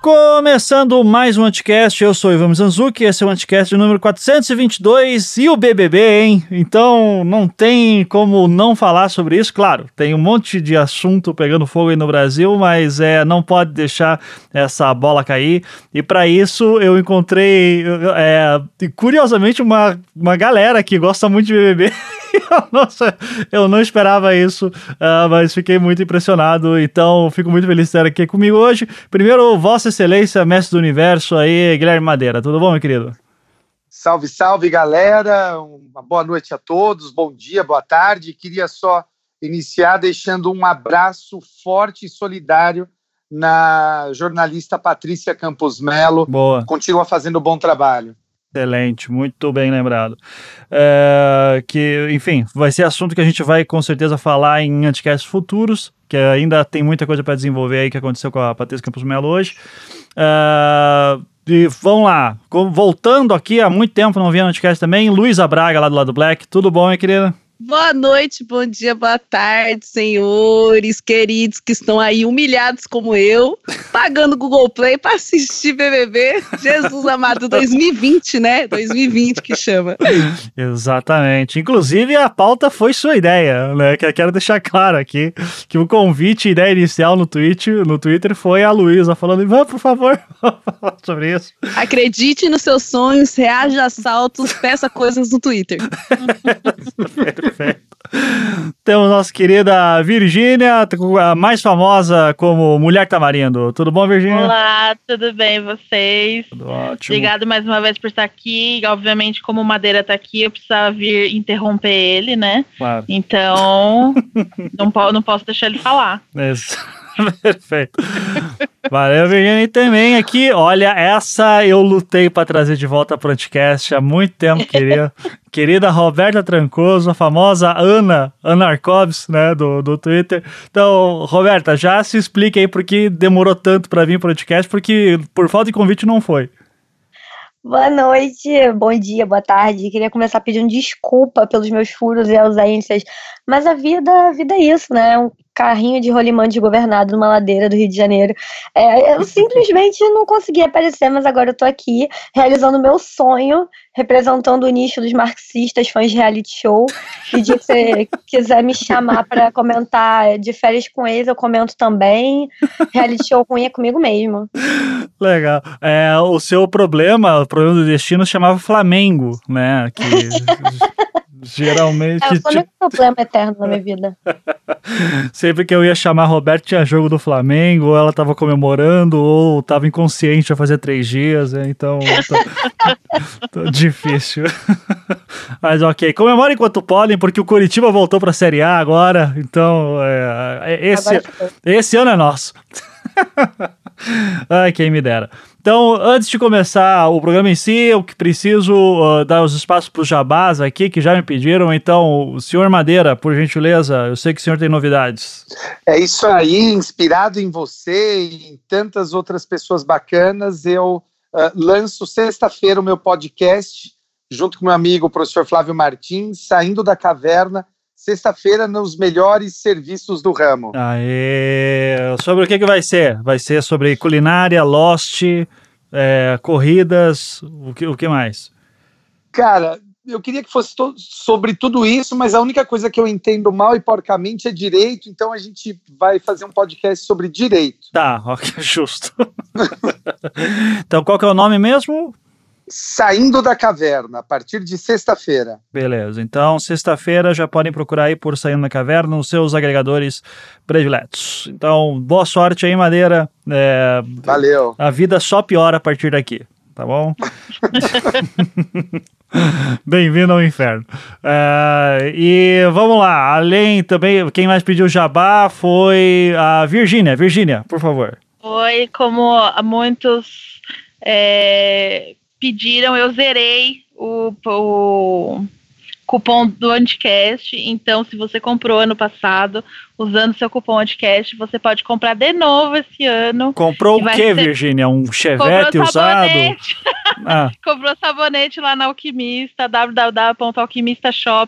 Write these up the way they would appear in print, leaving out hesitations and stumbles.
Começando mais um Anticast, eu sou o Ivan Mizanzuki, esse é o Anticast número 422 e o BBB, hein? Então não tem como não falar sobre isso, claro, tem um monte de assunto pegando fogo aí no Brasil, mas não pode deixar essa bola cair, e para isso eu encontrei, curiosamente, uma galera que gosta muito de BBB. Nossa, eu não esperava isso, mas fiquei muito impressionado, então fico muito feliz de estar aqui comigo hoje. Primeiro, Vossa Excelência, Mestre do Universo aí, Guilherme Madeira. Tudo bom, meu querido? Salve, salve, galera. Uma boa noite a todos, bom dia, boa tarde. Queria só iniciar deixando um abraço forte e solidário na jornalista Patrícia Campos Melo. Boa. Continua fazendo bom trabalho. Excelente, muito bem lembrado. Que, enfim, vai ser assunto que a gente vai com certeza falar em Anticasts futuros, que ainda tem muita coisa para desenvolver aí que aconteceu com a Patrícia Campos Melo hoje. E vamos lá, voltando aqui, há muito tempo não via no Anticast também, Luísa Braga lá do lado do Black. Tudo bom, minha querida? Boa noite, bom dia, boa tarde, senhores queridos que estão aí humilhados como eu, pagando Google Play para assistir BBB. Jesus amado, 2020, né? 2020 que chama. Exatamente. Inclusive, a pauta foi sua ideia, né? Que eu quero deixar claro aqui que o convite, a ideia inicial no Twitter foi a Luísa falando: Ivan, por favor, vamos falar sobre isso. Acredite nos seus sonhos, reaja a assaltos, peça coisas no Twitter. Perfeito. Temos nossa querida Virgínia, a mais famosa como Mulher Tamarindo. Tudo bom, Virgínia? Olá, tudo bem, vocês? Tudo ótimo. Obrigado mais uma vez por estar aqui. Obviamente, como o Madeira está aqui, eu precisava vir interromper ele, né? Claro. Então, não posso deixar ele falar. Isso. Perfeito. Valeu, Virgínia. E também aqui, olha, essa eu lutei para trazer de volta para o Anticast há muito tempo, querida Roberta Trancoso, a famosa Ana Arcovs, né, do Twitter. Então, Roberta, já se explique aí por que demorou tanto para vir para o Anticast, porque por falta de convite não foi. Boa noite, bom dia, boa tarde. Queria começar pedindo desculpa pelos meus furos e ausências, mas a vida é isso, né? Um carrinho de rolimã desgovernado numa ladeira do Rio de Janeiro. Eu simplesmente não consegui aparecer, mas agora eu tô aqui realizando o meu sonho, representando o nicho dos marxistas, fãs de reality show. E se você quiser me chamar para comentar de férias com eles, eu comento também. Reality show ruim é comigo mesmo. Legal. O seu problema, o problema do destino, se chamava Flamengo, né? Que geralmente... É o único problema eterno na minha vida. Sempre que eu ia chamar a Roberta, tinha jogo do Flamengo, ou ela tava comemorando, ou tava inconsciente já fazia 3 dias, então... Difícil. Mas ok, comemora enquanto podem, porque o Coritiba voltou pra Série A agora, então esse ano é nosso. Ai, quem me dera. Então, antes de começar o programa em si, eu preciso dar os espaços para os jabás aqui, que já me pediram. Então, o senhor Madeira, por gentileza, eu sei que o senhor tem novidades. É isso aí, inspirado em você e em tantas outras pessoas bacanas, eu lanço sexta-feira o meu podcast, junto com meu amigo, o professor Flávio Martins, Saindo da Caverna, sexta-feira nos melhores serviços do ramo. Aê! Sobre o que vai ser? Vai ser sobre culinária, Lost, corridas, o que mais? Cara, eu queria que fosse sobre tudo isso, mas a única coisa que eu entendo mal e porcamente é direito, então a gente vai fazer um podcast sobre direito. Tá, ok, justo. Então qual que é o nome mesmo? Saindo da Caverna, a partir de sexta-feira. Beleza, então sexta-feira já podem procurar aí por Saindo da Caverna nos seus agregadores prediletos. Então, boa sorte aí, Madeira. Valeu. A vida só piora a partir daqui, tá bom? Bem-vindo ao inferno. E vamos lá, além também, quem mais pediu jabá foi a Virgínia. Virgínia, por favor. Foi como muitos... pediram, eu zerei o cupom do Anticast, então se você comprou ano passado, usando seu cupom Anticast, você pode comprar de novo esse ano. Comprou o quê, Virgínia? Um Chevette usado? Comprou sabonete lá na Alquimista,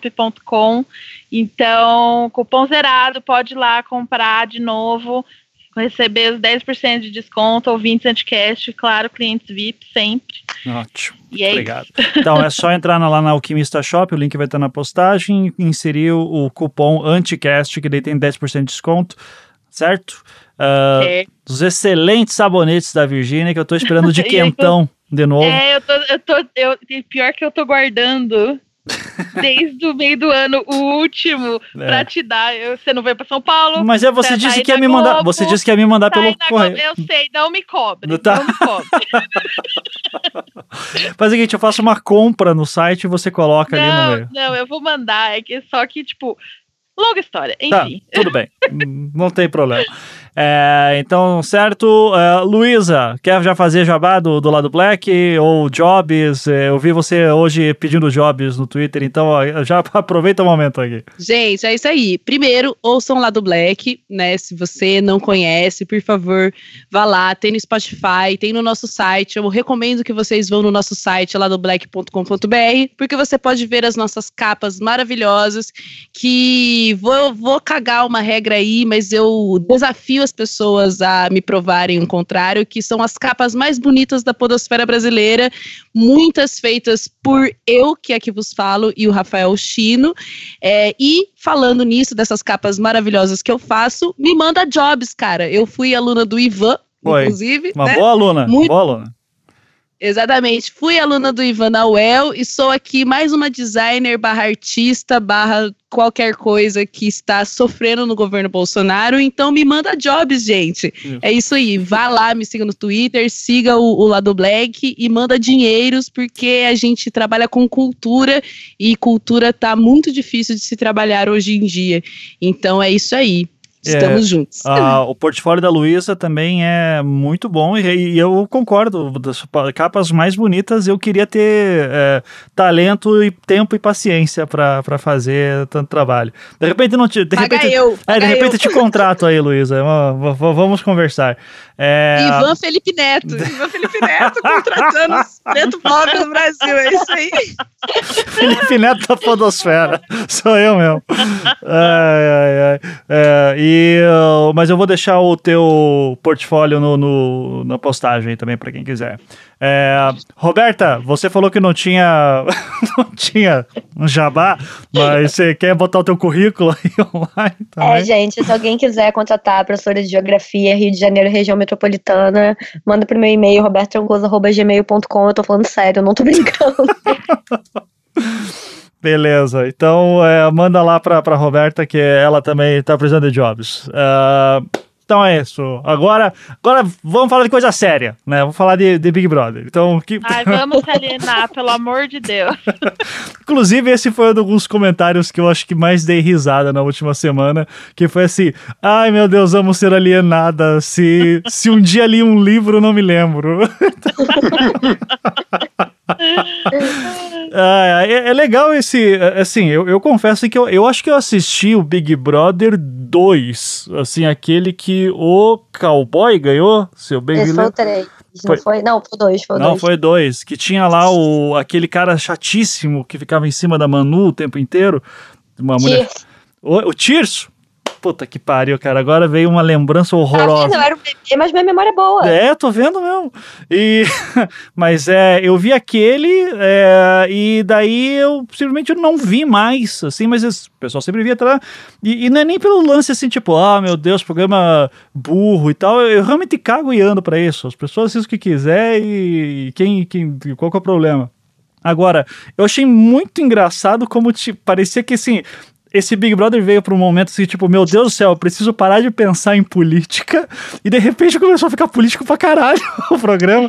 www.alquimistashop.com, então, cupom zerado, pode ir lá comprar de novo. receber os 10% de desconto, ouvintes Anticast, claro, clientes VIP sempre. Ótimo. E é Obrigado. Então é só entrar lá na Alquimista Shop, o link vai estar na postagem, inserir o cupom Anticast, que daí tem 10% de desconto, certo? Os excelentes sabonetes da Virgínia, que eu tô esperando de quentão de novo. Pior que eu tô guardando desde o meio do ano o último pra te dar. Você não veio pra São Paulo. Mas você disse que ia me mandar. Você disse que ia me mandar pelo correio. Eu sei, não me cobre. Tá. Não me cobre. Faz o seguinte, eu faço uma compra no site e você coloca ali no meio. Não, eu vou mandar. Só que, tipo, longa história. Enfim. Tá, tudo bem. Não tem problema. Então, certo. Luísa, quer já fazer jabá do Lado Black ou Jobs? Eu vi você hoje pedindo Jobs no Twitter, então já aproveita o momento aqui. Gente, é isso aí. Primeiro, ouçam Lado Black, né? Se você não conhece, por favor, vá lá. Tem no Spotify, tem no nosso site. Eu recomendo que vocês vão no nosso site, ladoblack.com.br, porque você pode ver as nossas capas maravilhosas, que vou cagar uma regra aí, mas eu desafio as pessoas a me provarem o contrário, que são as capas mais bonitas da podosfera brasileira, muitas feitas por eu, que aqui vos falo, e o Rafael Chino, e falando nisso, dessas capas maravilhosas que eu faço, me manda jobs, cara. Eu fui aluna do Ivan, inclusive. Uma né? boa aluna, boa aluna. Exatamente, fui aluna do Ivan na UEL e sou aqui mais uma designer / artista / qualquer coisa que está sofrendo no governo Bolsonaro, então me manda jobs, gente. É isso aí, vá lá, me siga no Twitter, siga o Lado Black e manda dinheiros, porque a gente trabalha com cultura e cultura tá muito difícil de se trabalhar hoje em dia, então é isso aí. Estamos juntos. O portfólio da Luísa também é muito bom e eu concordo, das capas mais bonitas. Eu queria ter talento e tempo e paciência para fazer tanto trabalho. De repente não te, de repente eu te contrato aí, Luísa. Vamos conversar. Ivan Felipe Neto contratando os preto pobre no Brasil, é isso aí. Felipe Neto da podosfera, sou eu mesmo. Mas eu vou deixar o teu portfólio na postagem também para quem quiser. Roberta, você falou que não tinha um jabá, mas você quer botar o teu currículo aí online também? Gente, se alguém quiser contratar a professora de Geografia, Rio de Janeiro, região metropolitana, manda pro meu e-mail, robertotrancoso@gmail.com. Eu tô falando sério, eu não tô brincando. Beleza, então manda lá pra Roberta, que ela também tá precisando de jobs. Então é isso. Agora vamos falar de coisa séria, né? Vamos falar de Big Brother. Então, vamos se alienar, pelo amor de Deus. Inclusive, esse foi um dos comentários que eu acho que mais dei risada na última semana, que foi assim: ai meu Deus, vamos ser alienada. Se um dia li um livro, não me lembro. É legal esse, assim, eu confesso que eu acho que eu assisti o Big Brother 2, assim, aquele que o cowboy ganhou, seu bem Esse foi o 3, não foi? Não, foi o 2, Não, foi 2, que tinha lá aquele cara chatíssimo que ficava em cima da Manu o tempo inteiro, uma mulher... O Tirso? Puta que pariu, cara. Agora veio uma lembrança horrorosa. Não era um bebê, mas minha memória é boa. Tô vendo mesmo. Mas eu vi aquele e daí eu simplesmente não vi mais, assim, mas o pessoal sempre via lá. E não é nem pelo lance assim, tipo, meu Deus, programa burro e tal. Eu realmente cago e ando pra isso. As pessoas assistem o que quiser e qual que é o problema? Agora, eu achei muito engraçado como parecia que, assim... Esse Big Brother veio para um momento assim, tipo, meu Deus do céu, eu preciso parar de pensar em política, e de repente começou a ficar político pra caralho o programa.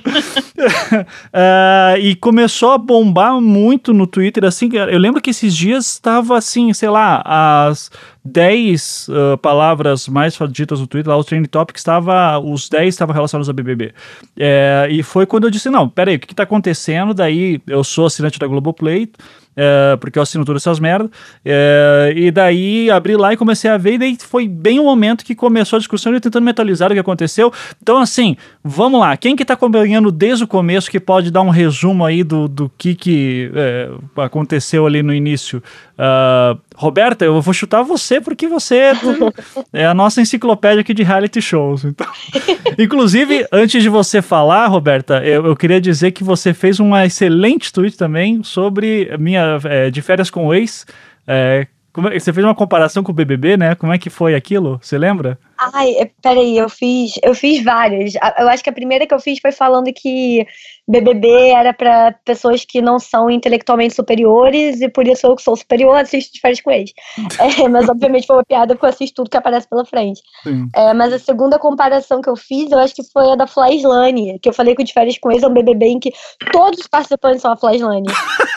E começou a bombar muito no Twitter, assim, eu lembro que esses dias estava assim, sei lá, as 10 palavras mais ditas no Twitter, lá os Trending Topics, os 10 estavam relacionados ao BBB. E foi quando eu disse, não, peraí, o que tá acontecendo? Daí eu sou assinante da Globoplay, porque eu assino todas essas merdas, e daí abri lá e comecei a ver, e daí foi bem o momento que começou a discussão, eu tentando mentalizar o que aconteceu. Então assim, vamos lá, quem que tá acompanhando desde o começo que pode dar um resumo aí do que aconteceu ali no início? Roberta, eu vou chutar você você porque você é a nossa enciclopédia aqui de reality shows. Então. Inclusive, antes de você falar, Roberta, eu queria dizer que você fez uma excelente tweet também sobre de férias com o ex. Você fez uma comparação com o BBB, né? Como é que foi aquilo? Você lembra? Ai, peraí, eu fiz várias. Eu acho que a primeira que eu fiz foi falando que BBB era para pessoas que não são intelectualmente superiores e por isso eu que sou superior assisto de férias com eles. Mas obviamente foi uma piada porque eu assisto tudo que aparece pela frente. Mas a segunda comparação que eu fiz, eu acho que foi a da Flyslane, que eu falei que o de férias com eles é um BBB em que todos os participantes são a Flyslane.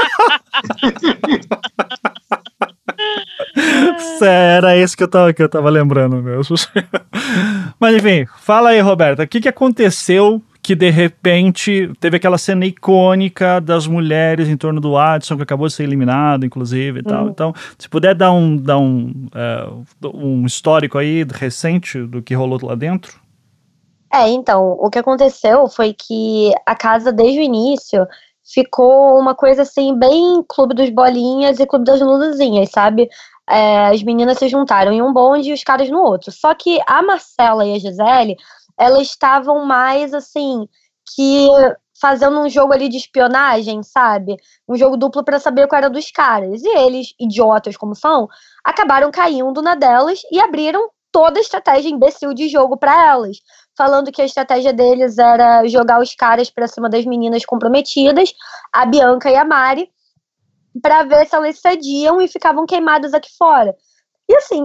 Era isso que eu tava lembrando mesmo. Mas enfim, fala aí, Roberta, o que aconteceu que de repente teve aquela cena icônica das mulheres em torno do Adson, que acabou de ser eliminado, inclusive, e tal. Então, se puder dar um histórico aí recente do que rolou lá dentro. Então, o que aconteceu foi que a casa, desde o início, ficou uma coisa assim, bem Clube dos Bolinhas e Clube das Luluzinhas, sabe? As meninas se juntaram em um bonde e os caras no outro. Só que a Marcela e a Gisele, elas estavam mais assim, que fazendo um jogo ali de espionagem, sabe? Um jogo duplo pra saber qual era dos caras. E eles, idiotas como são, acabaram caindo na delas e abriram toda a estratégia imbecil de jogo pra elas. Falando que a estratégia deles era jogar os caras pra cima das meninas comprometidas, a Bianca e a Mari, pra ver se elas cediam e ficavam queimadas aqui fora. E assim,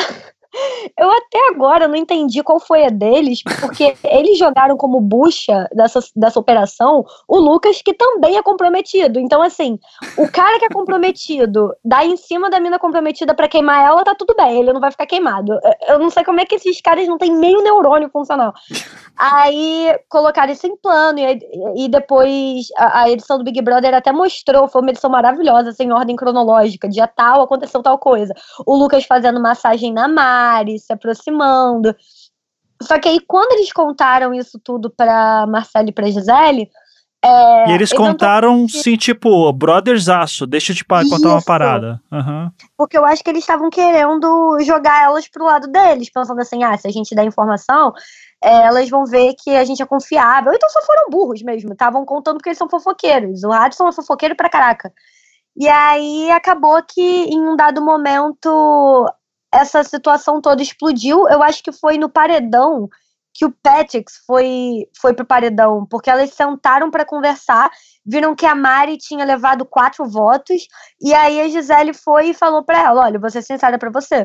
eu até agora não entendi qual foi a deles, porque eles jogaram como bucha dessa operação o Lucas, que também é comprometido. Então, assim, o cara que é comprometido dá em cima da mina comprometida pra queimar ela, tá tudo bem, ele não vai ficar queimado. Eu não sei como é que esses caras não têm meio neurônio funcional. Aí colocaram isso em plano, e depois a edição do Big Brother até mostrou, foi uma edição maravilhosa, assim, em ordem cronológica, dia tal, aconteceu tal coisa. O Lucas fazendo massagem na Mari, se aproximando. Só que aí, quando eles contaram isso tudo pra Marcela e pra Gisele... E eles contaram, sim, tipo, brothersaço, deixa eu te contar uma parada. Porque eu acho que eles estavam querendo jogar elas pro lado deles, pensando assim, se a gente der informação, elas vão ver que a gente é confiável. Então só foram burros mesmo, estavam contando porque eles são fofoqueiros. O Adson é fofoqueiro pra caraca. E aí acabou que em um dado momento essa situação toda explodiu. Eu acho que foi no paredão que o Patrick foi pro paredão, porque elas sentaram pra conversar, viram que a Mari tinha levado 4 votos, e aí a Gisele foi e falou pra ela, olha, vou ser sincera pra você,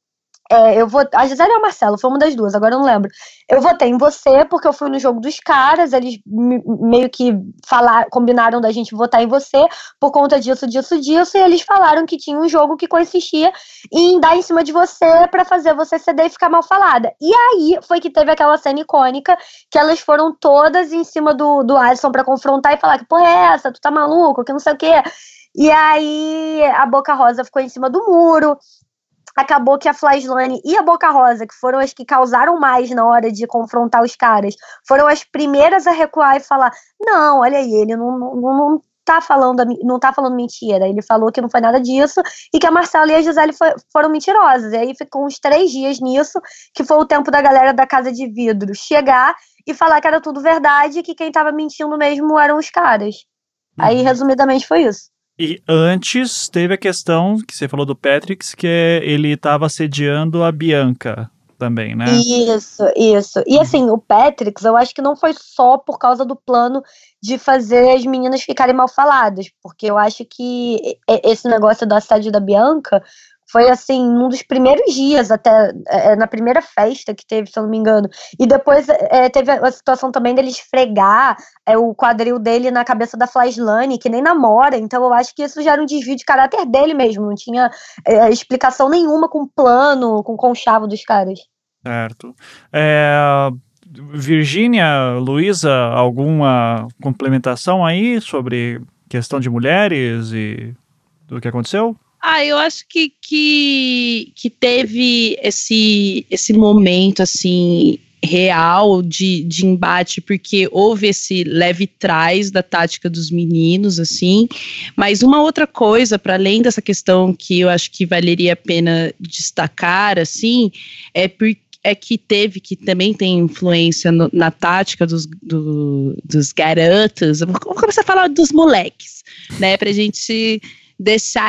a Gisele ou a Marcela, foi uma das duas, agora eu não lembro. Eu votei em você porque eu fui no jogo dos caras, eles meio que combinaram da gente votar em você por conta disso, e eles falaram que tinha um jogo que consistia em dar em cima de você pra fazer você ceder e ficar mal falada. E aí foi que teve aquela cena icônica que elas foram todas em cima do Adson pra confrontar e falar que porra é essa, tu tá maluco, que não sei o quê. E aí a Boca Rosa ficou em cima do muro. Acabou que a Flyslane e a Boca Rosa, que foram as que causaram mais na hora de confrontar os caras, foram as primeiras a recuar e falar, não, olha aí, ele não tá falando mentira, ele falou que não foi nada disso, e que a Marcela e a Gisele foram mentirosas. E aí ficou uns 3 dias nisso, que foi o tempo da galera da Casa de Vidro chegar e falar que era tudo verdade, e que quem tava mentindo mesmo eram os caras. Aí, resumidamente, foi isso. E antes teve a questão que você falou do Patrick, que ele estava assediando a Bianca também, né? Isso. E assim, o Patrick, eu acho que não foi só por causa do plano de fazer as meninas ficarem mal faladas, porque eu acho que esse negócio do assédio da Bianca foi assim, um dos primeiros dias, até na primeira festa que teve, se eu não me engano. E depois teve a situação também dele esfregar o quadril dele na cabeça da Flyslane, que nem namora. Então eu acho que isso já era um desvio de caráter dele mesmo. Não tinha explicação nenhuma com o plano, com o conchavo dos caras. Certo. Virgínia, Luísa, alguma complementação aí sobre questão de mulheres e do que aconteceu? Eu acho que teve esse momento, assim, real de embate, porque houve esse leve trás da tática dos meninos, assim, mas uma outra coisa, para além dessa questão que eu acho que valeria a pena destacar, assim, que também tem influência na tática dos garotos. Vamos começar a falar dos moleques, né, pra gente deixar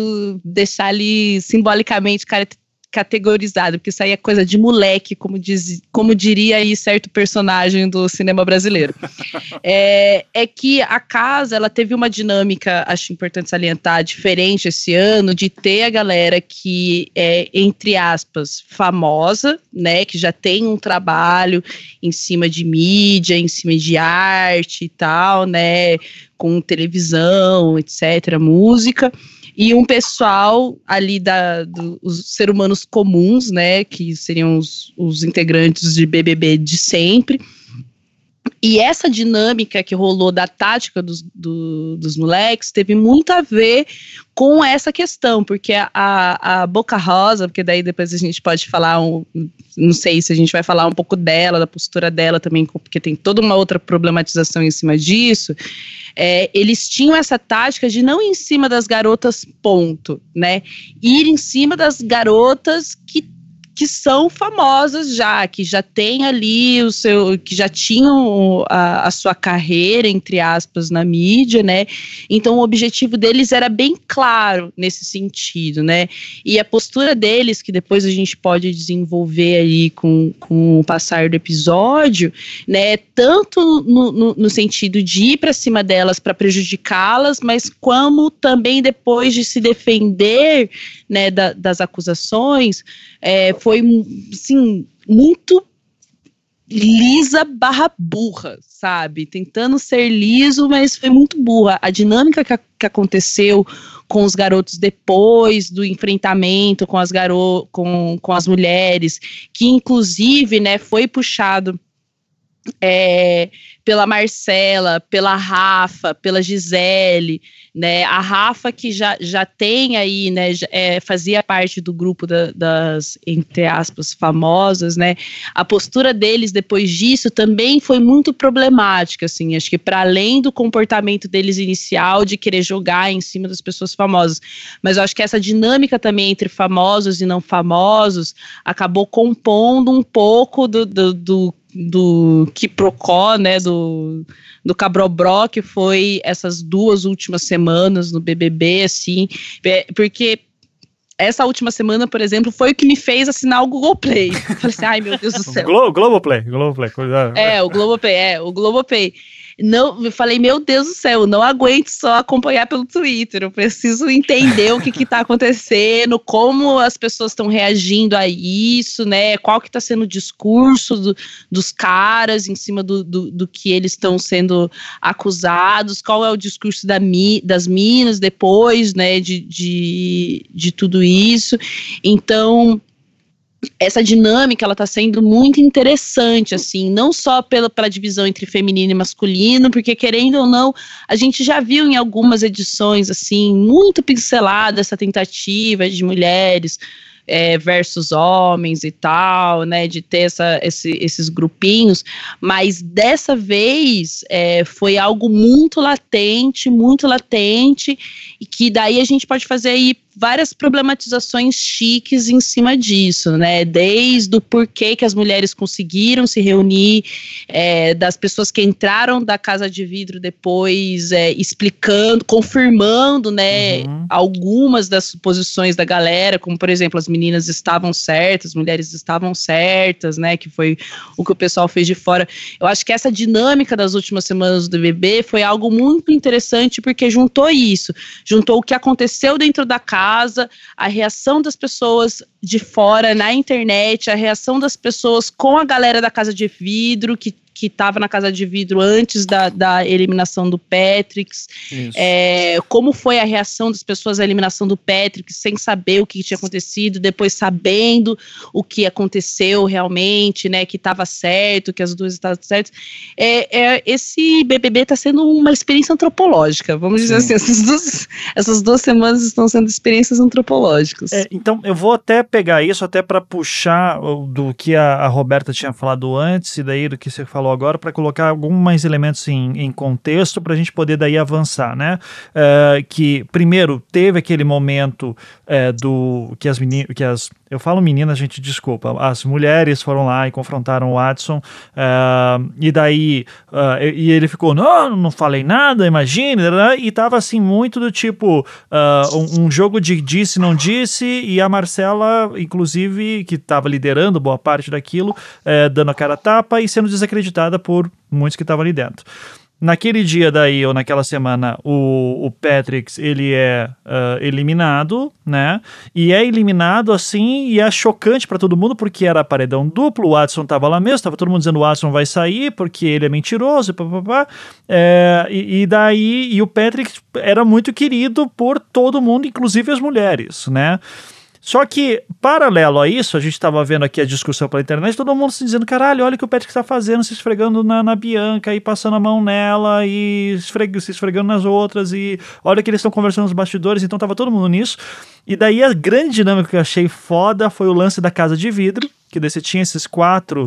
ali simbolicamente categorizado, porque isso aí é coisa de moleque, como diria aí certo personagem do cinema brasileiro. É que a casa, ela teve uma dinâmica, acho importante salientar, diferente esse ano, de ter a galera que é, entre aspas, famosa, né, que já tem um trabalho em cima de mídia, em cima de arte e tal, né, com televisão, etc., música, e um pessoal ali dos seres humanos comuns, né, que seriam os integrantes de BBB de sempre. E essa dinâmica que rolou da tática dos moleques teve muito a ver com essa questão, porque a Boca Rosa, porque daí depois a gente pode falar, não sei se a gente vai falar um pouco dela, da postura dela também, porque tem toda uma outra problematização em cima disso. Eles tinham essa tática de não ir em cima das garotas, ponto, né? Ir em cima das garotas que são famosas já, que já tem ali que já tinham a sua carreira, entre aspas, na mídia, né? Então o objetivo deles era bem claro nesse sentido, né? E a postura deles, que depois a gente pode desenvolver aí com o passar do episódio, né? Tanto no sentido de ir para cima delas para prejudicá-las, mas como também depois de se defender, né, das acusações, foi, assim, muito lisa / burra, sabe? Tentando ser liso, mas foi muito burra. A dinâmica que aconteceu com os garotos depois do enfrentamento com as mulheres, que inclusive, né, foi puxado pela Marcela, pela Rafa, pela Gisele, né, a Rafa que já tem aí, né, fazia parte do grupo das, entre aspas, famosas, né, a postura deles depois disso também foi muito problemática, assim, acho que para além do comportamento deles inicial de querer jogar em cima das pessoas famosas, mas eu acho que essa dinâmica também entre famosos e não famosos acabou compondo um pouco do quiprocó, né, do cabrobró que foi essas 2 últimas semanas no BBB, assim, porque essa última semana, por exemplo, foi o que me fez assinar o Google Play. Eu falei assim, ai meu Deus do céu. Globoplay. O Globoplay. Não, eu falei, meu Deus do céu, eu não aguento só acompanhar pelo Twitter, eu preciso entender o que tá acontecendo, como as pessoas estão reagindo a isso, né, qual que tá sendo o discurso dos caras em cima do que eles estão sendo acusados, qual é o discurso das minas depois, né, de tudo isso. Então essa dinâmica, ela tá sendo muito interessante, assim, não só pela divisão entre feminino e masculino, porque querendo ou não, a gente já viu em algumas edições, assim, muito pincelada essa tentativa de mulheres versus homens e tal, né, de ter esses grupinhos, mas dessa vez foi algo muito latente, e que daí a gente pode fazer aí várias problematizações chiques em cima disso, né, desde o porquê que as mulheres conseguiram se reunir, das pessoas que entraram da Casa de Vidro depois, explicando, confirmando, né, algumas das suposições da galera, como por exemplo, as meninas estavam certas, as mulheres estavam certas, né, que foi o que o pessoal fez de fora. Eu acho que essa dinâmica das últimas semanas do BBB foi algo muito interessante, porque juntou o que aconteceu dentro da casa, a reação das pessoas de fora na internet, a reação das pessoas com a galera da Casa de Vidro, que estava na Casa de Vidro antes da eliminação do Patrick, como foi a reação das pessoas à eliminação do Patrick, sem saber o que tinha acontecido, depois sabendo o que aconteceu realmente, né, que estava certo, que as duas estavam certas. Esse BBB está sendo uma experiência antropológica, vamos dizer assim, essas 2 semanas estão sendo experiências antropológicas. Então, eu vou até pegar isso até para puxar do que a Roberta tinha falado antes e daí do que você falou agora, para colocar alguns elementos em contexto para a gente poder daí avançar, né? Que primeiro teve aquele momento do que as meninas, eu falo meninas, gente, desculpa, as mulheres foram lá e confrontaram o Watson, e daí e ele ficou, não falei nada, imagina, e tava assim muito do tipo um jogo de disse, não disse, e a Marcela, inclusive, que estava liderando boa parte daquilo, dando a cara a tapa e sendo desacreditada por muitos que estavam ali dentro. Naquele dia daí, ou naquela semana, o Patrick, ele é eliminado, né? E é eliminado assim, e é chocante pra todo mundo, porque era paredão duplo, o Watson tava lá mesmo, tava todo mundo dizendo o Watson vai sair, porque ele é mentiroso, e papapá. E daí, e o Patrick era muito querido por todo mundo, inclusive as mulheres, né? Só que, paralelo a isso, a gente estava vendo aqui a discussão pela internet, todo mundo se dizendo, caralho, olha o que o Patrick está fazendo, se esfregando na Bianca e passando a mão nela e se esfregando nas outras, e olha que eles estão conversando nos bastidores, então tava todo mundo nisso. E daí a grande dinâmica que eu achei foda foi o lance da casa de vidro, que daí você tinha esses 4...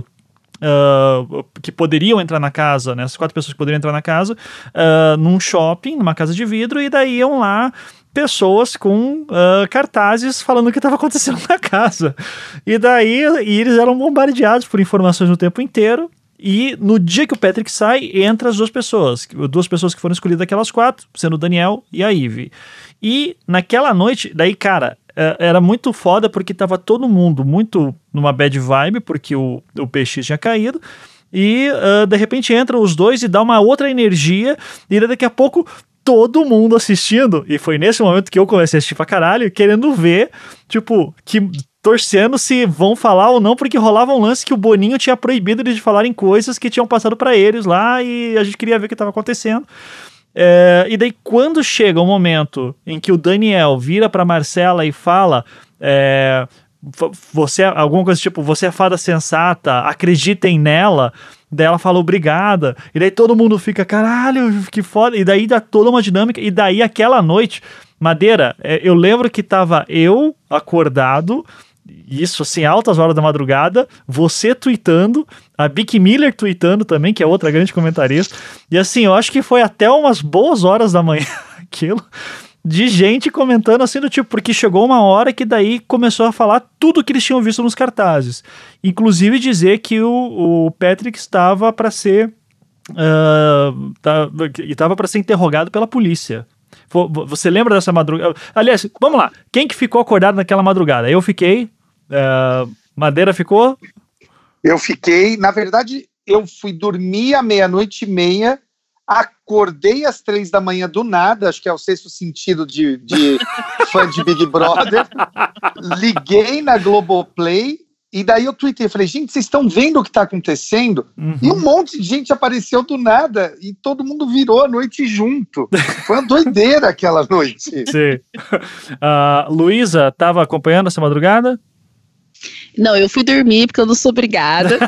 que poderiam entrar na casa, né? As 4 pessoas que poderiam entrar na casa, num shopping, numa casa de vidro, e daí iam lá pessoas com cartazes falando o que estava acontecendo na casa. E daí eles eram bombardeados por informações o tempo inteiro. E no dia que o Patrick sai, entra as duas pessoas que foram escolhidas daquelas 4, sendo o Daniel e a Ivy. E naquela noite, daí, cara, era muito foda porque tava todo mundo muito numa bad vibe, porque o PX tinha caído, e de repente entram os dois e dá uma outra energia, e daqui a pouco todo mundo assistindo, e foi nesse momento que eu comecei a assistir pra caralho, querendo ver, tipo, torcendo se vão falar ou não, porque rolava um lance que o Boninho tinha proibido eles de falarem coisas que tinham passado pra eles lá, e a gente queria ver o que tava acontecendo. E daí quando chega o momento em que o Daniel vira pra Marcela e fala você, alguma coisa tipo, você é fada sensata, acreditem nela, daí ela fala obrigada, e daí todo mundo fica, caralho, que foda, e daí dá toda uma dinâmica, e daí aquela noite, Madeira, eu lembro que tava eu acordado, isso assim, altas horas da madrugada, você tweetando, a Bic Miller tweetando também, que é outra grande comentarista, e assim, eu acho que foi até umas boas horas da manhã aquilo, de gente comentando assim do tipo, porque chegou uma hora que daí começou a falar tudo que eles tinham visto nos cartazes, inclusive dizer que o Patrick estava para ser estava para ser interrogado pela polícia. Você lembra dessa madrugada? Aliás, vamos lá, quem que ficou acordado naquela madrugada? Eu fiquei, Madeira ficou? Eu fiquei, na verdade, eu fui dormir à 00:30, acordei às 3 da manhã do nada, acho que é o sexto sentido de fã de Big Brother, liguei na Globoplay, e daí eu tuitei, falei, gente, vocês estão vendo o que está acontecendo? Uhum. E um monte de gente apareceu do nada, e todo mundo virou a noite junto. Foi uma doideira aquela noite. Sim. Luísa, estava acompanhando essa madrugada? Não, eu fui dormir porque eu não sou obrigada.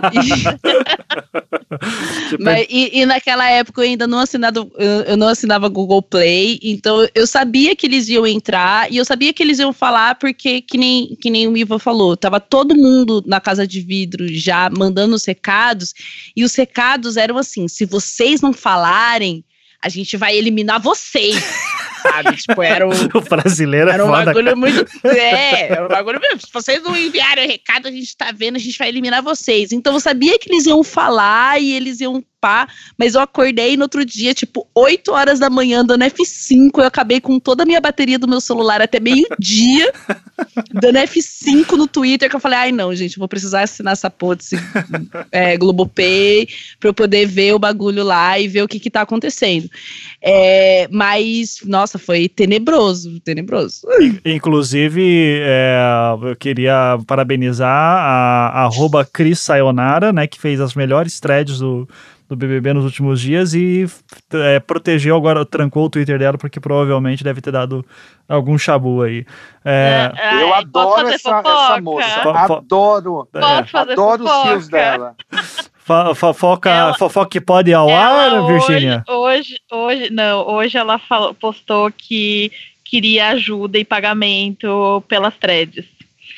E naquela época eu ainda não assinava Google Play, então eu sabia que eles iam entrar e eu sabia que eles iam falar porque, que nem o Iva falou, tava todo mundo na casa de vidro já mandando os recados, e os recados eram assim, se vocês não falarem, a gente vai eliminar vocês. Sabe? Tipo, era o brasileiro era um foda, bagulho cara. muito. Era um bagulho mesmo. Se vocês não enviarem o recado, a gente tá vendo, a gente vai eliminar vocês. Então eu sabia que eles iam falar e eles iam pá, mas eu acordei no outro dia, tipo, 8 horas da manhã, dando F5. Eu acabei com toda a minha bateria do meu celular até meio-dia, dando F5 no Twitter, que eu falei, ai não, gente, eu vou precisar assinar essa porra desse Globopay pra eu poder ver o bagulho lá e ver o que tá acontecendo. Mas, nossa, foi tenebroso. Inclusive, eu queria parabenizar a @Cris Sayonara, né, que fez as melhores threads do BBB nos últimos dias e protegeu agora, trancou o Twitter dela, porque provavelmente deve ter dado algum chabu aí. Eu adoro essa moça, adoro os fios dela. Fofoca que pode ir ao ar, Virgínia? Hoje ela postou que queria ajuda e pagamento pelas threads.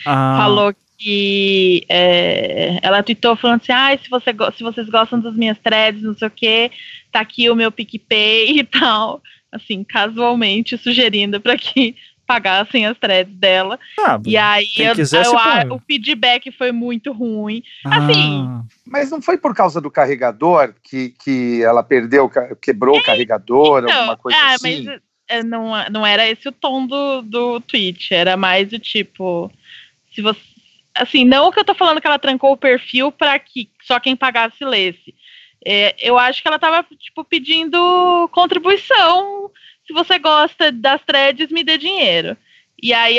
falou que ela tweetou falando assim, se vocês gostam das minhas threads, não sei o que, tá aqui o meu PicPay e tal, assim, casualmente sugerindo para que pagassem as threads dela. E aí o feedback foi muito ruim. Assim, mas não foi por causa do carregador que ela quebrou o carregador, alguma coisa assim? Mas não era esse o tom do tweet, era mais do tipo, se você, assim, não que eu tô falando que ela trancou o perfil para que só quem pagasse lesse. Eu acho que ela tava, tipo, pedindo contribuição. Se você gosta das threads, me dê dinheiro. E aí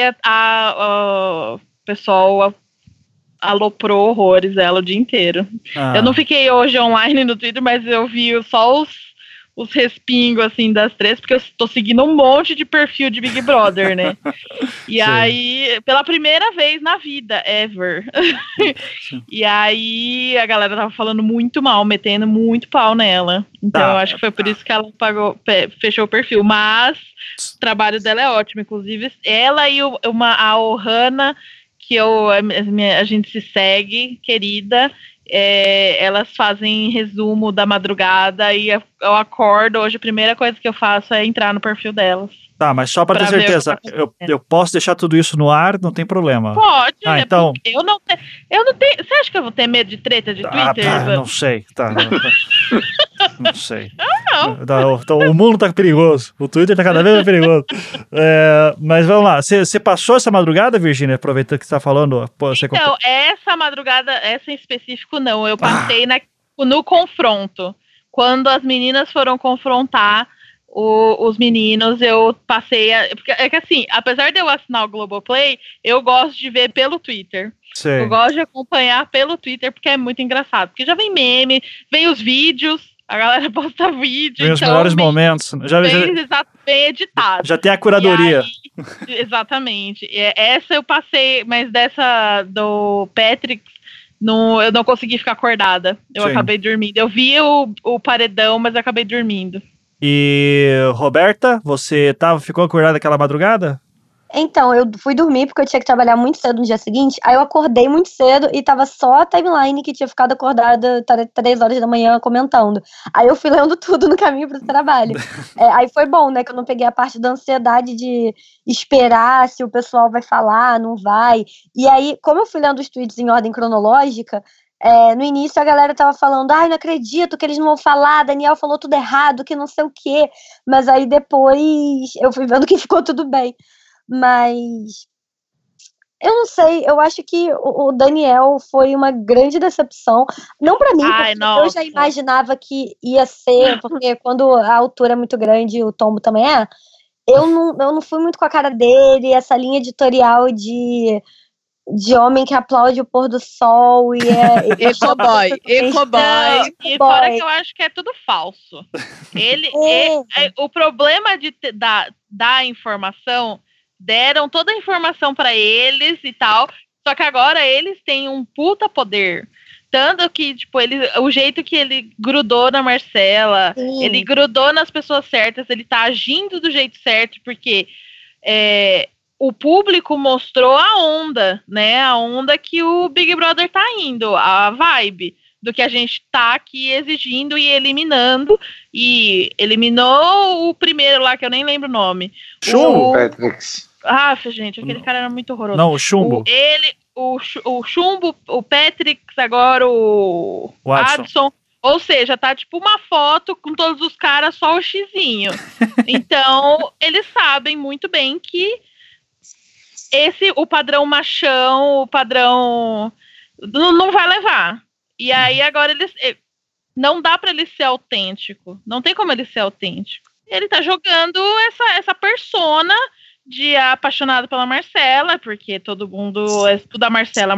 o pessoal aloprou horrores ela o dia inteiro. Eu não fiquei hoje online no Twitter, mas eu vi só os respingos, assim, das threads, porque eu tô seguindo um monte de perfil de Big Brother, né? E aí, pela primeira vez na vida, ever. E aí, a galera tava falando muito mal, metendo muito pau nela. Então, eu acho que foi por isso que ela fechou o perfil. Mas, o trabalho dela é ótimo. Inclusive, ela e a Ohana, que a gente se segue, querida, elas fazem resumo da madrugada e eu acordo hoje, a primeira coisa que eu faço é entrar no perfil delas. Tá, mas só pra ter certeza, eu posso deixar tudo isso no ar, não tem problema. Pode, então... eu não tenho. Você acha que eu vou ter medo de treta de Twitter? Não sei, não sei. Não. O mundo tá perigoso, o Twitter tá cada vez mais perigoso. Mas vamos lá, você passou essa madrugada, Virgínia, aproveitando que você tá falando? Então, essa madrugada, essa em específico não, eu passei no confronto. Quando as meninas foram confrontar os meninos, eu passei porque é que assim, apesar de eu assinar o Globoplay, eu gosto de ver pelo Twitter. Sim. Eu gosto de acompanhar pelo Twitter porque é muito engraçado, porque já vem meme, vem os vídeos, a galera posta vídeo, vem os melhores momentos, bem editado. Já tem a curadoria. Aí, exatamente. Essa eu passei, mas dessa do Patrick eu não consegui ficar acordada. Eu acabei dormindo. Eu vi o paredão, mas acabei dormindo. E, Roberta, você ficou acordada aquela madrugada? Então, eu fui dormir porque eu tinha que trabalhar muito cedo no dia seguinte. Aí eu acordei muito cedo e tava só a timeline que tinha ficado acordada 3 horas da manhã comentando. Aí eu fui lendo tudo no caminho pro trabalho. Aí foi bom, né, que eu não peguei a parte da ansiedade de esperar se o pessoal vai falar, não vai. E aí, como eu fui lendo os tweets em ordem cronológica, no início a galera tava falando, não acredito que eles não vão falar, Daniel falou tudo errado, que não sei o quê. Mas aí depois eu fui vendo que ficou tudo bem. Mas eu não sei, eu acho que o Daniel foi uma grande decepção. Não pra mim, porque eu já imaginava que ia ser, porque quando a altura é muito grande, o tombo também é. Eu não fui muito com a cara dele, essa linha editorial de homem que aplaude o pôr do sol e Ecoboy. E fora que eu acho que é tudo falso. O problema de dar informação, deram toda a informação pra eles e tal, só que agora eles têm um puta poder. Tanto que, tipo, o jeito que ele grudou na Marcela, ele grudou nas pessoas certas, ele tá agindo do jeito certo, porque o público mostrou a onda, né? A onda que o Big Brother tá indo, a vibe do que a gente tá aqui exigindo e eliminando. E eliminou o primeiro lá, que eu nem lembro o nome. Chumbo, gente, aquele cara era muito horroroso. Não, o Chumbo. O Chumbo, o Patrick, agora o Adson. Ou seja, tá tipo uma foto com todos os caras, só o xizinho. Então, eles sabem muito bem que o padrão machão, o padrão não vai levar. E aí agora não dá pra ele ser autêntico. Não tem como ele ser autêntico. Ele tá jogando essa persona de apaixonado pela Marcela, porque todo mundo é tudo a Marcela.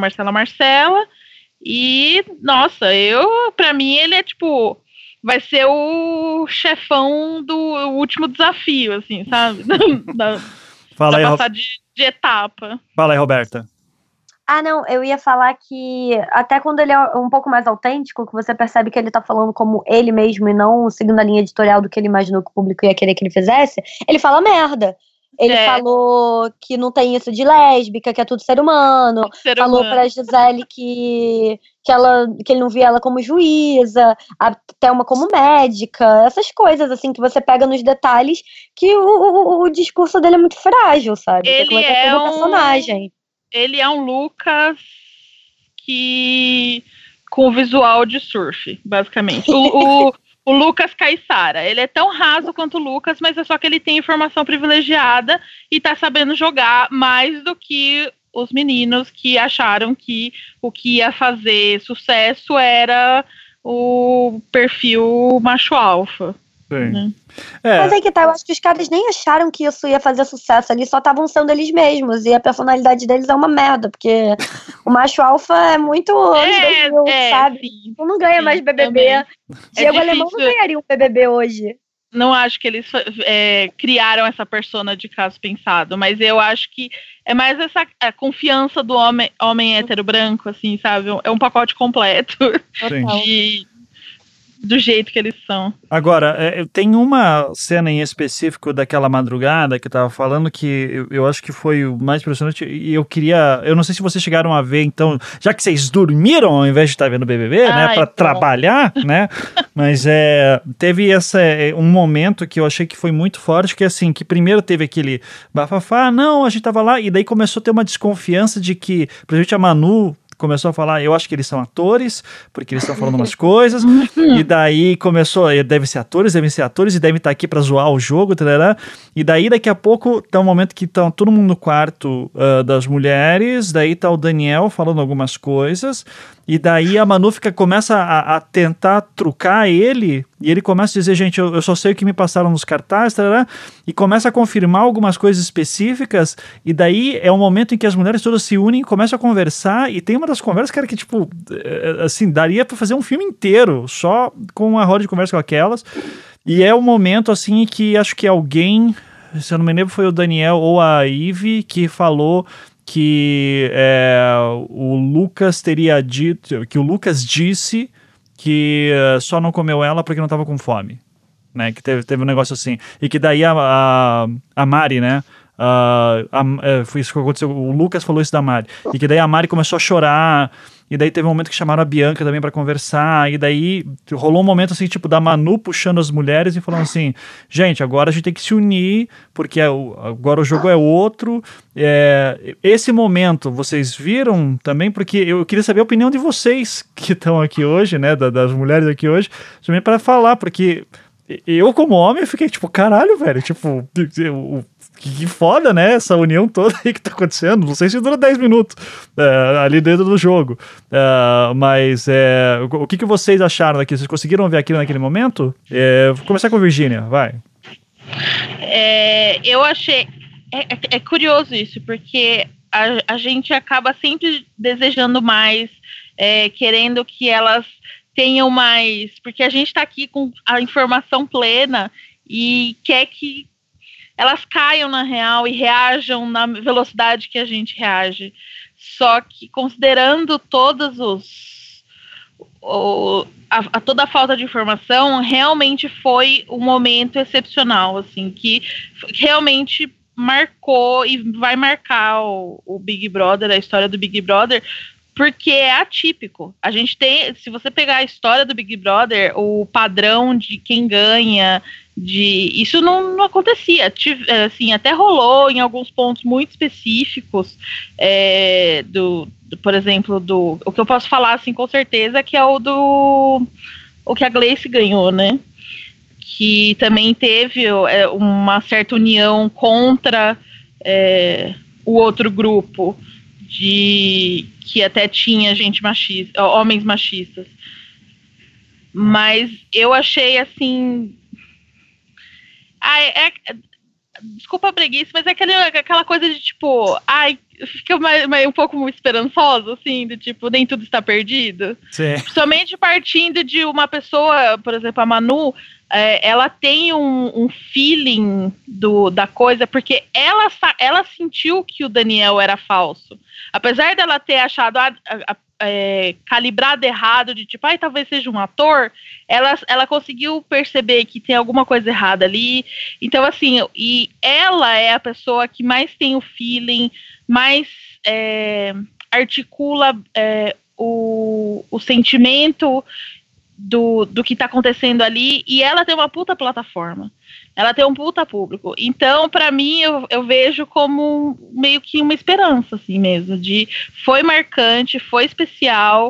E, nossa, pra mim ele é tipo, vai ser o chefão do último desafio, assim, sabe? Fala aí, passar de etapa. Fala aí, Roberta. Não, eu ia falar que até quando ele é um pouco mais autêntico, que você percebe que ele tá falando como ele mesmo e não seguindo a linha editorial do que ele imaginou que o público ia querer que ele fizesse, ele fala merda. Ele falou que não tem isso de lésbica, que é tudo ser humano. Falou pra Gisele que ele não via ela como juíza, a Thelma como médica. Essas coisas, assim, que você pega nos detalhes, que o discurso dele é muito frágil, sabe? Ele é um personagem. Ele é um Lucas com visual de surf, basicamente. O Lucas Caissara, ele é tão raso quanto o Lucas, mas é só que ele tem informação privilegiada e tá sabendo jogar mais do que os meninos que acharam que o que ia fazer sucesso era o perfil macho alfa. Sim. Né? Mas aí que tá, eu acho que os caras nem acharam que isso ia fazer sucesso, eles só estavam sendo eles mesmos, e a personalidade deles é uma merda, porque o macho alfa é muito anos 2000, sabe? Sim, não ganha mais BBB. Diego Alemão não ganharia um BBB hoje. Não acho que eles criaram essa persona de caso pensado, mas eu acho que é mais essa confiança do homem hétero branco, assim, sabe? É um pacote completo do jeito que eles são. Agora, tem uma cena em específico daquela madrugada que eu tava falando que eu acho que foi o mais impressionante e eu não sei se vocês chegaram a ver, então, já que vocês dormiram ao invés de estar vendo BBB, né, pra trabalhar, né, mas teve um momento que eu achei que foi muito forte, que assim, que primeiro teve aquele bafafá, não, a gente tava lá, e daí começou a ter uma desconfiança de que, principalmente a Manu começou a falar, eu acho que eles são atores, porque eles estão falando umas coisas, e daí começou, devem ser atores, e devem estar aqui pra zoar o jogo, tarará. E daí daqui a pouco tá um momento que tá todo mundo no quarto das mulheres, daí tá o Daniel falando algumas coisas, e daí a Manu começa a tentar trucar ele, e ele começa a dizer, gente, eu só sei o que me passaram nos cartazes, tarará, e começa a confirmar algumas coisas específicas, e daí é um momento em que as mulheres todas se unem, começam a conversar, e tem uma das conversas, cara, que tipo, assim, daria pra fazer um filme inteiro, só com uma roda de conversa com aquelas, e é um momento, assim, que acho que alguém, se eu não me lembro, foi o Daniel ou a Ivy, que falou que o Lucas teria dito, que o Lucas disse que só não comeu ela porque não estava com fome, né, que teve um negócio assim, e que daí a Mari, né, foi isso que aconteceu, o Lucas falou isso da Mari, e que daí a Mari começou a chorar, e daí teve um momento que chamaram a Bianca também pra conversar, e daí rolou um momento assim, tipo, da Manu puxando as mulheres e falando assim, gente, agora a gente tem que se unir, porque agora o jogo é outro. Esse momento, vocês viram também? Porque eu queria saber a opinião de vocês que estão aqui hoje, né, das mulheres aqui hoje, também para falar, porque eu como homem eu fiquei tipo, caralho, velho, tipo, que foda, né, essa união toda aí que tá acontecendo, não sei se dura 10 minutos ali dentro do jogo, mas o que vocês acharam daqui? Vocês conseguiram ver aquilo naquele momento? Vou começar com a Virgínia, vai. Eu achei, é curioso isso, porque a gente acaba sempre desejando mais, querendo que elas tenham mais, porque a gente tá aqui com a informação plena e quer que elas caiam na real e reajam na velocidade que a gente reage. Só que considerando toda a falta de informação, realmente foi um momento excepcional, assim, que realmente marcou e vai marcar o Big Brother, a história do Big Brother, porque é atípico. A gente tem, se você pegar a história do Big Brother, o padrão de quem ganha, isso não acontecia. Assim, até rolou em alguns pontos muito específicos, por exemplo, o que eu posso falar assim com certeza, que é o que a Gleice ganhou, né? Que também teve uma certa união contra o outro grupo, que até tinha gente machista, homens machistas. Mas eu achei assim, desculpa a preguiça, mas é aquela coisa de tipo, fica um pouco esperançoso, assim, de tipo, nem tudo está perdido. Sim. Somente partindo de uma pessoa, por exemplo, a Manu, ela tem um feeling da coisa, porque ela sentiu que o Daniel era falso. Apesar dela ter achado, calibrado errado, de tipo, talvez seja um ator, ela conseguiu perceber que tem alguma coisa errada ali. Então, assim, e ela é a pessoa que mais tem o feeling, mais articula o sentimento do que tá acontecendo ali, e ela tem uma puta plataforma. Ela tem um puta público. Então, pra mim, eu vejo como meio que uma esperança, assim mesmo. Foi marcante, foi especial,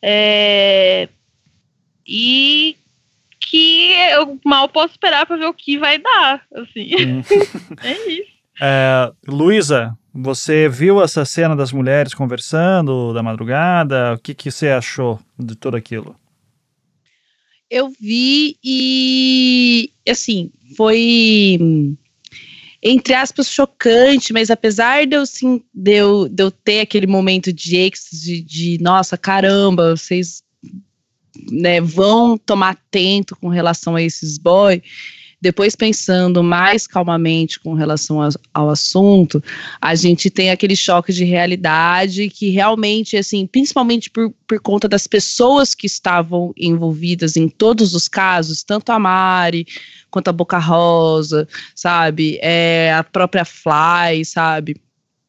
e que eu mal posso esperar pra ver o que vai dar, assim. É isso. Luísa, você viu essa cena das mulheres conversando da madrugada? O que você achou de tudo aquilo? Eu vi e, assim, foi, entre aspas, chocante, mas apesar de eu ter aquele momento de êxtase, de nossa, caramba, vocês, né, vão tomar atento com relação a esses boys. Depois, pensando mais calmamente com relação ao assunto, a gente tem aquele choque de realidade que realmente, assim, principalmente por conta das pessoas que estavam envolvidas em todos os casos, tanto a Mari quanto a Boca Rosa, sabe, a própria Fly, sabe,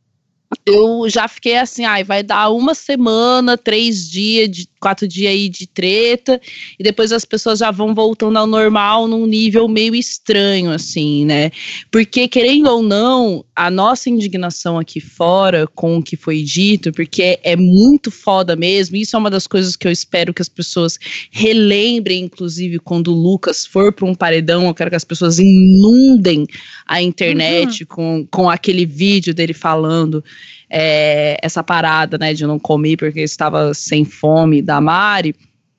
eu já fiquei assim, vai dar uma semana, 3 dias, 4 dias aí de treta, e depois as pessoas já vão voltando ao normal num nível meio estranho, assim, né? Porque, querendo ou não, a nossa indignação aqui fora com o que foi dito, porque é muito foda mesmo, isso é uma das coisas que eu espero que as pessoas relembrem, inclusive, quando o Lucas for para um paredão, eu quero que as pessoas inundem a internet com aquele vídeo dele falando essa parada, né, de não comer porque estava sem fome, da Mari,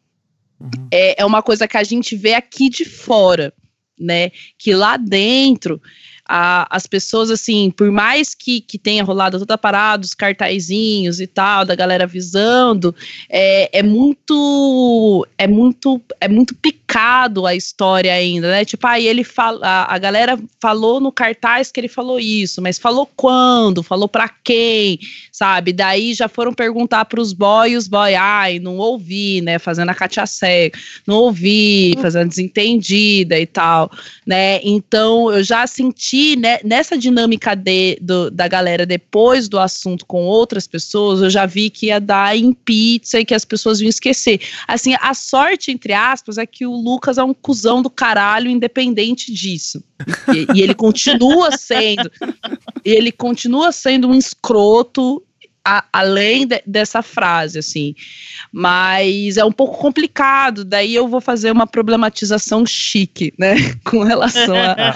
é uma coisa que a gente vê aqui de fora, né, que lá dentro as pessoas, assim, por mais que tenha rolado toda a parada, os cartazinhos e tal, da galera avisando, é muito picado a história ainda, né? Tipo, ele fala, a galera falou no cartaz que ele falou isso, mas falou quando? Falou pra quem? Sabe? Daí já foram perguntar pros boys, e os boys, não ouvi, né? Fazendo a Katia cega, não ouvi, fazendo desentendida e tal, né? Então, eu já senti, né, nessa dinâmica da galera depois do assunto com outras pessoas, eu já vi que ia dar em pizza e que as pessoas iam esquecer. Assim, a sorte, entre aspas, é que o Lucas é um cuzão do caralho independente disso. E ele continua sendo um escroto além dessa frase, assim, mas é um pouco complicado, daí eu vou fazer uma problematização chique, né, com relação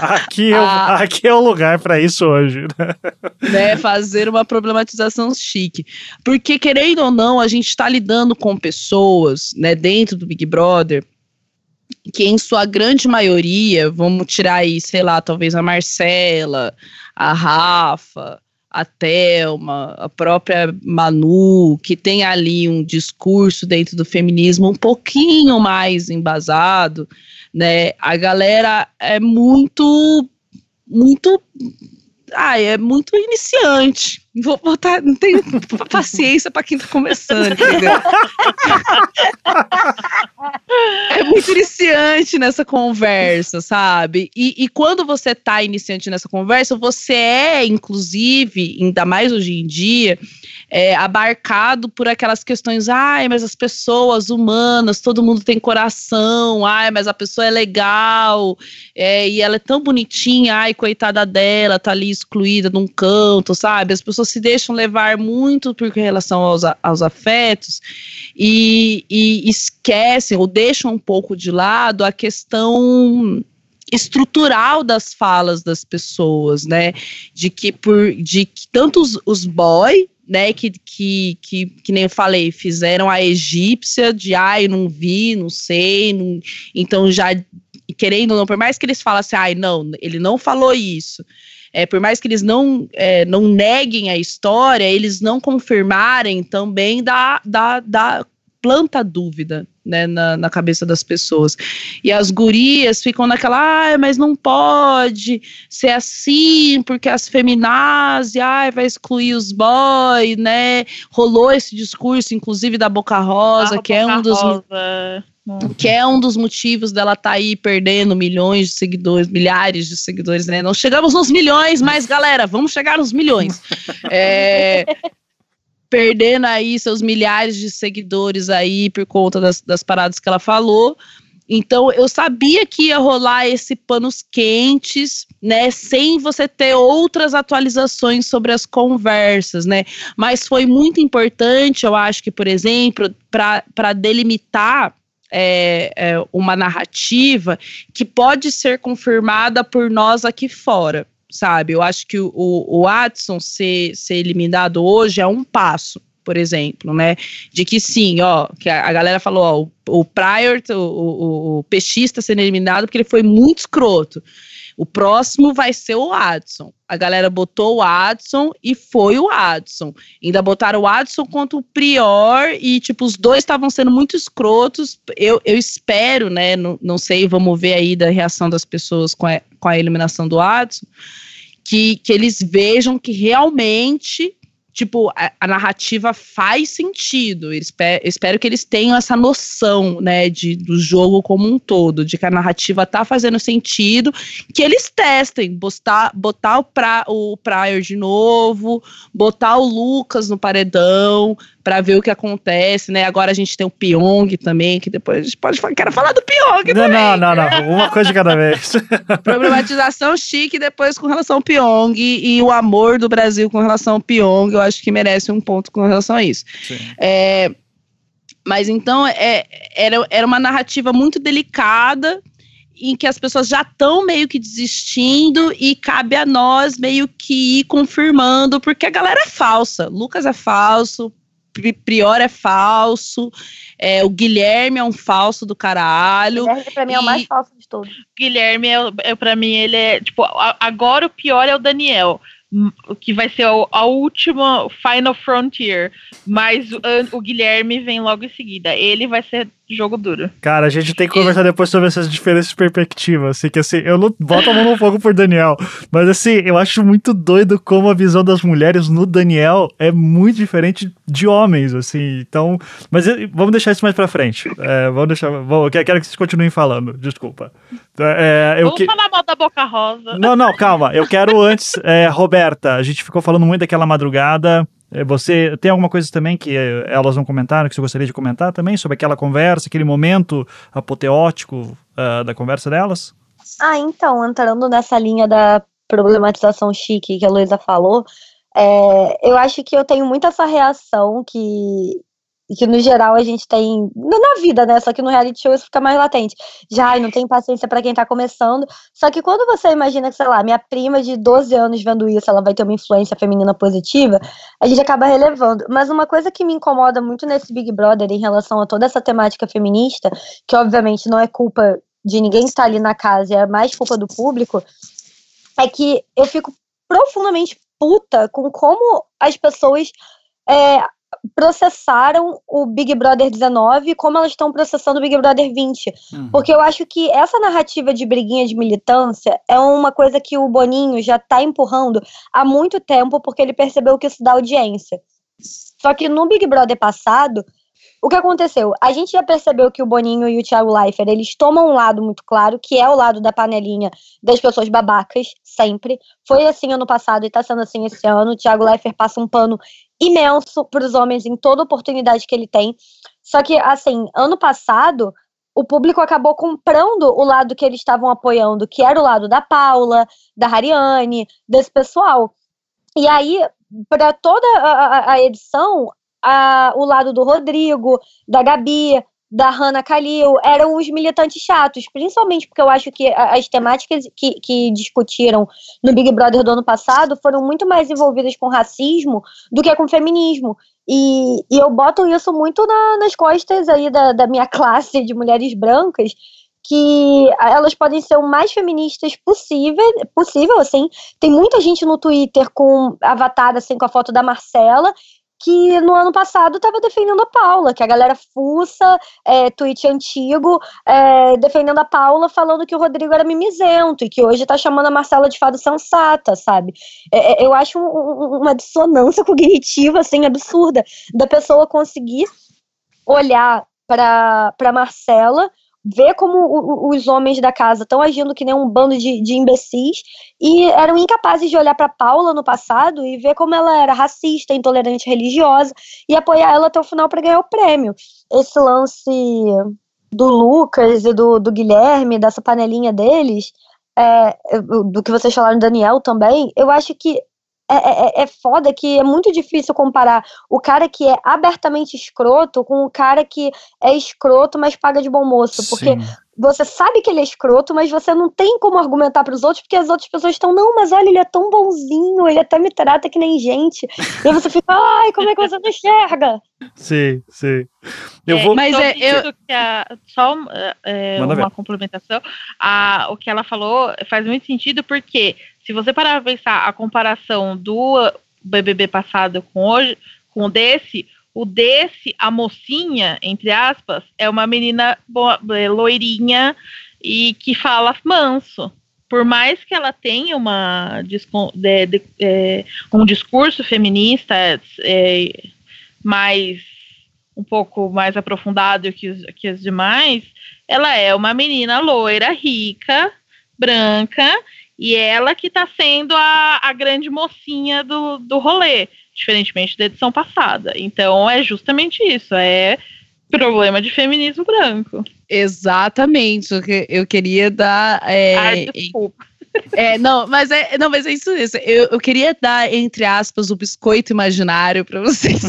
aqui é o lugar para isso hoje, né, fazer uma problematização chique, porque querendo ou não, a gente está lidando com pessoas, né, dentro do Big Brother, que em sua grande maioria, vamos tirar aí, sei lá, talvez a Marcela, a Rafa, a Thelma, a própria Manu, que tem ali um discurso dentro do feminismo um pouquinho mais embasado, né? A galera é muito iniciante. Vou botar, não tenho paciência para quem tá começando, entendeu? É muito iniciante nessa conversa, sabe? E quando você tá iniciante nessa conversa, você inclusive, ainda mais hoje em dia, abarcado por aquelas questões, mas as pessoas humanas, todo mundo tem coração, mas a pessoa é legal, e ela é tão bonitinha, coitada dela, tá ali excluída num canto, sabe? As pessoas se deixam levar muito por relação aos afetos e esquecem ou deixam um pouco de lado a questão estrutural das falas das pessoas, né? De que tanto os boy, né, que nem eu falei, fizeram a egípcia de não vi, não sei, não, então já querendo ou não, por mais que eles falassem, não, ele não falou isso, por mais que eles não neguem a história, eles não confirmarem também planta dúvida, né, na cabeça das pessoas. E as gurias ficam naquela, mas não pode ser assim, porque as feminazes, vai excluir os boys, né? Rolou esse discurso, inclusive, da Boca Rosa, que é um dos motivos dela tá aí perdendo milhões de seguidores, milhares de seguidores, né? Não chegamos nos milhões, mas, galera, vamos chegar nos milhões. Perdendo aí seus milhares de seguidores aí por conta das paradas que ela falou. Então, eu sabia que ia rolar esse panos quentes, né, sem você ter outras atualizações sobre as conversas, né, mas foi muito importante, eu acho que, por exemplo, para delimitar uma narrativa que pode ser confirmada por nós aqui fora. Sabe, eu acho que o Adson ser eliminado hoje é um passo, por exemplo, né, de que sim, que a galera falou, o Pryor, o peixista sendo eliminado porque ele foi muito escroto. O próximo vai ser o Adson. A galera botou o Adson e foi o Adson. Ainda botaram o Adson contra o Prior e, tipo, os dois estavam sendo muito escrotos. Eu espero, né, não sei, vamos ver aí da reação das pessoas com a eliminação do Adson, que eles vejam que realmente, tipo, a narrativa faz sentido. Eu espero que eles tenham essa noção, né, do jogo como um todo, de que a narrativa tá fazendo sentido, que eles testem, botar o Pryor de novo, botar o Lucas no paredão, pra ver o que acontece, né? Agora a gente tem o Pyong também, que depois a gente pode falar. Quero falar do Pyong também. Não. Uma coisa de cada vez. Problematização chique depois com relação ao Pyong e o amor do Brasil com relação ao Pyong, eu acho que merece um ponto com relação a isso. Mas então, era uma narrativa muito delicada, em que as pessoas já estão meio que desistindo e cabe a nós meio que ir confirmando, porque a galera é falsa. Lucas é falso, Prior é falso, o Guilherme é um falso do caralho. Guilherme pra mim é o mais falso de todos. Guilherme, pra mim, ele é, tipo, agora o pior é o Daniel, que vai ser a última Final Frontier, mas o Guilherme vem logo em seguida. Ele vai ser jogo duro. Cara, a gente tem que conversar depois sobre essas diferentes perspectivas, assim, que assim, eu não boto a mão no fogo por Daniel, mas assim, eu acho muito doido como a visão das mulheres no Daniel é muito diferente de homens, assim, então, mas vamos deixar isso mais pra frente, eu quero que vocês continuem falando, desculpa. Vamos falar mal da Boca Rosa. Não, calma, eu quero antes, Roberta, a gente ficou falando muito daquela madrugada. Você tem alguma coisa também que elas não comentaram, que você gostaria de comentar também sobre aquela conversa, aquele momento apoteótico da conversa delas? Então, entrando nessa linha da problematização chique que a Luísa falou, eu acho que eu tenho muito essa reação que no geral a gente tem na vida, né? Só que no reality show isso fica mais latente. Já não tem paciência pra quem tá começando. Só que quando você imagina que, sei lá, minha prima de 12 anos vendo isso, ela vai ter uma influência feminina positiva, a gente acaba relevando. Mas uma coisa que me incomoda muito nesse Big Brother em relação a toda essa temática feminista, que obviamente não é culpa de ninguém que tá ali na casa, é mais culpa do público, é que eu fico profundamente puta com como as pessoas processaram o Big Brother 19 e como elas estão processando o Big Brother 20. Porque eu acho que essa narrativa de briguinha de militância é uma coisa que o Boninho já tá empurrando há muito tempo, porque ele percebeu que isso dá audiência. Só que no Big Brother passado, o que aconteceu? A gente já percebeu que o Boninho e o Thiago Leifert, eles tomam um lado muito claro, que é o lado da panelinha das pessoas babacas, sempre. Foi assim ano passado e tá sendo assim esse ano. O Thiago Leifert passa um pano imenso para os homens em toda oportunidade que ele tem. Só que, assim, ano passado, o público acabou comprando o lado que eles estavam apoiando, que era o lado da Paula, da Hariane, desse pessoal. E aí, para toda a edição, o lado do Rodrigo, da Gabi, da Hannah Kalil, eram os militantes chatos, principalmente porque eu acho que as temáticas que discutiram no Big Brother do ano passado foram muito mais envolvidas com racismo do que com feminismo. E eu boto isso muito nas costas aí da minha classe de mulheres brancas, que elas podem ser o mais feministas possível, assim. Tem muita gente no Twitter com avatar, assim, com a foto da Marcela, que no ano passado estava defendendo a Paula, que a galera fuça, tweet antigo, defendendo a Paula, falando que o Rodrigo era mimizento, e que hoje tá chamando a Marcela de fada sensata, sabe? Eu acho uma dissonância cognitiva, assim, absurda, da pessoa conseguir olhar pra Marcela, ver como os homens da casa estão agindo que nem um bando de imbecis, e eram incapazes de olhar para Paula no passado e ver como ela era racista, intolerante religiosa, e apoiar ela até o final para ganhar o prêmio. Esse lance do Lucas e do Guilherme, dessa panelinha deles, do que vocês falaram, Daniel também, eu acho que é foda, que é muito difícil comparar o cara que é abertamente escroto com o cara que é escroto, mas paga de bom moço. Porque você sabe que ele é escroto, mas você não tem como argumentar pros outros, porque as outras pessoas estão, não, mas olha, ele é tão bonzinho, ele até me trata que nem gente. E aí você fica, ai, como é que você não enxerga? Sim. Só uma complementação. O que ela falou faz muito sentido, porque se você parar pra pensar a comparação do BBB passado com hoje, com o desse, a mocinha, entre aspas, é uma menina loirinha e que fala manso. Por mais que ela tenha um discurso feminista um pouco mais aprofundado que os demais, ela é uma menina loira, rica, branca, e ela que tá sendo a grande mocinha do rolê, diferentemente da edição passada. Então é justamente isso, é problema de feminismo branco. Exatamente, eu queria dar... Desculpa. Mas é isso mesmo. Eu queria dar, entre aspas, o biscoito imaginário pra vocês.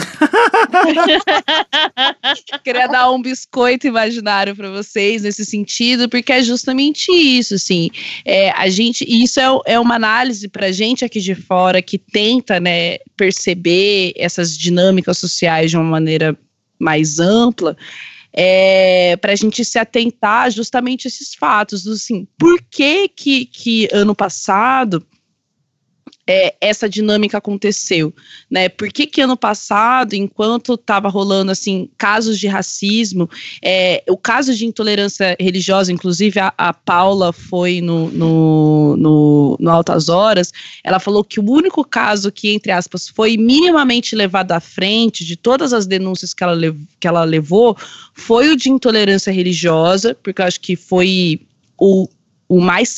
Queria dar um biscoito imaginário pra vocês nesse sentido, porque é justamente isso, assim. Isso é uma análise pra gente aqui de fora que tenta, né, perceber essas dinâmicas sociais de uma maneira mais ampla. Para a gente se atentar justamente a esses fatos, assim, por que ano passado essa dinâmica aconteceu, né? Por que ano passado, enquanto estava rolando, assim, casos de racismo, o caso de intolerância religiosa, inclusive a Paula foi no Altas Horas, ela falou que o único caso que, entre aspas, foi minimamente levado à frente de todas as denúncias que ela levou, foi o de intolerância religiosa, porque eu acho que foi o mais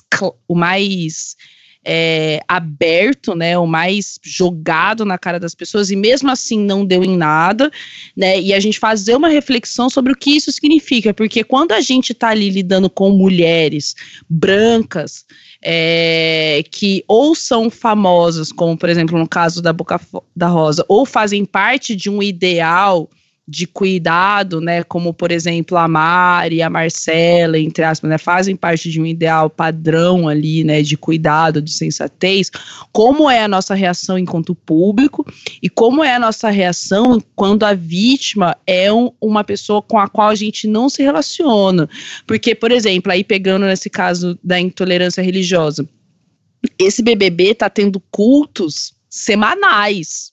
aberto, né, o mais jogado na cara das pessoas, e mesmo assim não deu em nada, né, e a gente fazer uma reflexão sobre o que isso significa, porque quando a gente tá ali lidando com mulheres brancas, que ou são famosas, como por exemplo no caso da Boca da Rosa, ou fazem parte de um ideal de cuidado, né, como por exemplo a Mari, a Marcela, entre aspas, né, fazem parte de um ideal padrão ali, né, de cuidado, de sensatez, como é a nossa reação enquanto público e como é a nossa reação quando a vítima é uma pessoa com a qual a gente não se relaciona, porque, por exemplo, aí pegando nesse caso da intolerância religiosa, esse BBB tá tendo cultos semanais,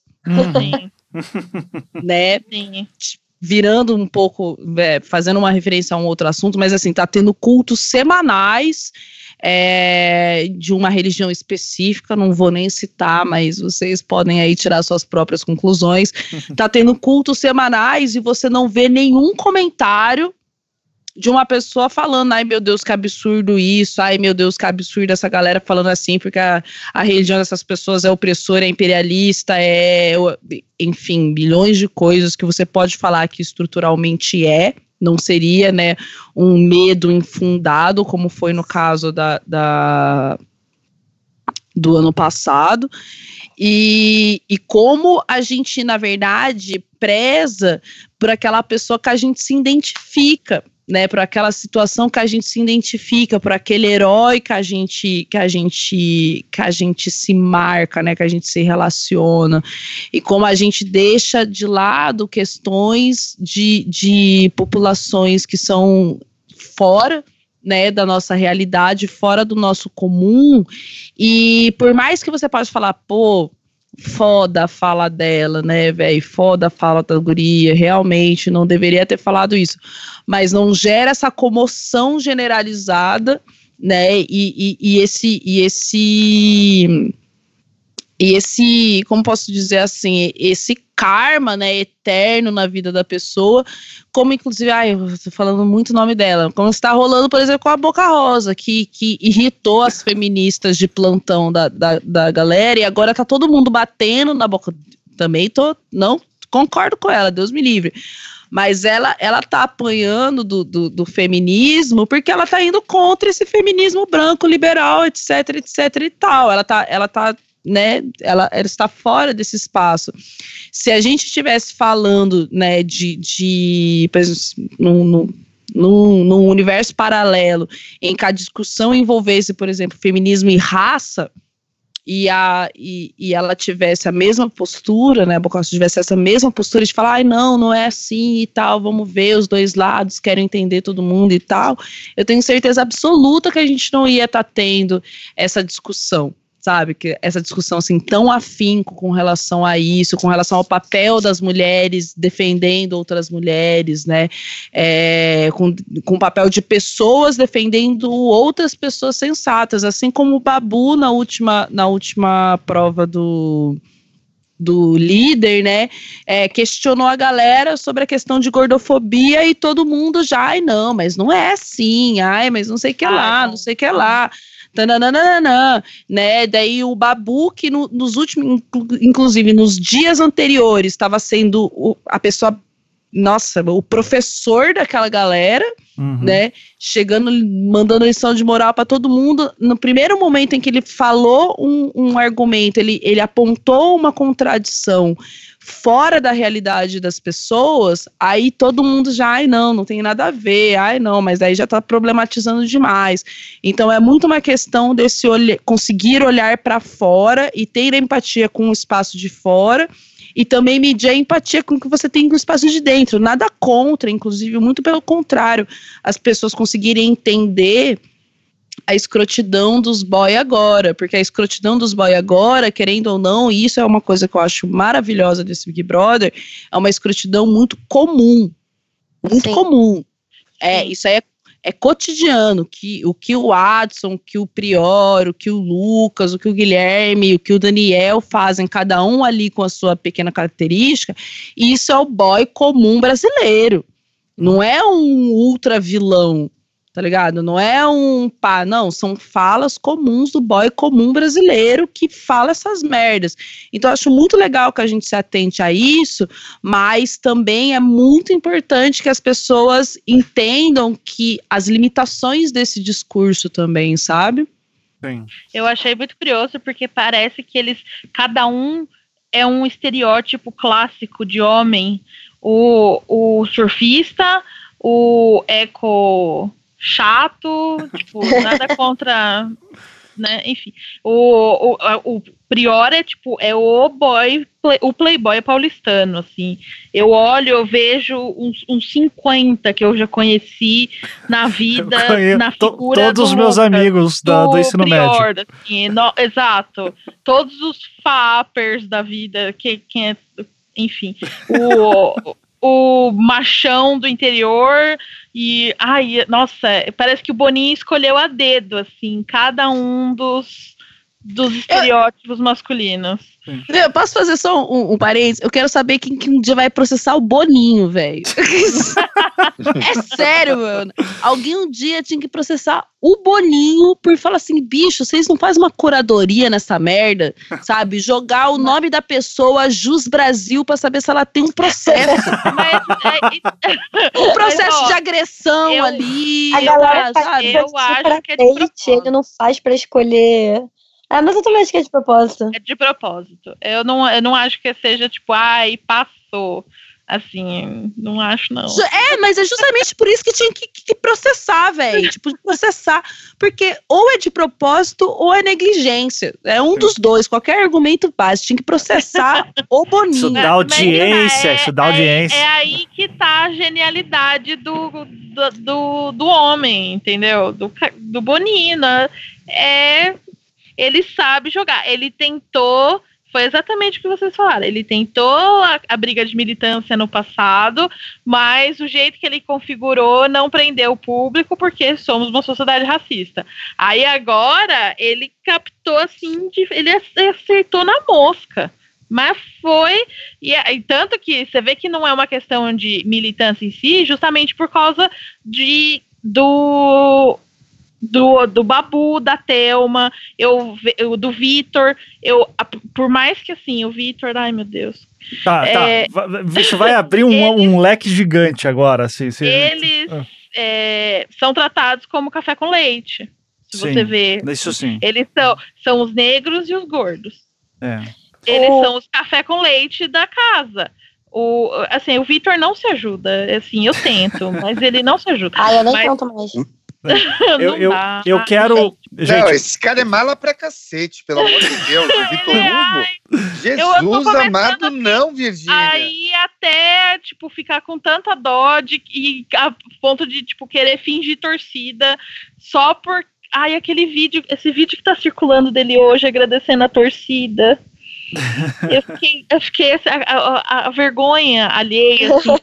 né? Sim. Virando um pouco, fazendo uma referência a um outro assunto, mas assim, tá tendo cultos semanais de uma religião específica, não vou nem citar, mas vocês podem aí tirar suas próprias conclusões. Tá tendo cultos semanais e você não vê nenhum comentário de uma pessoa falando, ai meu Deus, que absurdo isso, ai meu Deus, que absurdo essa galera falando assim, porque a religião dessas pessoas é opressora, é imperialista, enfim, bilhões de coisas que você pode falar que estruturalmente não seria, né, um medo infundado, como foi no caso do ano passado, e como a gente, na verdade, preza por aquela pessoa que a gente se identifica, né, por aquela situação que a gente se identifica, por aquele herói que a gente se marca, né, que a gente se relaciona, e como a gente deixa de lado questões de populações que são fora, né, da nossa realidade, fora do nosso comum, e por mais que você possa falar, pô, foda a fala dela, né, velho, foda a fala da guria, realmente não deveria ter falado isso, mas não gera essa comoção generalizada, né, e esse, como posso dizer assim, esse karma, né, eterno na vida da pessoa, como inclusive, eu tô falando muito o nome dela, como está rolando, por exemplo, com a Boca Rosa, que irritou as feministas de plantão da galera, e agora tá todo mundo batendo na boca, também não concordo com ela, Deus me livre, mas ela tá apanhando do feminismo, porque ela tá indo contra esse feminismo branco, liberal, etc e tal, ela tá né, ela está fora desse espaço. Se a gente estivesse falando, né, de por exemplo, num universo paralelo, em que a discussão envolvesse, por exemplo, feminismo e raça, e ela tivesse a mesma postura, né, a Boca Rosa tivesse essa mesma postura de falar, não é assim e tal, vamos ver os dois lados, quero entender todo mundo e tal, eu tenho certeza absoluta que a gente não ia estar tendo essa discussão. Sabe, que essa discussão assim tão afinco com relação a isso, com relação ao papel das mulheres defendendo outras mulheres, né, com o papel de pessoas defendendo outras pessoas sensatas, assim como o Babu na última prova do líder, né, questionou a galera sobre a questão de gordofobia e todo mundo já, não, mas não é assim, mas não sei o que lá, não sei o que lá. Tananana, né? Daí o Babu, que nos últimos, inclusive nos dias anteriores, estava sendo a pessoa, o professor daquela galera, né? Chegando, mandando lição de moral para todo mundo. No primeiro momento em que ele falou um argumento, ele apontou uma contradição fora da realidade das pessoas, aí todo mundo já, não tem nada a ver, não, mas aí já tá problematizando demais. Então é muito uma questão desse conseguir olhar para fora e ter empatia com o espaço de fora, e também medir a empatia com o que você tem no espaço de dentro, nada contra, inclusive, muito pelo contrário, as pessoas conseguirem entender a escrotidão dos boy agora, porque a escrotidão dos boy agora, querendo ou não, e isso é uma coisa que eu acho maravilhosa desse Big Brother, é uma escrotidão muito comum, muito Sim. comum, isso aí é cotidiano, o que o Adson, o que o Prior, o que o Lucas, o que o Guilherme, o que o Daniel fazem, cada um ali com a sua pequena característica, e isso é o boy comum brasileiro, não é um ultra vilão, tá ligado? Não é não, são falas comuns do boy comum brasileiro que fala essas merdas. Então eu acho muito legal que a gente se atente a isso, mas também é muito importante que as pessoas entendam que as limitações desse discurso também, sabe? Sim. Eu achei muito curioso porque parece que cada um é um estereótipo clássico de homem. O surfista, o eco chato, tipo, nada contra, né, enfim, o Prior é o playboy paulistano, assim, eu vejo uns 50 que eu já conheci na vida, na figura todos os meus amigos do ensino Prior, médio. Assim, exato, todos os fappers da vida, enfim, o machão do interior e, nossa, parece que o Boninho escolheu a dedo, assim, cada um dos estereótipos masculinos. Eu posso fazer só um parênteses? Eu quero saber quem que um dia vai processar o Boninho, velho. É sério, mano. Alguém um dia tinha que processar o Boninho por falar assim, bicho, vocês não fazem uma curadoria nessa merda, sabe? Jogar o nome da pessoa Jus Brasil pra saber se ela tem um processo. Um processo de agressão ali. A galera sabe? Eu acho que é de propósito. Ele não faz pra escolher... mas eu também acho que é de propósito. É de propósito. Eu não acho que seja tipo, passou. Assim, não acho, não. Mas é justamente por isso que tinha que processar, velho. Tipo, processar. Porque ou é de propósito ou é negligência. É um dos dois. Qualquer argumento básico. Tinha que processar o Boninho. Isso dá audiência. Isso dá audiência. É aí que tá a genialidade do homem, entendeu? Do Boninho. Ele sabe jogar. Ele tentou foi exatamente o que vocês falaram. Ele tentou a briga de militância no passado, mas o jeito que ele configurou não prendeu o público, porque somos uma sociedade racista. Aí agora ele captou assim, ele acertou na mosca. Mas foi, e tanto que você vê que não é uma questão de militância em si, justamente por causa do Babu, da Thelma, do Vitor, por mais que assim, o Vitor, ai meu Deus. Tá. Isso vai abrir um leque gigante agora. Assim, eles são tratados como café com leite, se você ver. Isso sim. Eles são os negros e os gordos. Eles são os café com leite da casa. O Vitor não se ajuda. Assim, eu tento, mas ele não se ajuda. Eu nem tento mais. Eu quero. Gente, não, esse cara é mala pra cacete, pelo amor de Deus. O Vitor Hugo. Jesus amado, não, Virgínia. Aí até, ficar com tanta dó e a ponto de, querer fingir torcida só por. Esse vídeo que tá circulando dele hoje, agradecendo a torcida. Eu fiquei a vergonha alheia, assim,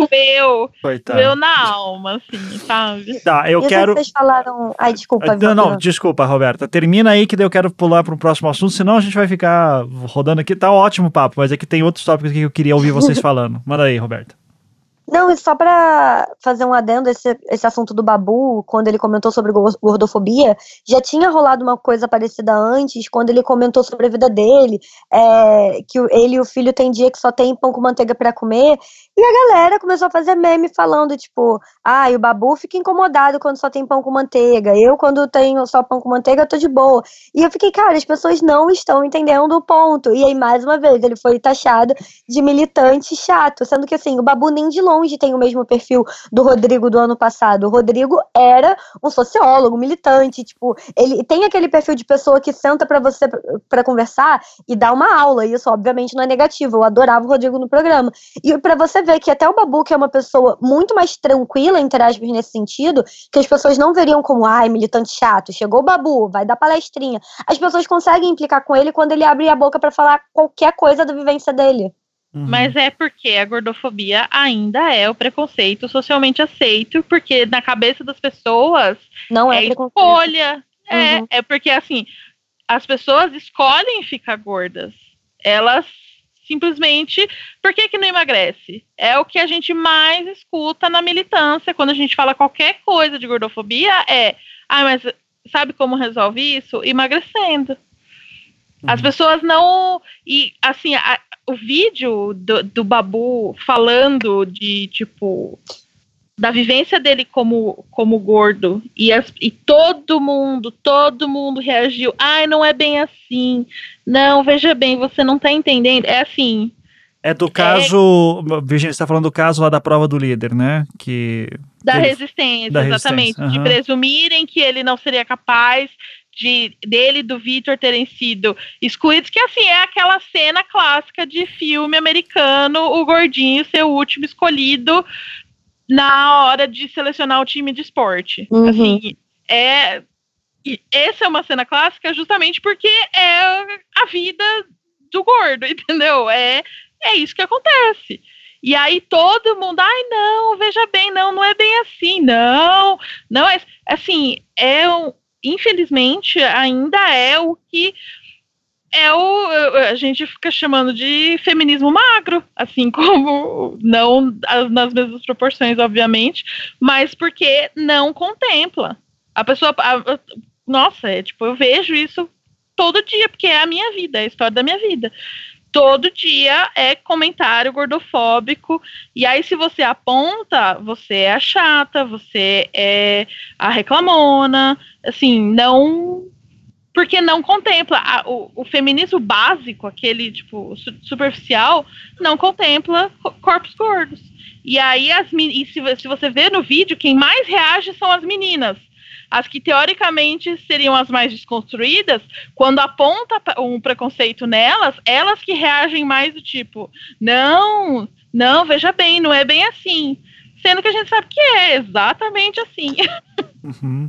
doeu na alma, assim, sabe? Tá, eu quero. Vocês falaram. Ai, desculpa. Não, desculpa, Roberta. Termina aí que daí eu quero pular para o próximo assunto, senão a gente vai ficar rodando aqui. Tá um ótimo papo, mas é que tem outros tópicos que eu queria ouvir vocês falando. Manda aí, Roberta. Não, e só pra fazer um adendo, esse assunto do Babu, quando ele comentou sobre gordofobia, já tinha rolado uma coisa parecida antes, quando ele comentou sobre a vida dele, que ele e o filho tem dia que só tem pão com manteiga pra comer, e a galera começou a fazer meme falando, o Babu fica incomodado quando só tem pão com manteiga, eu quando tenho só pão com manteiga eu tô de boa. E eu fiquei, cara, as pessoas não estão entendendo o ponto, e aí mais uma vez ele foi taxado de militante chato, sendo que assim, o Babu nem de longe tem o mesmo perfil do Rodrigo do ano passado. O Rodrigo era um sociólogo, militante, ele tem aquele perfil de pessoa que senta pra você pra conversar e dá uma aula, e isso obviamente não é negativo, eu adorava o Rodrigo no programa. E pra você ver que até o Babu, que é uma pessoa muito mais tranquila, entre aspas, nesse sentido, que as pessoas não veriam como, militante chato, chegou o Babu, vai dar palestrinha, as pessoas conseguem implicar com ele quando ele abre a boca pra falar qualquer coisa da vivência dele. Mas é porque a gordofobia ainda é o preconceito socialmente aceito, porque na cabeça das pessoas não é escolha. É porque assim, as pessoas escolhem ficar gordas. Elas simplesmente... Por que não emagrece? É o que a gente mais escuta na militância, quando a gente fala qualquer coisa de gordofobia, mas sabe como resolve isso? Emagrecendo. As pessoas não... E assim... O vídeo do Babu falando de, da vivência dele como gordo, e todo mundo reagiu, não é bem assim, não, veja bem, você não tá entendendo, é assim. É do caso, Virgínia, você tá falando do caso lá da prova do líder, né? Resistência, exatamente, de presumirem que ele não seria capaz dele e do Vitor terem sido excluídos, que assim, é aquela cena clássica de filme americano, o gordinho ser o último escolhido na hora de selecionar o time de esporte. Assim, essa é uma cena clássica justamente porque é a vida do gordo, entendeu? É isso que acontece. E aí todo mundo, não, veja bem, não é bem assim, não, assim, infelizmente, ainda é o que a gente fica chamando de feminismo magro, assim como, não nas mesmas proporções, obviamente, mas porque não contempla. A pessoa, eu vejo isso todo dia, porque é a minha vida, é a história da minha vida. Todo dia é comentário gordofóbico, e aí se você aponta, você é a chata, você é a reclamona, assim, não... Porque não contempla, o feminismo básico, aquele, superficial, não contempla corpos gordos. E aí, se você vê no vídeo, quem mais reage são as meninas. As que teoricamente seriam as mais desconstruídas, quando aponta um preconceito nelas, elas que reagem mais do tipo, não, veja bem, não é bem assim. Sendo que a gente sabe que é exatamente assim. Uhum.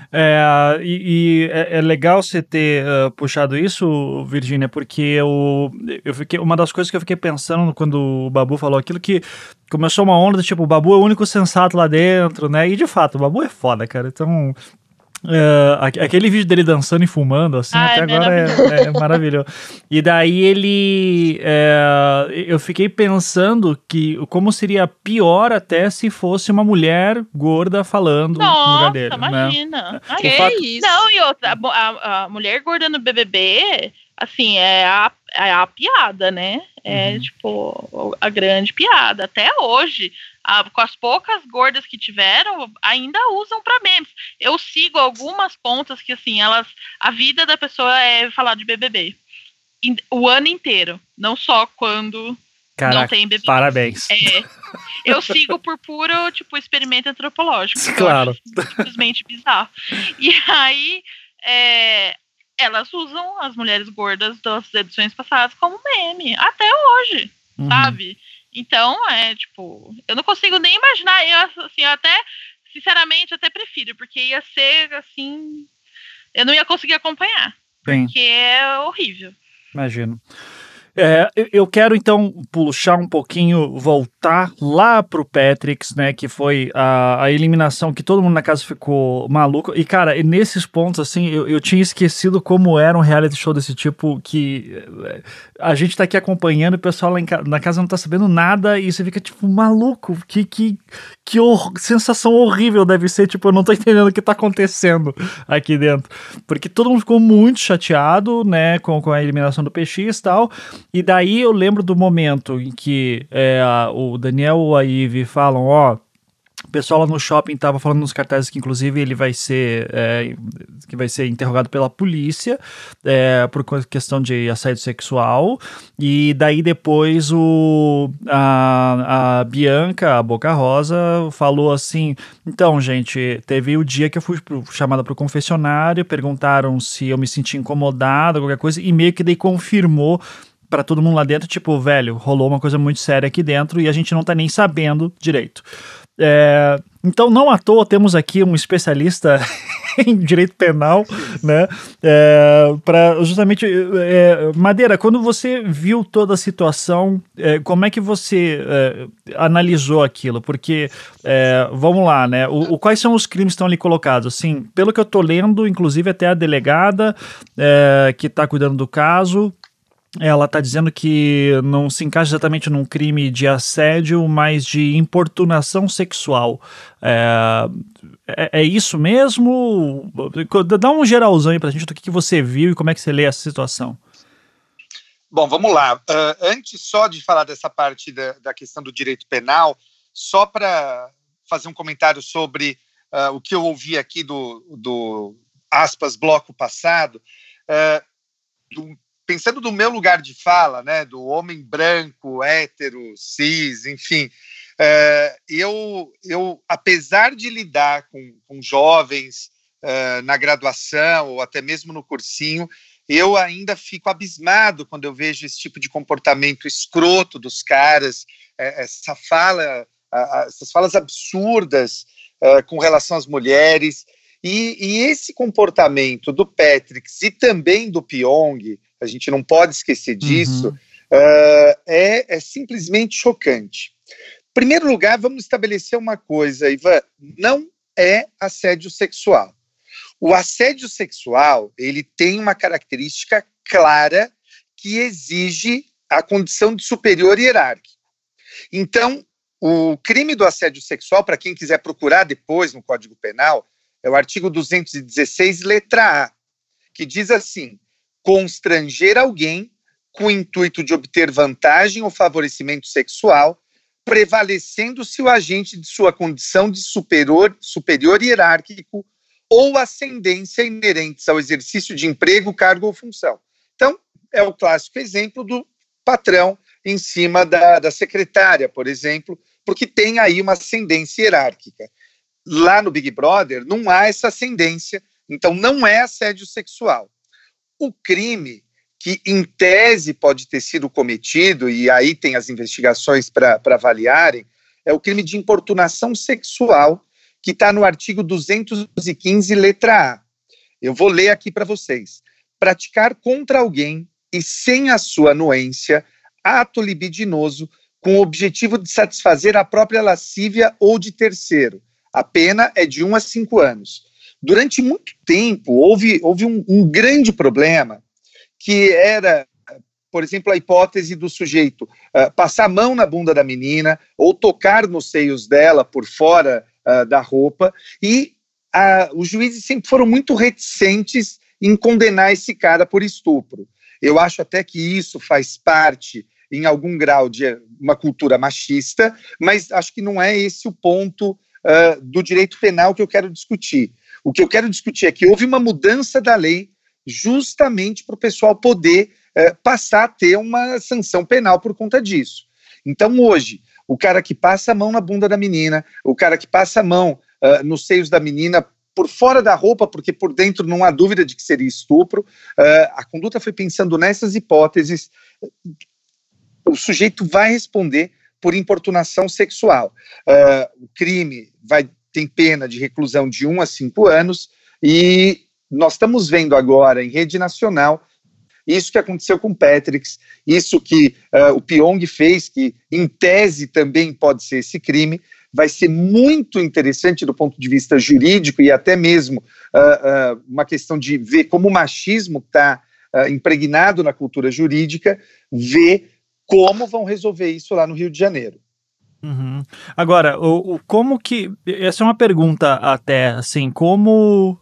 É legal você ter puxado isso, Virgínia, porque uma das coisas que eu fiquei pensando quando o Babu falou aquilo, que começou uma onda, tipo, o Babu é o único sensato lá dentro, né? E de fato, o Babu é foda, cara. Então, aquele vídeo dele dançando e fumando, assim, até agora é maravilhoso. E daí eu fiquei pensando que como seria pior até se fosse uma mulher gorda falando no lugar dele. Nossa, imagina. Né? Isso. Não, e outra, a mulher gorda no BBB, assim, é a piada, né? É, tipo, a grande piada. Até hoje, com as poucas gordas que tiveram, ainda usam pra memes. Eu sigo algumas contas que, assim, a vida da pessoa é falar de BBB. O ano inteiro. Não só quando não tem BBB. Parabéns. Eu sigo por puro, tipo, experimento antropológico. Claro. Simplesmente bizarro. E aí, elas usam as mulheres gordas das edições passadas como meme. Até hoje, sabe? Então, tipo, eu não consigo nem imaginar. Eu até, sinceramente, até prefiro, porque ia ser, assim, eu não ia conseguir acompanhar. Sim. Porque é horrível. Imagino. Eu quero, então, puxar um pouquinho, voltar lá pro Patrick's, né, que foi a eliminação que todo mundo na casa ficou maluco. E, cara, nesses pontos, assim, eu tinha esquecido como era um reality show desse tipo, que a gente tá aqui acompanhando e o pessoal lá na casa não tá sabendo nada e você fica, tipo, maluco, que sensação horrível deve ser, tipo, eu não tô entendendo o que tá acontecendo aqui dentro. Porque todo mundo ficou muito chateado, né, com a eliminação do PX e tal. E daí eu lembro do momento em que o Daniel ou a Ivy falam, o pessoal lá no shopping estava falando nos cartazes que inclusive ele vai ser interrogado pela polícia por questão de assédio sexual. E daí depois a Bianca, a Boca Rosa, falou assim, então, gente, teve o dia que eu fui chamada para o confessionário, perguntaram se eu me senti incomodada, qualquer coisa, e meio que daí confirmou pra todo mundo lá dentro, tipo, velho, rolou uma coisa muito séria aqui dentro e a gente não tá nem sabendo direito. Então, não à toa, temos aqui um especialista em direito penal, né, para justamente, Madeira, quando você viu toda a situação, como é que você analisou aquilo? Porque, vamos lá, né, quais são os crimes que estão ali colocados? Assim, pelo que eu tô lendo, inclusive até a delegada que tá cuidando do caso, ela está dizendo que não se encaixa exatamente num crime de assédio, mas de importunação sexual. É isso mesmo? Dá um geralzão aí pra gente do que você viu e como é que você lê essa situação. Bom, vamos lá. Antes só de falar dessa parte da questão do direito penal, só para fazer um comentário sobre o que eu ouvi aqui do aspas, bloco passado, pensando do meu lugar de fala, né, do homem branco, hétero, cis, enfim, eu apesar de lidar com jovens na graduação ou até mesmo no cursinho, eu ainda fico abismado quando eu vejo esse tipo de comportamento escroto dos caras, essas falas absurdas com relação às mulheres, e esse comportamento do Patrick's e também do Pyong, a gente não pode esquecer disso, é simplesmente chocante. Em primeiro lugar, vamos estabelecer uma coisa, Ivan, não é assédio sexual. O assédio sexual, ele tem uma característica clara que exige a condição de superior hierárquico. Então, o crime do assédio sexual, para quem quiser procurar depois no Código Penal, é o artigo 216, letra A, que diz assim: constranger alguém com o intuito de obter vantagem ou favorecimento sexual, prevalecendo-se o agente de sua condição de superior hierárquico ou ascendência inerentes ao exercício de emprego, cargo ou função. Então, é o clássico exemplo do patrão em cima da secretária, por exemplo, porque tem aí uma ascendência hierárquica. Lá no Big Brother não há essa ascendência, então não é assédio sexual. O crime que, em tese, pode ter sido cometido, e aí tem as investigações para avaliarem, é o crime de importunação sexual, que está no artigo 215, letra A. Eu vou ler aqui para vocês. Praticar contra alguém e sem a sua anuência ato libidinoso com o objetivo de satisfazer a própria lascívia ou de terceiro. A pena é de 1 a 5 anos. Durante muito tempo, houve um grande problema, que era, por exemplo, a hipótese do sujeito passar a mão na bunda da menina ou tocar nos seios dela por fora da roupa, e os juízes sempre foram muito reticentes em condenar esse cara por estupro. Eu acho até que isso faz parte, em algum grau, de uma cultura machista, mas acho que não é esse o ponto do direito penal que eu quero discutir. O que eu quero discutir é que houve uma mudança da lei justamente para o pessoal poder passar a ter uma sanção penal por conta disso. Então, hoje, o cara que passa a mão na bunda da menina, o cara que passa a mão nos seios da menina por fora da roupa, porque por dentro não há dúvida de que seria estupro, a conduta foi pensando nessas hipóteses. O sujeito vai responder por importunação sexual. O crime tem pena de reclusão de 1 a 5 anos, e nós estamos vendo agora em rede nacional isso que aconteceu com o Patrix, isso que o Pyong fez, que em tese também pode ser esse crime. Vai ser muito interessante do ponto de vista jurídico e até mesmo uma questão de ver como o machismo está impregnado na cultura jurídica, ver como vão resolver isso lá no Rio de Janeiro. Uhum. Agora, como que... Essa é uma pergunta até, assim, como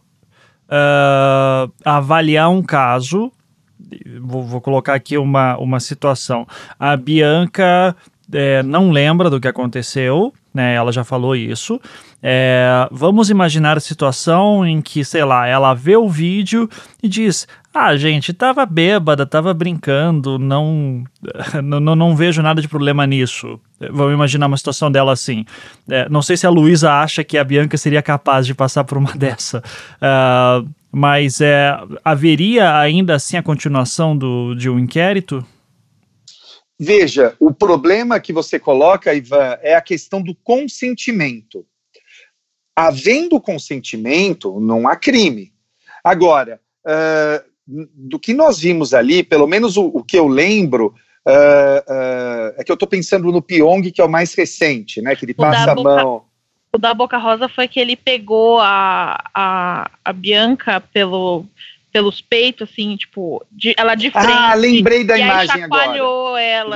avaliar um caso... Vou colocar aqui uma situação. A Bianca não lembra do que aconteceu, né? Ela já falou isso. Vamos imaginar a situação em que, sei lá, ela vê o vídeo e diz: gente, tava bêbada, tava brincando, não vejo nada de problema nisso. Vamos imaginar uma situação dela assim. Não sei se a Luísa acha que a Bianca seria capaz de passar por uma dessa. Mas haveria ainda assim a continuação de um inquérito? Veja, o problema que você coloca, Ivan, é a questão do consentimento. Havendo consentimento, não há crime. Agora, do que nós vimos ali, pelo menos o que eu lembro, é que eu estou pensando no Pyong, que é o mais recente, né? Que ele passa a mão... O da Boca Rosa foi que ele pegou a Bianca pelos peitos, assim, tipo, ela de frente. Lembrei da imagem aí chacoalhou agora. Ela.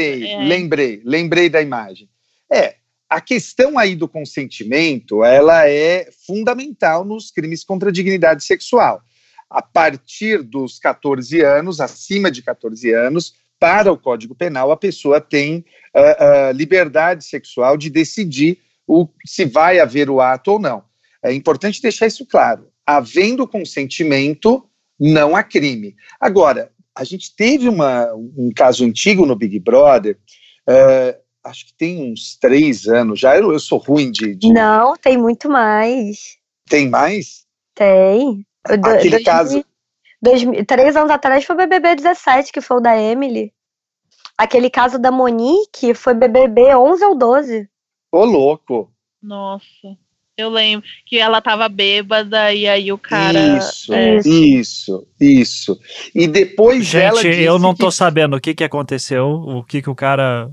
Lembrei da imagem. A questão aí do consentimento, ela é fundamental nos crimes contra a dignidade sexual. A partir dos 14 anos, acima de 14 anos, para o Código Penal, a pessoa tem liberdade sexual de decidir se vai haver o ato ou não. É importante deixar isso claro. Havendo consentimento, não há crime. Agora, a gente teve um caso antigo no Big Brother, acho que tem uns 3 anos já. Eu sou ruim de... Não, tem muito mais. Tem mais? Tem. Aquele caso... 3 anos atrás foi o BBB 17, que foi o da Emily. Aquele caso da Monique foi BBB 11 ou 12. Ô, louco. Nossa, eu lembro que ela tava bêbada e aí o cara... Isso. E depois gente, ela disse eu não tô sabendo o que aconteceu, o que o cara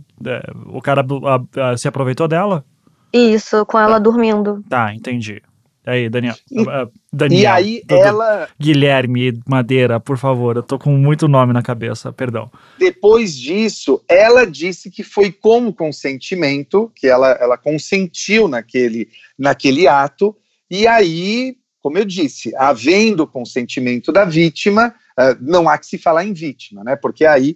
se aproveitou dela? Isso, com ela dormindo. Tá, entendi. Aí, Daniel. E aí ela... Guilherme Madeira, por favor, eu tô com muito nome na cabeça, perdão. Depois disso, ela disse que foi com consentimento, que ela consentiu naquele ato, e aí, como eu disse, havendo consentimento da vítima, não há que se falar em vítima, né? Porque aí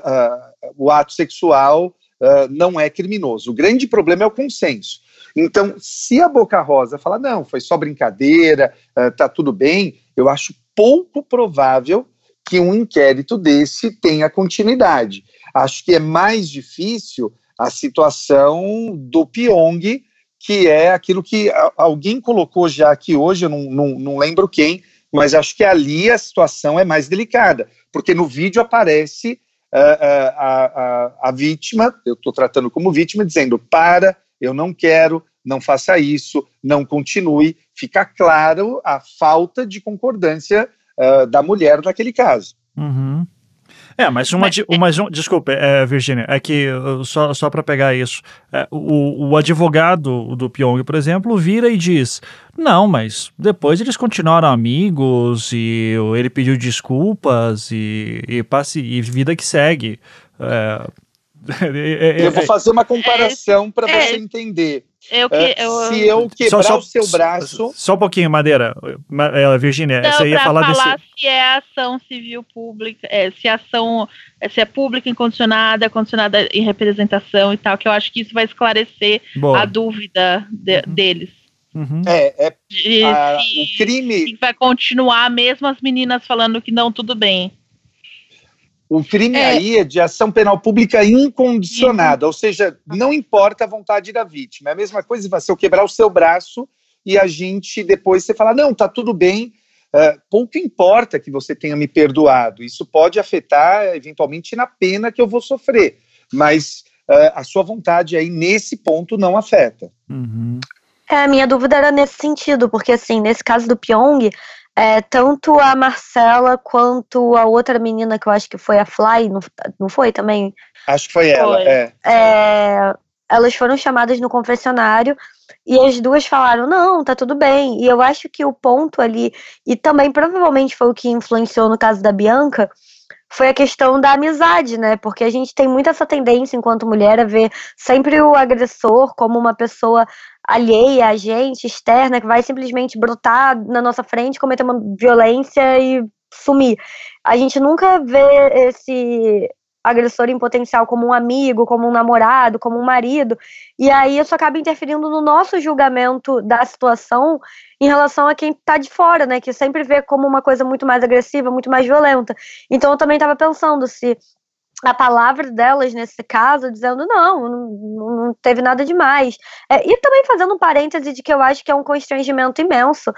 o ato sexual não é criminoso. O grande problema é o consenso. Então, se a Boca Rosa falar, não, foi só brincadeira, tá tudo bem, eu acho pouco provável que um inquérito desse tenha continuidade. Acho que é mais difícil a situação do Pyong, que é aquilo que alguém colocou já aqui hoje, eu não lembro quem, mas acho que ali a situação é mais delicada, porque no vídeo aparece a vítima, eu estou tratando como vítima, dizendo, eu não quero, não faça isso, não continue. Fica claro a falta de concordância da mulher naquele caso. Uhum. Mas desculpa, Virgínia, é que só para pegar isso, o advogado do Pyong, por exemplo, vira e diz, não, mas depois eles continuaram amigos e ele pediu desculpas e vida que segue. Eu vou fazer uma comparação para você entender. Se eu quebrar o seu braço... Só um pouquinho, Madeira. Virgínia, você ia falar se é ação civil pública, se é pública incondicionada, condicionada em representação e tal, que eu acho que isso vai esclarecer a dúvida deles. Uhum. O crime... Se vai continuar mesmo as meninas falando que não, tudo bem. O crime aí é de ação penal pública incondicionada, ou seja, não importa a vontade da vítima. É a mesma coisa se eu quebrar o seu braço e a gente depois você fala, não, tá tudo bem, pouco importa que você tenha me perdoado. Isso pode afetar, eventualmente, na pena que eu vou sofrer. Mas a sua vontade aí, nesse ponto, não afeta. Uhum. A minha dúvida era nesse sentido, porque, assim, nesse caso do Pyong... tanto a Marcela quanto a outra menina que eu acho que foi a Fly, não foi também? Acho que foi ela, elas foram chamadas no confessionário e as duas falaram, não, tá tudo bem. E eu acho que o ponto ali, e também provavelmente foi o que influenciou no caso da Bianca, foi a questão da amizade, né? Porque a gente tem muito essa tendência, enquanto mulher, a ver sempre o agressor como uma pessoa alheia a gente, externa, que vai simplesmente brotar na nossa frente, cometer uma violência e sumir. A gente nunca vê esse agressor em potencial como um amigo, como um namorado, como um marido, e aí isso acaba interferindo no nosso julgamento da situação em relação a quem tá de fora, né, que sempre vê como uma coisa muito mais agressiva, muito mais violenta. Então eu também estava pensando se a palavra delas nesse caso, dizendo não teve nada demais. E também fazendo um parêntese de que eu acho que é um constrangimento imenso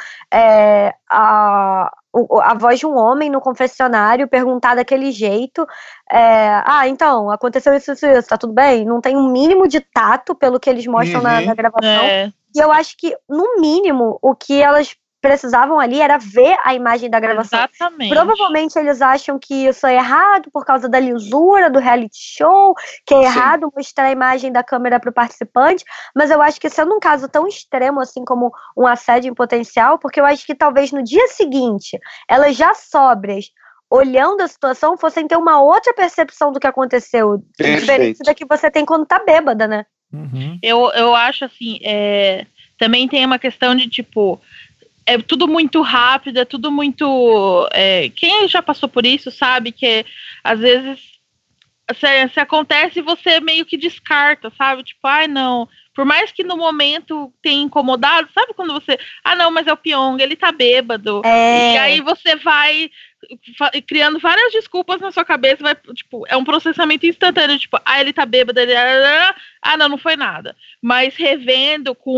a voz de um homem no confessionário perguntar daquele jeito, então, aconteceu isso, tá tudo bem? Não tem um mínimo de tato pelo que eles mostram na gravação. E eu acho que, no mínimo, o que elas precisavam ali era ver a imagem da gravação. Exatamente. Provavelmente eles acham que isso é errado por causa da lisura do reality show, que é errado mostrar a imagem da câmera para o participante, mas eu acho que sendo um caso tão extremo assim como um assédio em potencial, porque eu acho que talvez no dia seguinte, elas já sóbrias, olhando a situação, fossem ter uma outra percepção do que aconteceu, diferente da que você tem quando tá bêbada, né? Uhum. Eu acho assim, também tem uma questão de tipo, é tudo muito rápido, é tudo muito... quem já passou por isso sabe que às vezes se acontece você meio que descarta, sabe? Tipo, não. Por mais que no momento tenha incomodado, sabe quando você... não, mas é o Pyong, ele tá bêbado. E aí você vai criando várias desculpas na sua cabeça, é um processamento instantâneo, tipo, ele tá bêbado, ele... não foi nada. Mas revendo com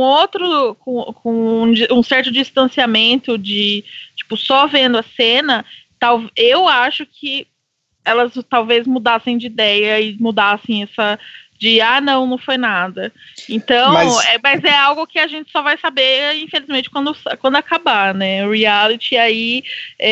um certo distanciamento de, tipo, só vendo a cena, eu acho que elas talvez mudassem de ideia e mudassem essa de, não foi nada. Então, mas é algo que a gente só vai saber, infelizmente, quando acabar, né? O reality aí,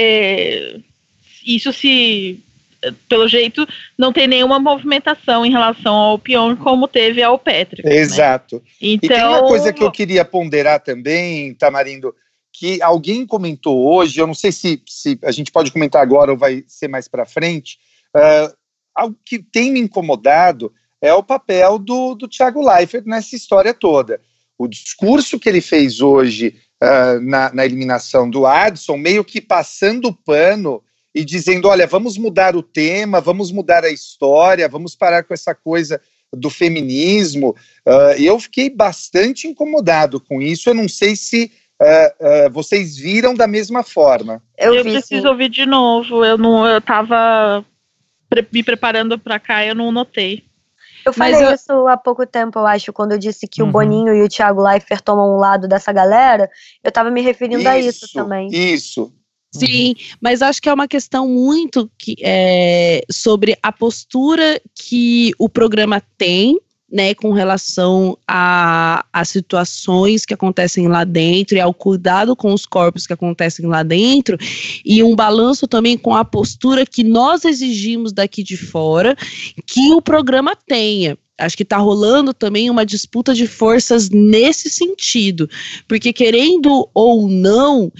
isso pelo jeito, não tem nenhuma movimentação em relação ao Pyong como teve ao Patrick. Exato. Né? Então, e tem uma coisa que eu queria ponderar também, Tamarindo, que alguém comentou hoje, eu não sei se a gente pode comentar agora ou vai ser mais para frente, algo que tem me incomodado é o papel do Thiago Leifert nessa história toda. O discurso que ele fez hoje na eliminação do Adson, meio que passando o pano e dizendo, olha, vamos mudar o tema, vamos mudar a história, vamos parar com essa coisa do feminismo. Eu fiquei bastante incomodado com isso, eu não sei se vocês viram da mesma forma. Eu preciso ouvir de novo, eu tava me preparando para cá, eu não notei. Eu falei isso há pouco tempo, eu acho, quando eu disse que o Boninho e o Thiago Leifert tomam um lado dessa galera, eu tava me referindo a isso também. Isso. Sim, mas acho que é uma questão muito sobre a postura que o programa tem né, com relação a situações que acontecem lá dentro e ao cuidado com os corpos que acontecem lá dentro, e um balanço também com a postura que nós exigimos daqui de fora que o programa tenha. Acho que está rolando também uma disputa de forças nesse sentido, porque querendo ou não,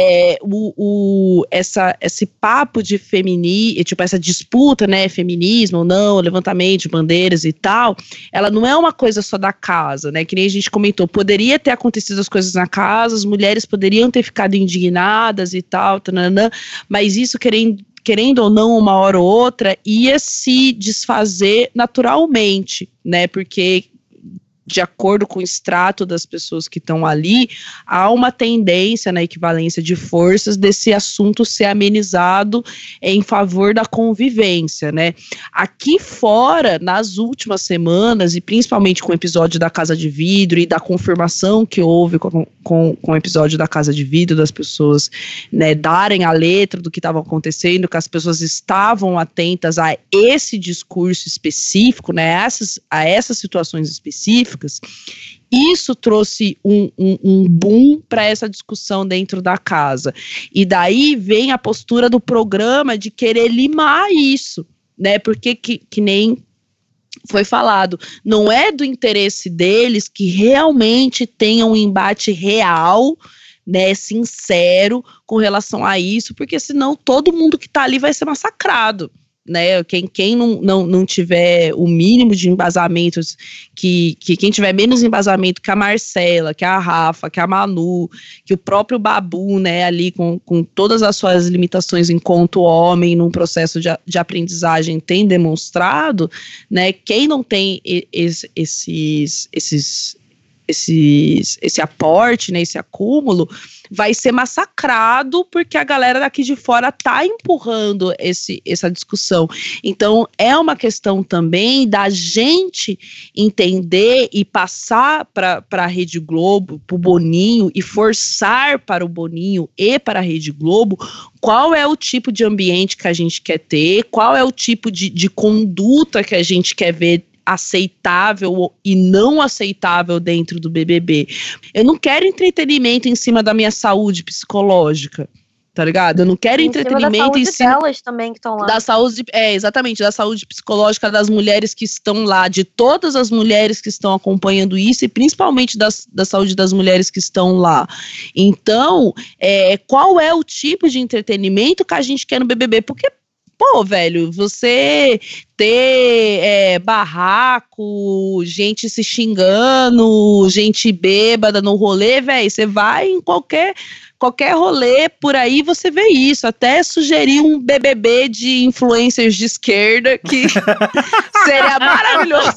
esse papo de feminismo, tipo essa disputa, né, feminismo ou não, levantamento de bandeiras e tal, ela não é uma coisa só da casa, né, que nem a gente comentou, poderia ter acontecido as coisas na casa, as mulheres poderiam ter ficado indignadas e tal, tananã, mas isso querendo ou não, uma hora ou outra, ia se desfazer naturalmente, né, porque de acordo com o extrato das pessoas que estão ali, há uma tendência na equivalência de forças desse assunto ser amenizado em favor da convivência, né. Aqui fora, nas últimas semanas, e principalmente com o episódio da Casa de Vidro e da confirmação que houve com o episódio da Casa de Vidro, das pessoas, né, darem a letra do que estava acontecendo, que as pessoas estavam atentas a esse discurso específico, né, a essas situações específicas, isso trouxe um boom para essa discussão dentro da casa. E daí vem a postura do programa de querer limar isso, né? Porque que nem foi falado, não é do interesse deles que realmente tenha um embate real, né, sincero com relação a isso, porque senão todo mundo que está ali vai ser massacrado. Né, quem não tiver o mínimo de embasamentos, que quem tiver menos embasamento que a Marcela, que a Rafa, que a Manu, que o próprio Babu, né, ali com todas as suas limitações enquanto homem num processo de aprendizagem tem demonstrado, né, quem não tem esse aporte, né, esse acúmulo, vai ser massacrado porque a galera daqui de fora tá empurrando essa discussão. Então, é uma questão também da gente entender e passar para a Rede Globo, para o Boninho, e forçar para o Boninho e para a Rede Globo qual é o tipo de ambiente que a gente quer ter, qual é o tipo de conduta que a gente quer ver aceitável e não aceitável dentro do BBB. Eu não quero entretenimento em cima da minha saúde psicológica, tá ligado? Eu não quero entretenimento em cima delas também que estão lá. Da saúde, exatamente, da saúde psicológica das mulheres que estão lá, de todas as mulheres que estão acompanhando isso e principalmente da saúde das mulheres que estão lá. Então, qual é o tipo de entretenimento que a gente quer no BBB? Porque pô, velho, você ter barraco, gente se xingando, gente bêbada no rolê, velho, você vai em qualquer rolê por aí, você vê isso. Até sugerir um BBB de influencers de esquerda, que seria maravilhoso.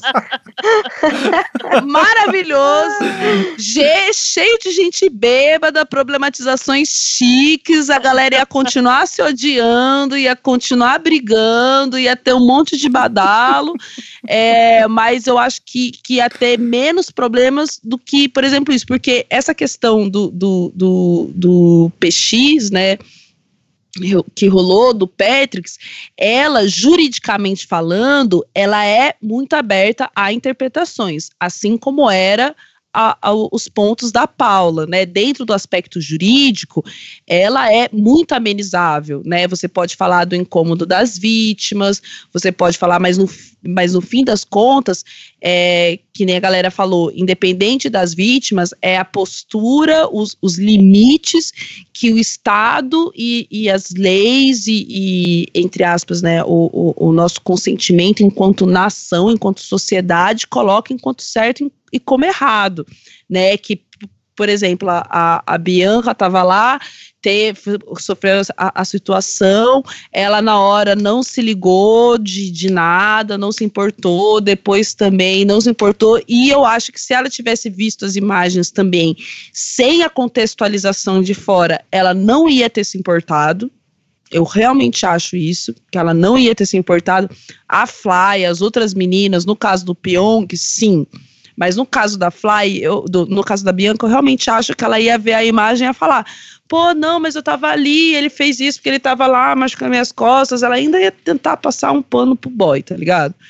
Maravilhoso. Cheio de gente bêbada, problematizações chiques, a galera ia continuar se odiando, ia continuar brigando, ia ter um monte de badalo, mas eu acho que ia ter menos problemas do que, por exemplo, isso, porque essa questão do PX, né, que rolou do Patrick, ela, juridicamente falando, ela é muito aberta a interpretações, assim como era os pontos da Paula, né, dentro do aspecto jurídico, ela é muito amenizável, né, você pode falar do incômodo das vítimas, você pode falar, mas no fim das contas, que nem a galera falou, independente das vítimas, é a postura, os limites que o Estado e as leis e entre aspas, né, o nosso consentimento enquanto nação, enquanto sociedade, coloca enquanto certo e como errado, né, que, por exemplo, a Bianca estava lá, sofreu a situação, ela na hora não se ligou de nada, não se importou, depois também não se importou, e eu acho que se ela tivesse visto as imagens também, sem a contextualização de fora, ela não ia ter se importado. Eu realmente acho isso, que ela não ia ter se importado. A Fly, as outras meninas, no caso do Pyong, sim. Mas no caso da Fly, no caso da Bianca, eu realmente acho que ela ia ver a imagem e ia falar, pô, não, mas eu tava ali, ele fez isso porque ele tava lá machucando minhas costas. Ela ainda ia tentar passar um pano pro boy, tá ligado?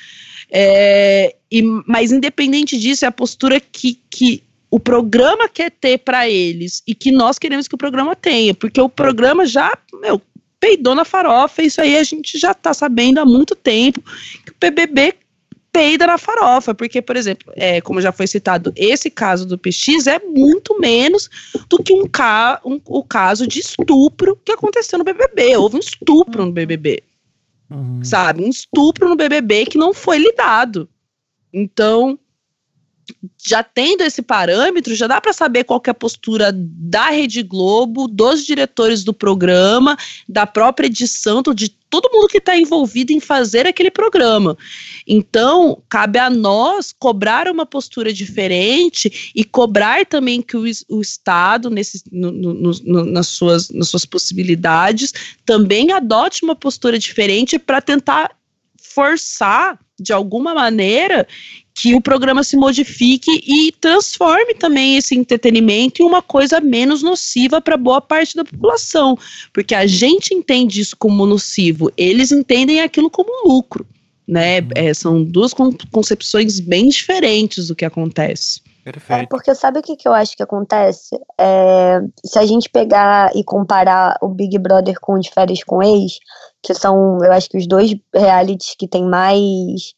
Mas independente disso, é a postura que o programa quer ter para eles e que nós queremos que o programa tenha, porque o programa já, peidou na farofa, isso aí a gente já tá sabendo há muito tempo, que o BBB peida na farofa, porque, por exemplo, como já foi citado, esse caso do PX é muito menos do que o caso de estupro que aconteceu no BBB, houve um estupro no BBB, sabe, um estupro no BBB que não foi lidado, então... Já tendo esse parâmetro, já dá para saber qual que é a postura da Rede Globo, dos diretores do programa, da própria edição, de todo mundo que está envolvido em fazer aquele programa. Então, cabe a nós cobrar uma postura diferente e cobrar também que o Estado, nas suas possibilidades, também adote uma postura diferente para tentar forçar, de alguma maneira, que o programa se modifique e transforme também esse entretenimento em uma coisa menos nociva para boa parte da população, porque a gente entende isso como nocivo, eles entendem aquilo como lucro, né? São duas concepções bem diferentes do que acontece. Perfeito. Porque sabe o que eu acho que acontece? Se a gente pegar e comparar o Big Brother com o de Férias com Ex, que são, eu acho que os dois realities que tem mais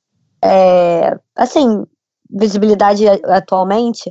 visibilidade atualmente,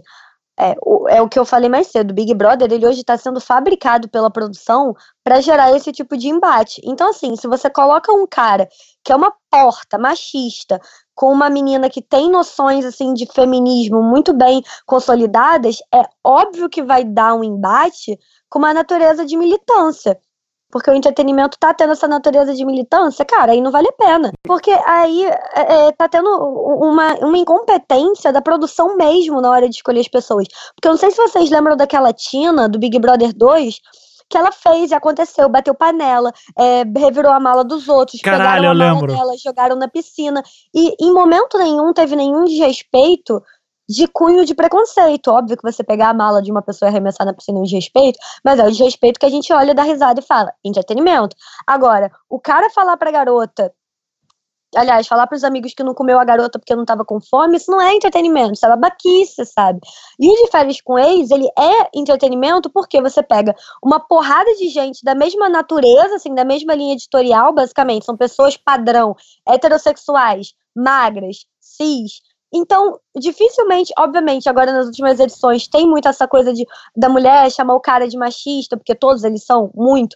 é o que eu falei mais cedo. O Big Brother, ele hoje está sendo fabricado pela produção para gerar esse tipo de embate. Então, assim, se você coloca um cara que é uma porta machista com uma menina que tem noções, assim, de feminismo muito bem consolidadas, é óbvio que vai dar um embate com uma natureza de militância. Porque o entretenimento tá tendo essa natureza de militância, cara, aí não vale a pena. Porque aí tá tendo uma incompetência da produção mesmo na hora de escolher as pessoas. Porque eu não sei se vocês lembram daquela Tina, do Big Brother 2, que ela fez e aconteceu, bateu panela, revirou a mala dos outros, Caralho, pegaram a mala dela, jogaram na piscina. E em momento nenhum teve nenhum desrespeito de cunho de preconceito. Óbvio que você pegar a mala de uma pessoa e arremessar na piscina é um desrespeito, mas é o desrespeito que a gente olha, dá risada e fala, entretenimento. Agora, o cara falar pra garota, aliás, falar pros amigos que não comeu a garota porque não tava com fome, isso não é entretenimento, isso é babaquice, sabe? E o de Férias com Ex, ele é entretenimento porque você pega uma porrada de gente da mesma natureza, assim, da mesma linha editorial, basicamente, são pessoas padrão, heterossexuais, magras, cis. Então, dificilmente, obviamente, agora nas últimas edições tem muito essa coisa da mulher chamar o cara de machista, porque todos eles são muito,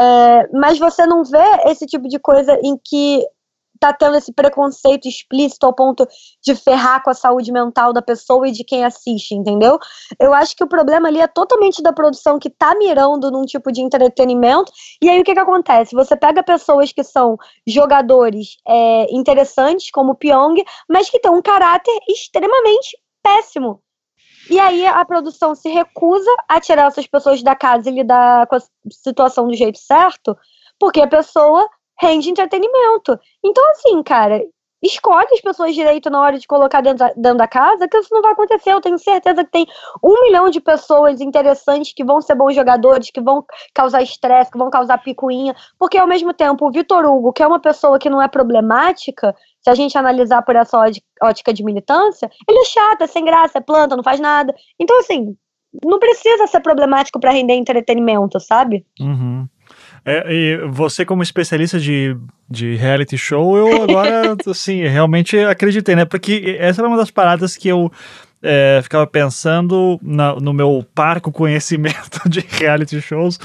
mas você não vê esse tipo de coisa em que tá tendo esse preconceito explícito ao ponto de ferrar com a saúde mental da pessoa e de quem assiste, entendeu? Eu acho que o problema ali é totalmente da produção que tá mirando num tipo de entretenimento, e aí o que acontece? Você pega pessoas que são jogadores interessantes, como o Pyong, mas que tem um caráter extremamente péssimo. E aí a produção se recusa a tirar essas pessoas da casa e lidar com a situação do jeito certo, porque a pessoa rende entretenimento. Então, assim, cara, escolhe as pessoas direito na hora de colocar dentro da casa, que isso não vai acontecer. Eu tenho certeza que tem 1 milhão de pessoas interessantes que vão ser bons jogadores, que vão causar estresse, que vão causar picuinha, porque ao mesmo tempo o Vitor Hugo, que é uma pessoa que não é problemática, se a gente analisar por essa ótica de militância, ele é chato, é sem graça, é planta, não faz nada. Então, assim, não precisa ser problemático pra render entretenimento, sabe? Uhum. E você, como especialista de reality show, eu agora, assim, realmente acreditei, né? Porque essa era uma das paradas que eu ficava pensando no meu parco conhecimento de reality shows.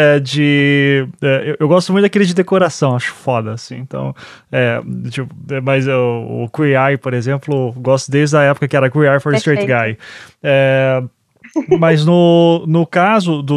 Eu gosto muito daquele de decoração, acho foda, assim. Então, mas o Queer Eye, por exemplo, gosto desde a época que era Queer Eye for Straight Guy. Mas no caso do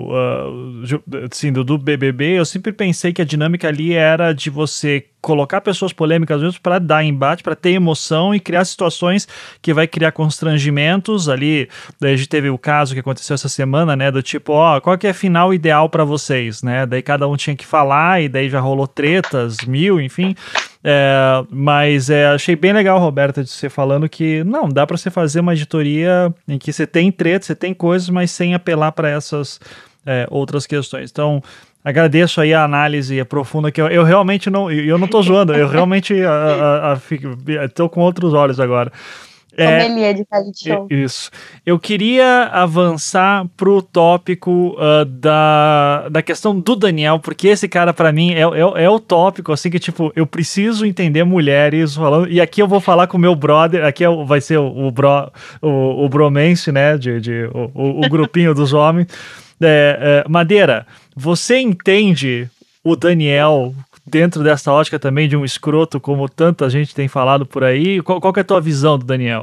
BBB, eu sempre pensei que a dinâmica ali era de você colocar pessoas polêmicas mesmo para dar embate, para ter emoção e criar situações que vai criar constrangimentos ali. Daí a gente teve o caso que aconteceu essa semana, né, do tipo, qual que é a final ideal para vocês, né? Daí cada um tinha que falar e daí já rolou tretas, enfim. Mas achei bem legal, Roberta, de você falando que não, dá para você fazer uma editoria em que você tem treta, você tem coisas, mas sem apelar para essas outras questões. Então, Agradeço aí a análise profunda que eu realmente não... Eu não tô zoando, eu realmente tô com outros olhos agora. Sommelier de reality show. Isso. Eu queria avançar pro tópico da questão do Daniel, porque esse cara, pra mim, é o tópico, assim, que, tipo, eu preciso entender mulheres falando, e aqui eu vou falar com o meu brother, aqui vai ser o bromance, né, o grupinho dos homens. Madeira, você entende o Daniel dentro dessa ótica também de um escroto, como tanta gente tem falado por aí? Qual que é a tua visão do Daniel?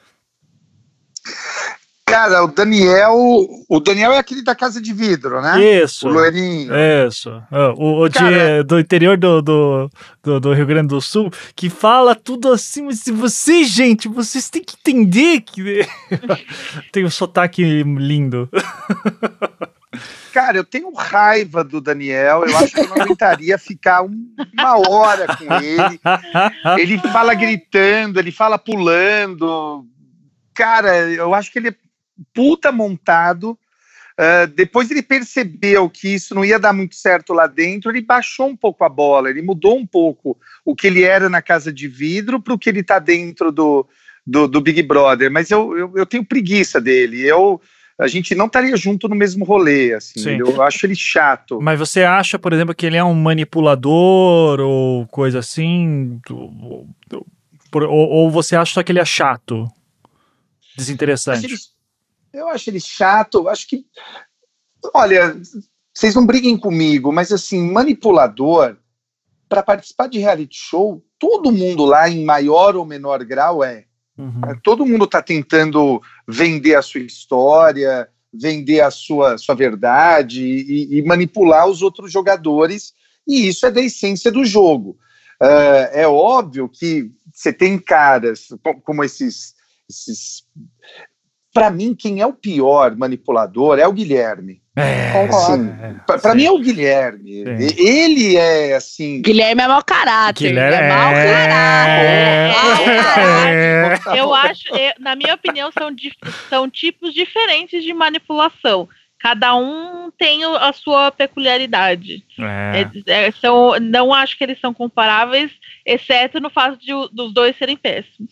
Cara, o Daniel é aquele da Casa de Vidro, né? Isso. O loirinho. Isso. Do interior do Rio Grande do Sul, que fala tudo assim, mas vocês têm que entender que tem um sotaque lindo. Cara, eu tenho raiva do Daniel, eu acho que eu não aguentaria ficar uma hora com ele. Ele fala gritando, ele fala pulando. Cara, eu acho que ele é puta montado. Depois ele percebeu que isso não ia dar muito certo lá dentro, ele baixou um pouco a bola, ele mudou um pouco o que ele era na Casa de Vidro para o que ele tá dentro do Big Brother. Mas eu tenho preguiça dele, a gente não estaria junto no mesmo rolê, assim. Eu acho ele chato. Mas você acha, por exemplo, que ele é um manipulador ou coisa assim? Ou você acha só que ele é chato? Desinteressante? Eu acho ele chato, eu acho que... Olha, vocês não briguem comigo, mas assim, manipulador, para participar de reality show, todo mundo lá, em maior ou menor grau, Uhum. Todo mundo está tentando vender a sua história, vender a sua verdade e manipular os outros jogadores, e isso é da essência do jogo. É óbvio que você tem caras como esses... Para mim, quem é o pior manipulador é o Guilherme. Concordo. Para mim é o Guilherme. Sim. Ele é assim. Guilherme é mau caráter. Guilherme é mau caráter. Eu acho, na minha opinião, são tipos diferentes de manipulação. Cada um tem a sua peculiaridade. Não acho que eles são comparáveis, exceto no fato dos dois serem péssimos.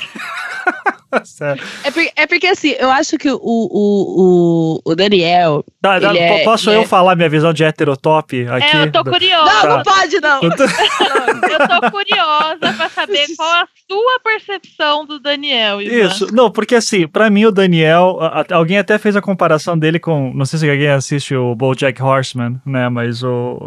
É porque assim, eu acho que o Daniel. Posso eu falar minha visão de heterotop aqui? Eu tô curiosa. Não pode, não. Eu tô curiosa pra saber qual a sua percepção do Daniel, Ivan. Isso, não, porque assim, pra mim o Daniel, alguém até fez a comparação dele com, não sei se alguém assiste o BoJack Horseman, né, mas o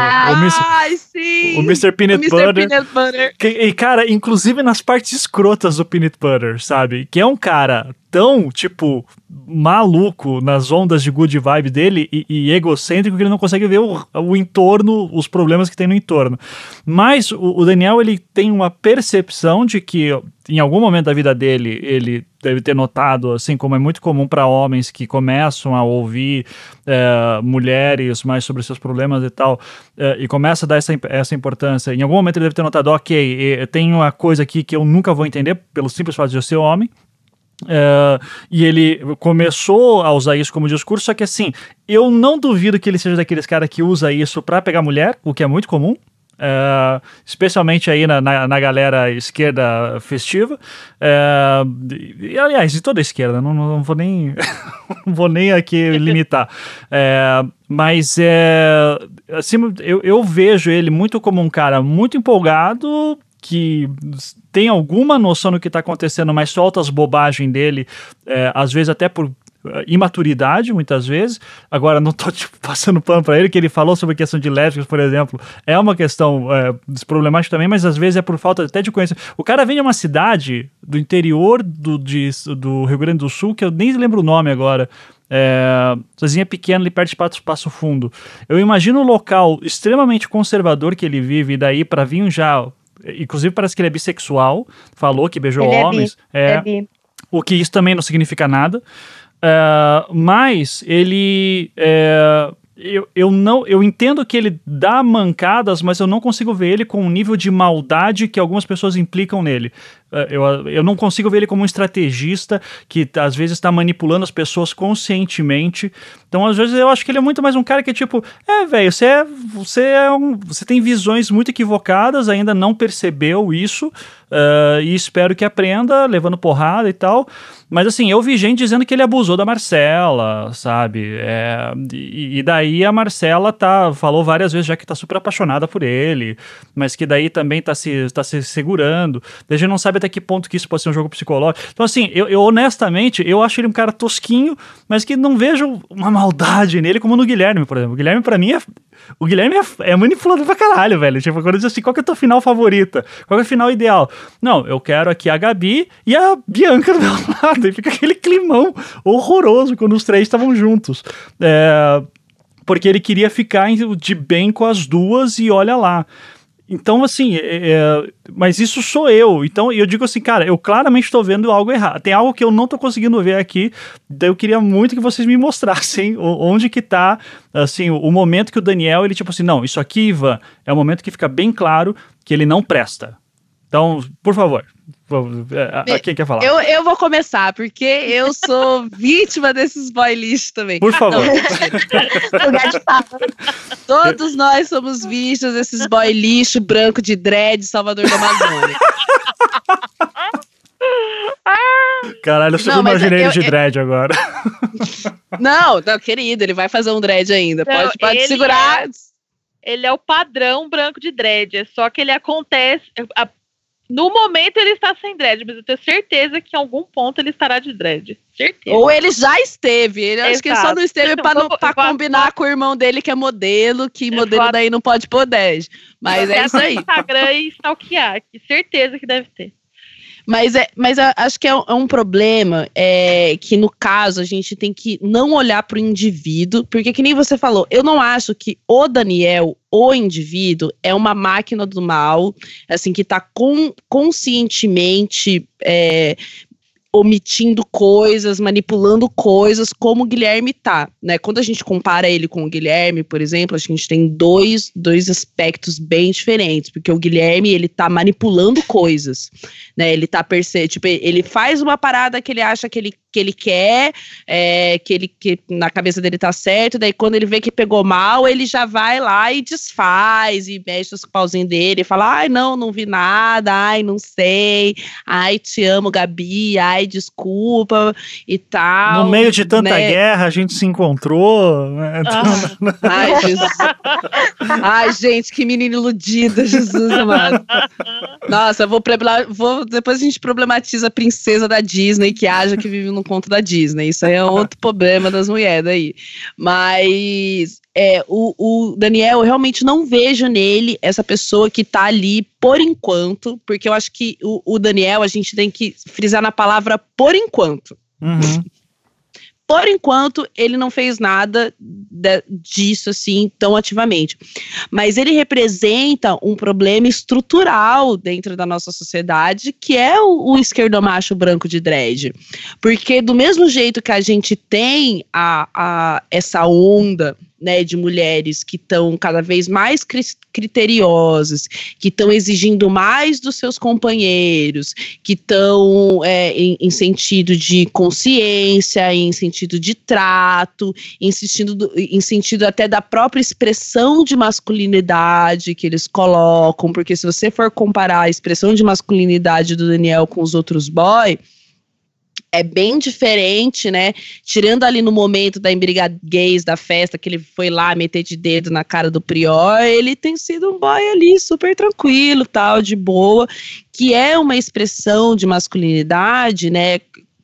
Mr. Peanut Butter. E cara, inclusive nas partes escrotas do Peanut Butter, sabe, que é um cara tão, tipo, maluco nas ondas de good vibe dele e egocêntrico que ele não consegue ver o entorno, os problemas que tem no entorno. Mas o Daniel, ele tem uma percepção de que em algum momento da vida dele, ele deve ter notado, assim como é muito comum para homens que começam a ouvir mulheres mais sobre seus problemas e tal, e começa a dar essa importância. Em algum momento ele deve ter notado, ok, tem uma coisa aqui que eu nunca vou entender pelo simples fato de eu ser homem. E ele começou a usar isso como discurso, só que assim, eu não duvido que ele seja daqueles caras que usa isso pra pegar mulher, o que é muito comum, especialmente aí na galera esquerda festiva, e aliás, de toda a esquerda, não vou nem não vou nem aqui limitar, mas assim, eu vejo ele muito como um cara muito empolgado, que tem alguma noção do que está acontecendo, mas solta as bobagens dele, às vezes até por imaturidade, muitas vezes. Agora, não estou passando pano para ele, que ele falou sobre a questão de lésbicas, por exemplo, é uma questão problemática também, mas às vezes é por falta até de conhecimento. O cara vem de uma cidade do interior do Rio Grande do Sul, que eu nem lembro o nome agora, cidadezinha pequena ali perto de Passo Fundo. Eu imagino um local extremamente conservador que ele vive, e daí para vir já... Inclusive parece que ele é bissexual, falou que beijou homens. O que isso também não significa nada. Mas ele... Eu entendo que ele dá mancadas, mas eu não consigo ver ele com um nível de maldade que algumas pessoas implicam nele. eu não consigo ver ele como um estrategista que às vezes está manipulando as pessoas conscientemente. Então, às vezes, eu acho que ele é muito mais um cara que é tipo, velho, você tem visões muito equivocadas, ainda não percebeu isso, e espero que aprenda, levando porrada e tal. Mas assim, eu vi gente dizendo que ele abusou da Marcela, sabe? E daí a Marcela falou várias vezes já que tá super apaixonada por ele, mas que daí também tá se segurando. A gente não sabe até que ponto que isso pode ser um jogo psicológico. Então assim, eu honestamente, eu acho ele um cara tosquinho, mas que não vejo uma maldade nele como no Guilherme, por exemplo. O Guilherme, pra mim, o Guilherme é manipulador pra caralho, velho. Tipo, quando diz assim, qual que é a tua final favorita? Qual que é a final ideal? Não, eu quero aqui a Gabi e a Bianca do meu lado. E fica aquele climão horroroso quando os três estavam juntos. Porque ele queria ficar de bem com as duas e olha lá. Então, assim, mas isso sou eu. Então, eu digo assim, cara, eu claramente estou vendo algo errado. Tem algo que eu não estou conseguindo ver aqui. Daí eu queria muito que vocês me mostrassem onde que tá, assim, o momento que o Daniel, ele tipo assim, não, isso aqui, Ivan, é o momento que fica bem claro que ele não presta. Então, por favor, quem quer falar? Eu vou começar, porque eu sou vítima desses boy lixo também. Por favor. Lugar de fala. Todos nós somos vítimas desses boy lixo, branco de dread, Salvador da Amazônia. Caralho, eu super imaginei ele de dread agora. Não, querido, ele vai fazer um dread ainda. Não, pode segurar. Ele é o padrão branco de dread, só que ele acontece... No momento ele está sem dread, mas eu tenho certeza que em algum ponto ele estará de dread. Certeza. Ou ele já esteve. Acho que ele só não esteve pra combinar com o irmão dele, que é modelo, que modelo daí não pode pôr dread. Mas é isso aí. Instagram e stalkear, que certeza que deve ter. Mas acho que é um problema que, no caso, a gente tem que não olhar para o indivíduo, porque, que nem você falou, eu não acho que o Daniel, o indivíduo, é uma máquina do mal, assim, que está conscientemente omitindo coisas, manipulando coisas, como o Guilherme tá, né? Quando a gente compara ele com o Guilherme, por exemplo, a gente tem dois aspectos bem diferentes, porque o Guilherme, ele tá manipulando coisas, né? Ele tá tipo, ele faz uma parada que ele acha que ele quer, que na cabeça dele tá certo, daí quando ele vê que pegou mal, ele já vai lá e desfaz, e mexe os pauzinhos dele, e fala, ai, não vi nada, ai, não sei, ai, te amo, Gabi, ai, desculpa, e tal. No meio de tanta guerra, a gente se encontrou, né? Ai, Jesus. Ai, gente, que menina iludida, Jesus amado. Nossa, depois a gente problematiza a princesa da Disney, que acha que vive no conto da Disney. Isso aí é outro problema das mulheres aí. Mas o Daniel, eu realmente não vejo nele essa pessoa que tá ali por enquanto, porque eu acho que o Daniel, a gente tem que frisar na palavra por enquanto. Uhum. Por enquanto, ele não fez nada disso assim tão ativamente. Mas ele representa um problema estrutural dentro da nossa sociedade, que é o esquerdomacho branco de dread. Porque do mesmo jeito que a gente tem essa onda, né, de mulheres que estão cada vez mais criteriosas, que estão exigindo mais dos seus companheiros, que estão em sentido de consciência, em sentido de trato, em sentido até da própria expressão de masculinidade que eles colocam, porque se você for comparar a expressão de masculinidade do Daniel com os outros boys, é bem diferente, né? Tirando ali no momento da embriaguez da festa, que ele foi lá meter de dedo na cara do prior, ele tem sido um boy ali super tranquilo, tal, de boa, que é uma expressão de masculinidade, né?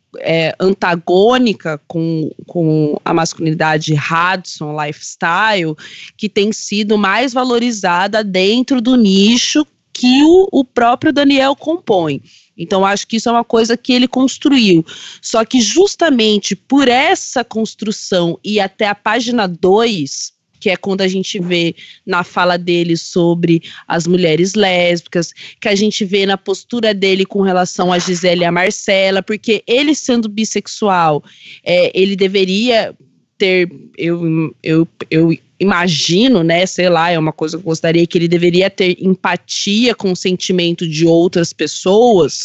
Antagônica com a masculinidade Hudson lifestyle, que tem sido mais valorizada dentro do nicho que o próprio Daniel compõe. Então, acho que isso é uma coisa que ele construiu. Só que justamente por essa construção e até a página 2, que é quando a gente vê na fala dele sobre as mulheres lésbicas, que a gente vê na postura dele com relação a Gisele e a Marcela, porque ele sendo bissexual, ele deveria ter, eu imagino, né, sei lá, é uma coisa que eu gostaria, que ele deveria ter empatia com o sentimento de outras pessoas,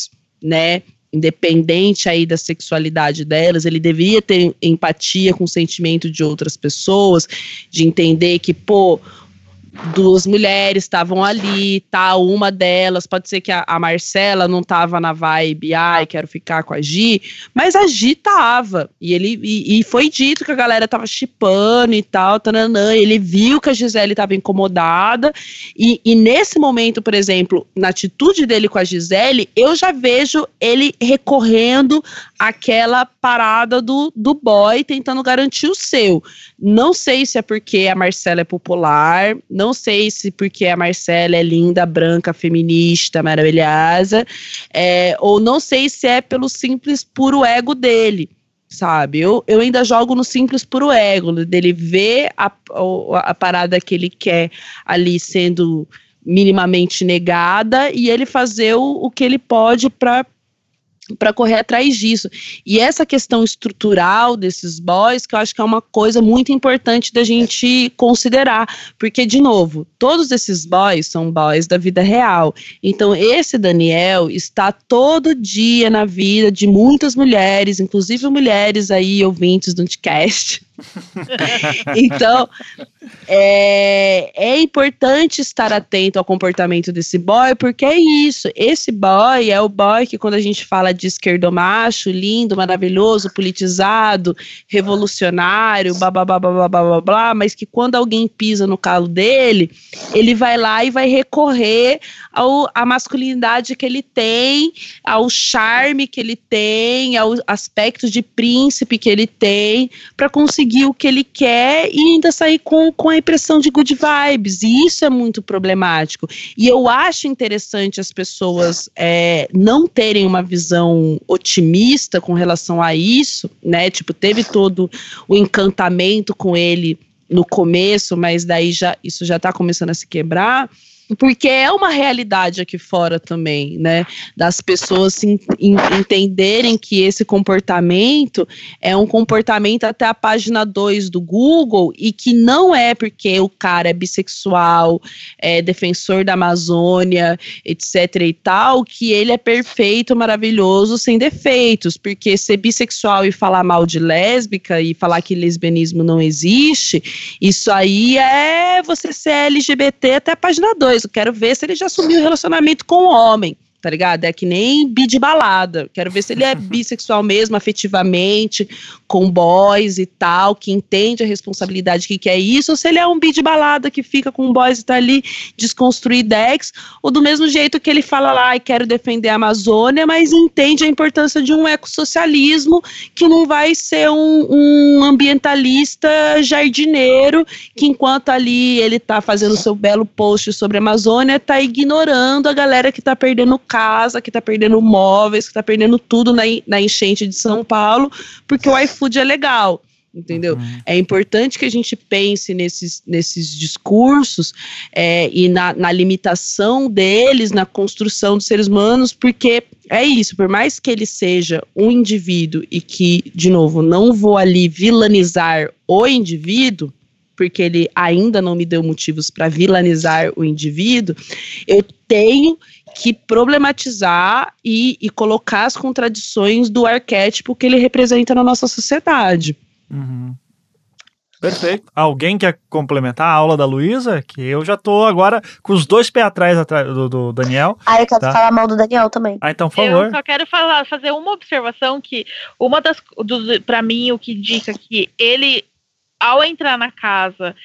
né? Independente aí da sexualidade delas, ele deveria ter empatia com o sentimento de outras pessoas, de entender que, pô, 2 mulheres estavam ali, tal, uma delas, pode ser que a Marcela não tava na vibe, ai, quero ficar com a Gi, mas a Gi tava, e foi dito que a galera tava shippando e tal, tananã, ele viu que a Gisele tava incomodada, e nesse momento, por exemplo, na atitude dele com a Gisele, eu já vejo ele recorrendo àquela parada do boy, tentando garantir o seu. Não sei se é porque a Marcela é popular, não sei se porque a Marcela é linda, branca, feminista, maravilhosa, ou não sei se é pelo simples puro ego dele, sabe? Eu ainda jogo no simples puro ego, dele ver a parada que ele quer ali sendo minimamente negada e ele fazer o que ele pode para correr atrás disso. E essa questão estrutural desses boys, que eu acho que é uma coisa muito importante da gente considerar, porque, de novo, todos esses boys são boys da vida real. Então, esse Daniel está todo dia na vida de muitas mulheres, inclusive mulheres aí, ouvintes do podcast. Então, é importante estar atento ao comportamento desse boy, porque é isso, esse boy é o boy que, quando a gente fala de esquerdomacho, lindo, maravilhoso, politizado, revolucionário, blá, blá, blá, blá, blá, blá, blá, mas que quando alguém pisa no calo dele, ele vai lá e vai recorrer à masculinidade que ele tem, ao charme que ele tem, ao aspecto de príncipe que ele tem, para conseguir o que ele quer e ainda sair com a impressão de good vibes, e isso é muito problemático. E eu acho interessante as pessoas não terem uma visão otimista com relação a isso, né? Tipo, teve todo o encantamento com ele no começo, mas daí isso já tá começando a se quebrar, porque é uma realidade aqui fora também, né, das pessoas entenderem que esse comportamento é um comportamento até a página 2 do Google, e que não é porque o cara é bissexual, é defensor da Amazônia, etc e tal, que ele é perfeito, maravilhoso, sem defeitos, porque ser bissexual e falar mal de lésbica e falar que lesbianismo não existe, isso aí é você ser LGBT até a página 2. Eu quero ver se ele já assumiu o relacionamento com o homem, tá ligado? É que nem bi de balada. Quero ver se ele é bissexual mesmo, afetivamente, com boys e tal, que entende a responsabilidade que é isso, ou se ele é um bi de balada que fica com boys e tá ali desconstruir decks, ou do mesmo jeito que ele fala lá, quero defender a Amazônia, mas entende a importância de um ecossocialismo, que não vai ser um ambientalista jardineiro, que enquanto ali ele tá fazendo seu belo post sobre a Amazônia, tá ignorando a galera que tá perdendo casa, que tá perdendo móveis, que tá perdendo tudo na enchente de São Paulo, porque o iFood é legal, entendeu? É importante que a gente pense nesses discursos e na limitação deles, na construção dos seres humanos, porque é isso, por mais que ele seja um indivíduo e que, de novo, não vou ali vilanizar o indivíduo, porque ele ainda não me deu motivos para vilanizar o indivíduo, eu tenho que problematizar e colocar as contradições do arquétipo que ele representa na nossa sociedade. Perfeito. Alguém quer complementar a aula da Luísa? Que eu já tô agora com os 2 pés atrás do Daniel. Eu quero falar mal do Daniel também. Então, por favor. Eu só quero fazer uma observação, que pra mim, o que indica que ele, ao entrar na casa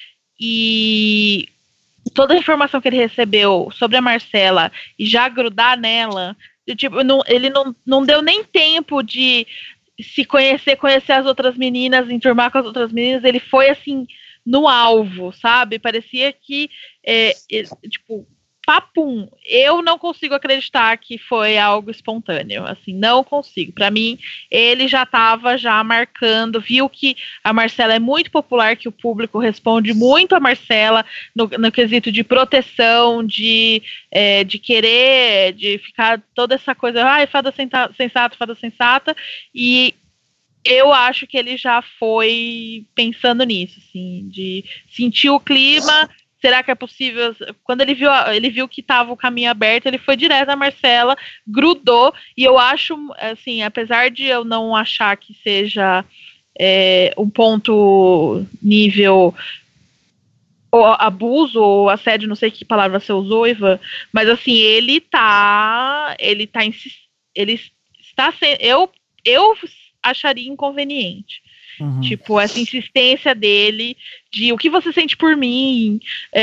e toda a informação que ele recebeu sobre a Marcela e já grudar nela, tipo, ele não deu nem tempo de se conhecer as outras meninas, enturmar com as outras meninas, ele foi assim no alvo, sabe? Parecia que tipo, papum, eu não consigo acreditar que foi algo espontâneo, assim, não consigo. Para mim, ele já estava marcando, viu que a Marcela é muito popular, que o público responde muito a Marcela no quesito de proteção, de querer, de ficar toda essa coisa, fada sensata, e eu acho que ele já foi pensando nisso, assim, de sentir o clima será que é possível? Quando ele viu que tava o caminho aberto, ele foi direto a Marcela, grudou, e eu acho, assim, apesar de eu não achar que seja um ponto nível ou abuso ou assédio, não sei que palavra você usou, Ivan, mas assim, ele está sendo, eu acharia inconveniente. Tipo, essa insistência dele de o que você sente por mim,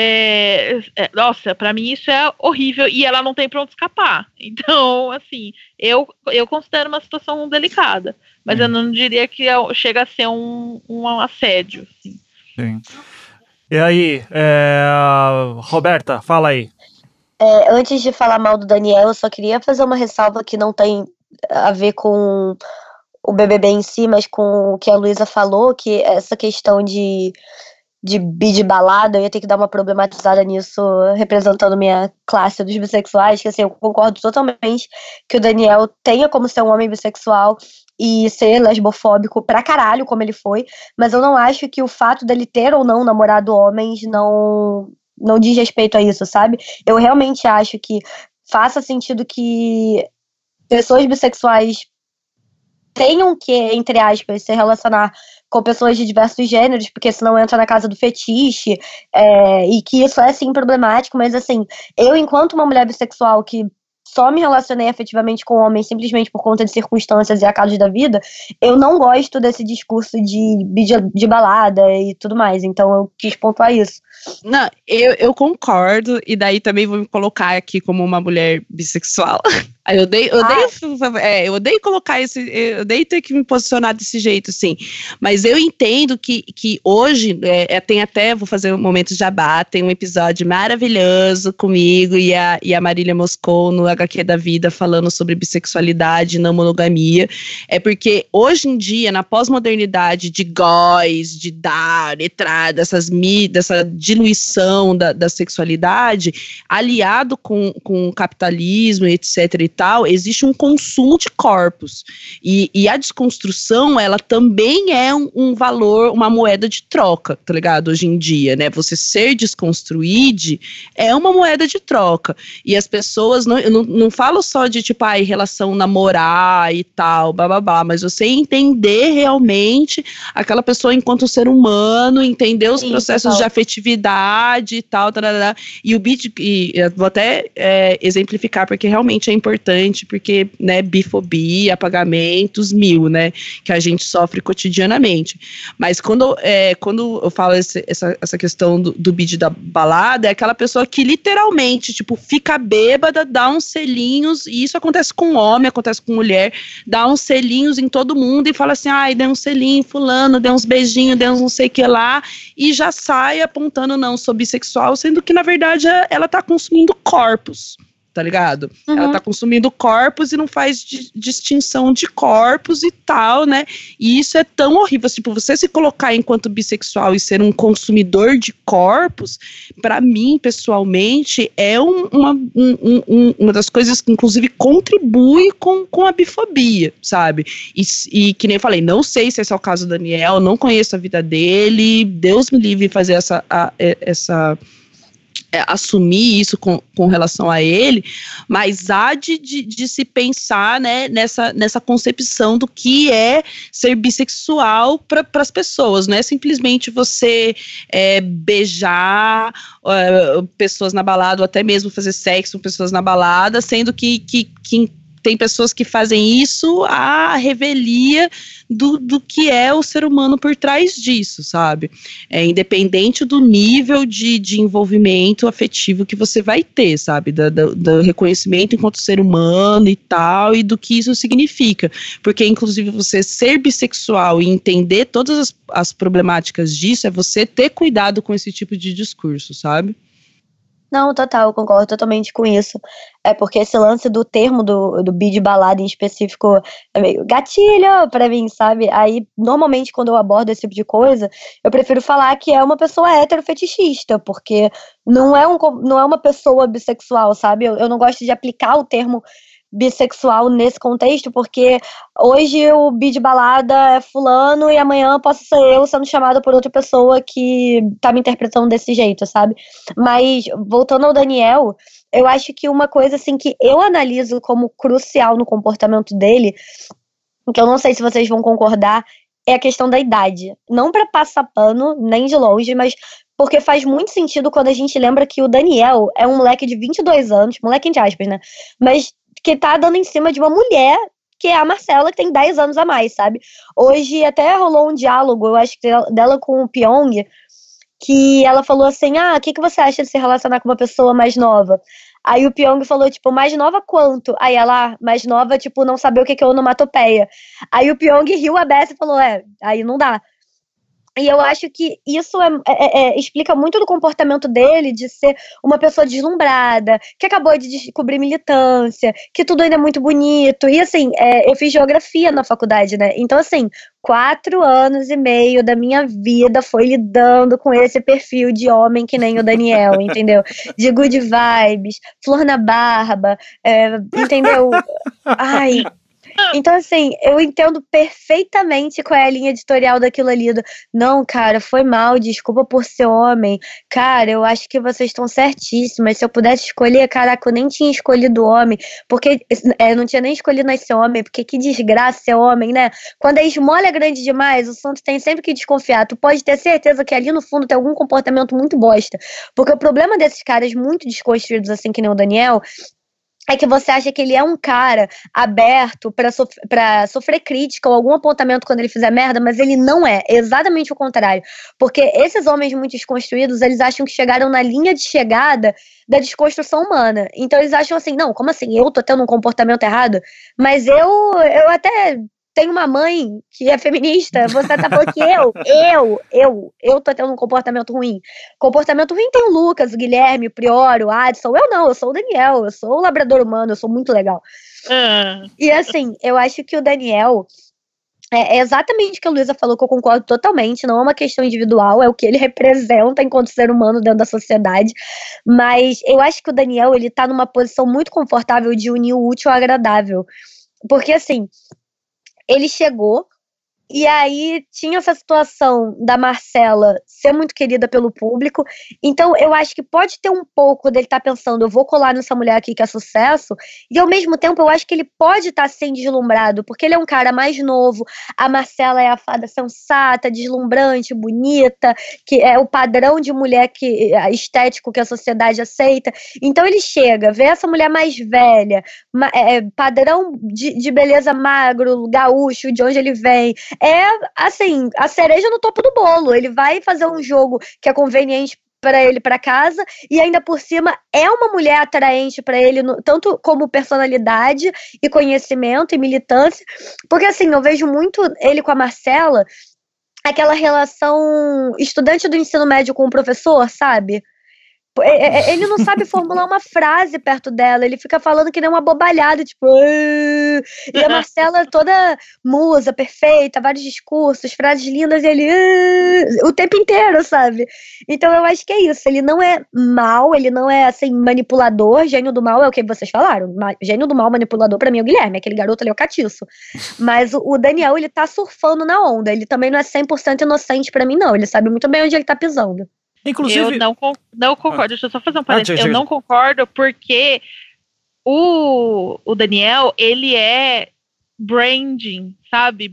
nossa, pra mim isso é horrível, e ela não tem pra onde escapar. Então, assim, eu considero uma situação delicada, mas eu não diria que chega a ser um assédio. Assim. Sim. E aí, Roberta, fala aí. Antes de falar mal do Daniel, eu só queria fazer uma ressalva que não tem a ver com o BBB em si, mas com o que a Luísa falou, que essa questão de bi de balada, eu ia ter que dar uma problematizada nisso, representando minha classe dos bissexuais, que assim, eu concordo totalmente que o Daniel tenha como ser um homem bissexual e ser lesbofóbico pra caralho, como ele foi, mas eu não acho que o fato dele ter ou não namorado homens não diz respeito a isso, sabe? Eu realmente acho que faça sentido que pessoas bissexuais tenham que, entre aspas, se relacionar com pessoas de diversos gêneros, porque senão entra na casa do fetiche, e que isso é, sim, problemático, mas, assim, eu, enquanto uma mulher bissexual que só me relacionei afetivamente com homens simplesmente por conta de circunstâncias e acasos da vida, eu não gosto desse discurso de balada e tudo mais, então eu quis pontuar isso. Não, eu concordo, e daí também vou me colocar aqui como uma mulher bissexual. Eu odeio colocar eu odeio ter que me posicionar desse jeito, assim. Mas eu entendo que hoje, tem até, vou fazer um momento de jabá, tem um episódio maravilhoso comigo e a Marília Moscou no HQ da Vida falando sobre bissexualidade e não monogamia. É porque hoje em dia, na pós-modernidade de góis, de dar, letrada, dessa diluição da sexualidade, aliado com o capitalismo, etc. e tal, existe um consumo de corpos. E a desconstrução, ela também é um valor, uma moeda de troca, tá ligado? Hoje em dia, né? Você ser desconstruído é uma moeda de troca. E as pessoas, eu não falo só de, tipo, em relação namorar e tal, blá, mas você entender realmente aquela pessoa enquanto ser humano, entender os processos de afetividade e tal, tarará. E o eu vou até exemplificar, porque realmente é importante, porque, né, bifobia, apagamentos, né, que a gente sofre cotidianamente. Mas quando eu falo essa questão do bid da balada, é aquela pessoa que literalmente, tipo, fica bêbada, dá uns selinhos, e isso acontece com homem, acontece com mulher, dá uns selinhos em todo mundo e fala assim, deu um selinho fulano, deu uns beijinhos, deu uns não sei o que lá, e já sai apontando, não, sou bissexual, sendo que, na verdade, ela tá consumindo corpos, tá ligado? Uhum. Ela tá consumindo corpos e não faz distinção de corpos e tal, né? E isso é tão horrível, tipo, você se colocar enquanto bissexual e ser um consumidor de corpos, pra mim, pessoalmente, é uma das coisas que, inclusive, contribui com a bifobia, sabe? E que nem eu falei, não sei se esse é o caso do Daniel, não conheço a vida dele, Deus me livre de fazer assumir isso com relação a ele, mas há de se pensar, né, nessa concepção do que é ser bissexual para as pessoas. Não é simplesmente você beijar pessoas na balada, ou até mesmo fazer sexo com pessoas na balada, sendo que tem pessoas que fazem isso à revelia do que é o ser humano por trás disso, sabe? Independente do nível de envolvimento afetivo que você vai ter, sabe? Do reconhecimento enquanto ser humano e tal, e do que isso significa. Porque, inclusive, você ser bissexual e entender todas as problemáticas disso é você ter cuidado com esse tipo de discurso, sabe? Não, total, eu concordo totalmente com isso. Porque esse lance do termo do bi de balada em específico é meio gatilho pra mim, sabe? Aí, normalmente, quando eu abordo esse tipo de coisa, eu prefiro falar que é uma pessoa heterofetichista, porque não é uma pessoa bissexual, sabe? Eu não gosto de aplicar o termo bissexual nesse contexto, porque hoje o bi de balada é fulano e amanhã posso ser eu sendo chamada por outra pessoa que tá me interpretando desse jeito, sabe? Mas, voltando ao Daniel, eu acho que uma coisa, assim, que eu analiso como crucial no comportamento dele, que eu não sei se vocês vão concordar, é a questão da idade. Não pra passar pano, nem de longe, mas porque faz muito sentido quando a gente lembra que o Daniel é um moleque de 22 anos, moleque entre aspas, né? Mas que tá dando em cima de uma mulher, que é a Marcela, que tem 10 anos a mais, sabe? Hoje até rolou um diálogo, eu acho que dela com o Pyong, que ela falou assim, o que você acha de se relacionar com uma pessoa mais nova? Aí o Pyong falou, tipo, mais nova quanto? Aí ela, mais nova, tipo, não saber o que é onomatopeia. Aí o Pyong riu a beça e falou, aí não dá. E eu acho que isso explica muito do comportamento dele, de ser uma pessoa deslumbrada, que acabou de descobrir militância, que tudo ainda é muito bonito. E assim, eu fiz geografia na faculdade, né? Então, assim, 4 anos e meio da minha vida foi lidando com esse perfil de homem que nem o Daniel, entendeu? De good vibes, flor na barba, entendeu? Ai... Então, assim, eu entendo perfeitamente qual é a linha editorial daquilo ali. Não, cara, foi mal, desculpa por ser homem. Cara, eu acho que vocês estão certíssimas. Se eu pudesse escolher, caraca, eu nem tinha escolhido homem. Porque eu não tinha nem escolhido nascer homem, porque que desgraça ser homem, né? Quando a esmola é grande demais, o santo tem sempre que desconfiar. Tu pode ter certeza que ali no fundo tem algum comportamento muito bosta. Porque o problema desses caras muito desconstruídos, assim, que nem o Daniel, é que você acha que ele é um cara aberto pra sofrer crítica ou algum apontamento quando ele fizer merda, mas ele não é exatamente o contrário, porque esses homens muito desconstruídos, eles acham que chegaram na linha de chegada da desconstrução humana, então eles acham assim, não, como assim, eu tô tendo um comportamento errado, mas eu até tenho uma mãe que é feminista, você tá falando que eu tô tendo um comportamento ruim. Comportamento ruim tem o Lucas, o Guilherme, o Prior, o Adson. Eu não, eu sou o Daniel, eu sou o labrador humano, eu sou muito legal. E assim, eu acho que o Daniel é exatamente o que a Luísa falou, que eu concordo totalmente, não é uma questão individual, é o que ele representa enquanto ser humano dentro da sociedade, mas eu acho que o Daniel, ele tá numa posição muito confortável de unir o útil ao agradável, porque assim, ele chegou, e aí tinha essa situação da Marcela ser muito querida pelo público, então eu acho que pode ter um pouco dele estar pensando, eu vou colar nessa mulher aqui que é sucesso, e ao mesmo tempo eu acho que ele pode estar sendo deslumbrado, porque ele é um cara mais novo, a Marcela é a fada sensata, deslumbrante, bonita, que é o padrão de mulher estético que a sociedade aceita, então ele chega, vê essa mulher mais velha, padrão de beleza magro, gaúcho, de onde ele vem, assim, a cereja no topo do bolo. Ele vai fazer um jogo que é conveniente para ele para casa e ainda por cima é uma mulher atraente para ele, tanto como personalidade e conhecimento e militância, porque assim, eu vejo muito ele com a Marcela, aquela relação estudante do ensino médio com o professor, sabe? Ele não sabe formular uma frase perto dela, ele fica falando que nem uma bobalhada, tipo, e a Marcela toda musa, perfeita, vários discursos, frases lindas, e ele o tempo inteiro, sabe? Então eu acho que é isso, ele não é mal, ele não é assim, manipulador, gênio do mal é o que vocês falaram, gênio do mal, manipulador pra mim é o Guilherme, aquele garoto ali é o catiço, mas o Daniel, ele tá surfando na onda, ele também não é 100% inocente pra mim não, ele sabe muito bem onde ele tá pisando. Inclusive... Eu não concordo, deixa eu só fazer um parênteses. Eu não concordo porque o Daniel, ele é branding, sabe?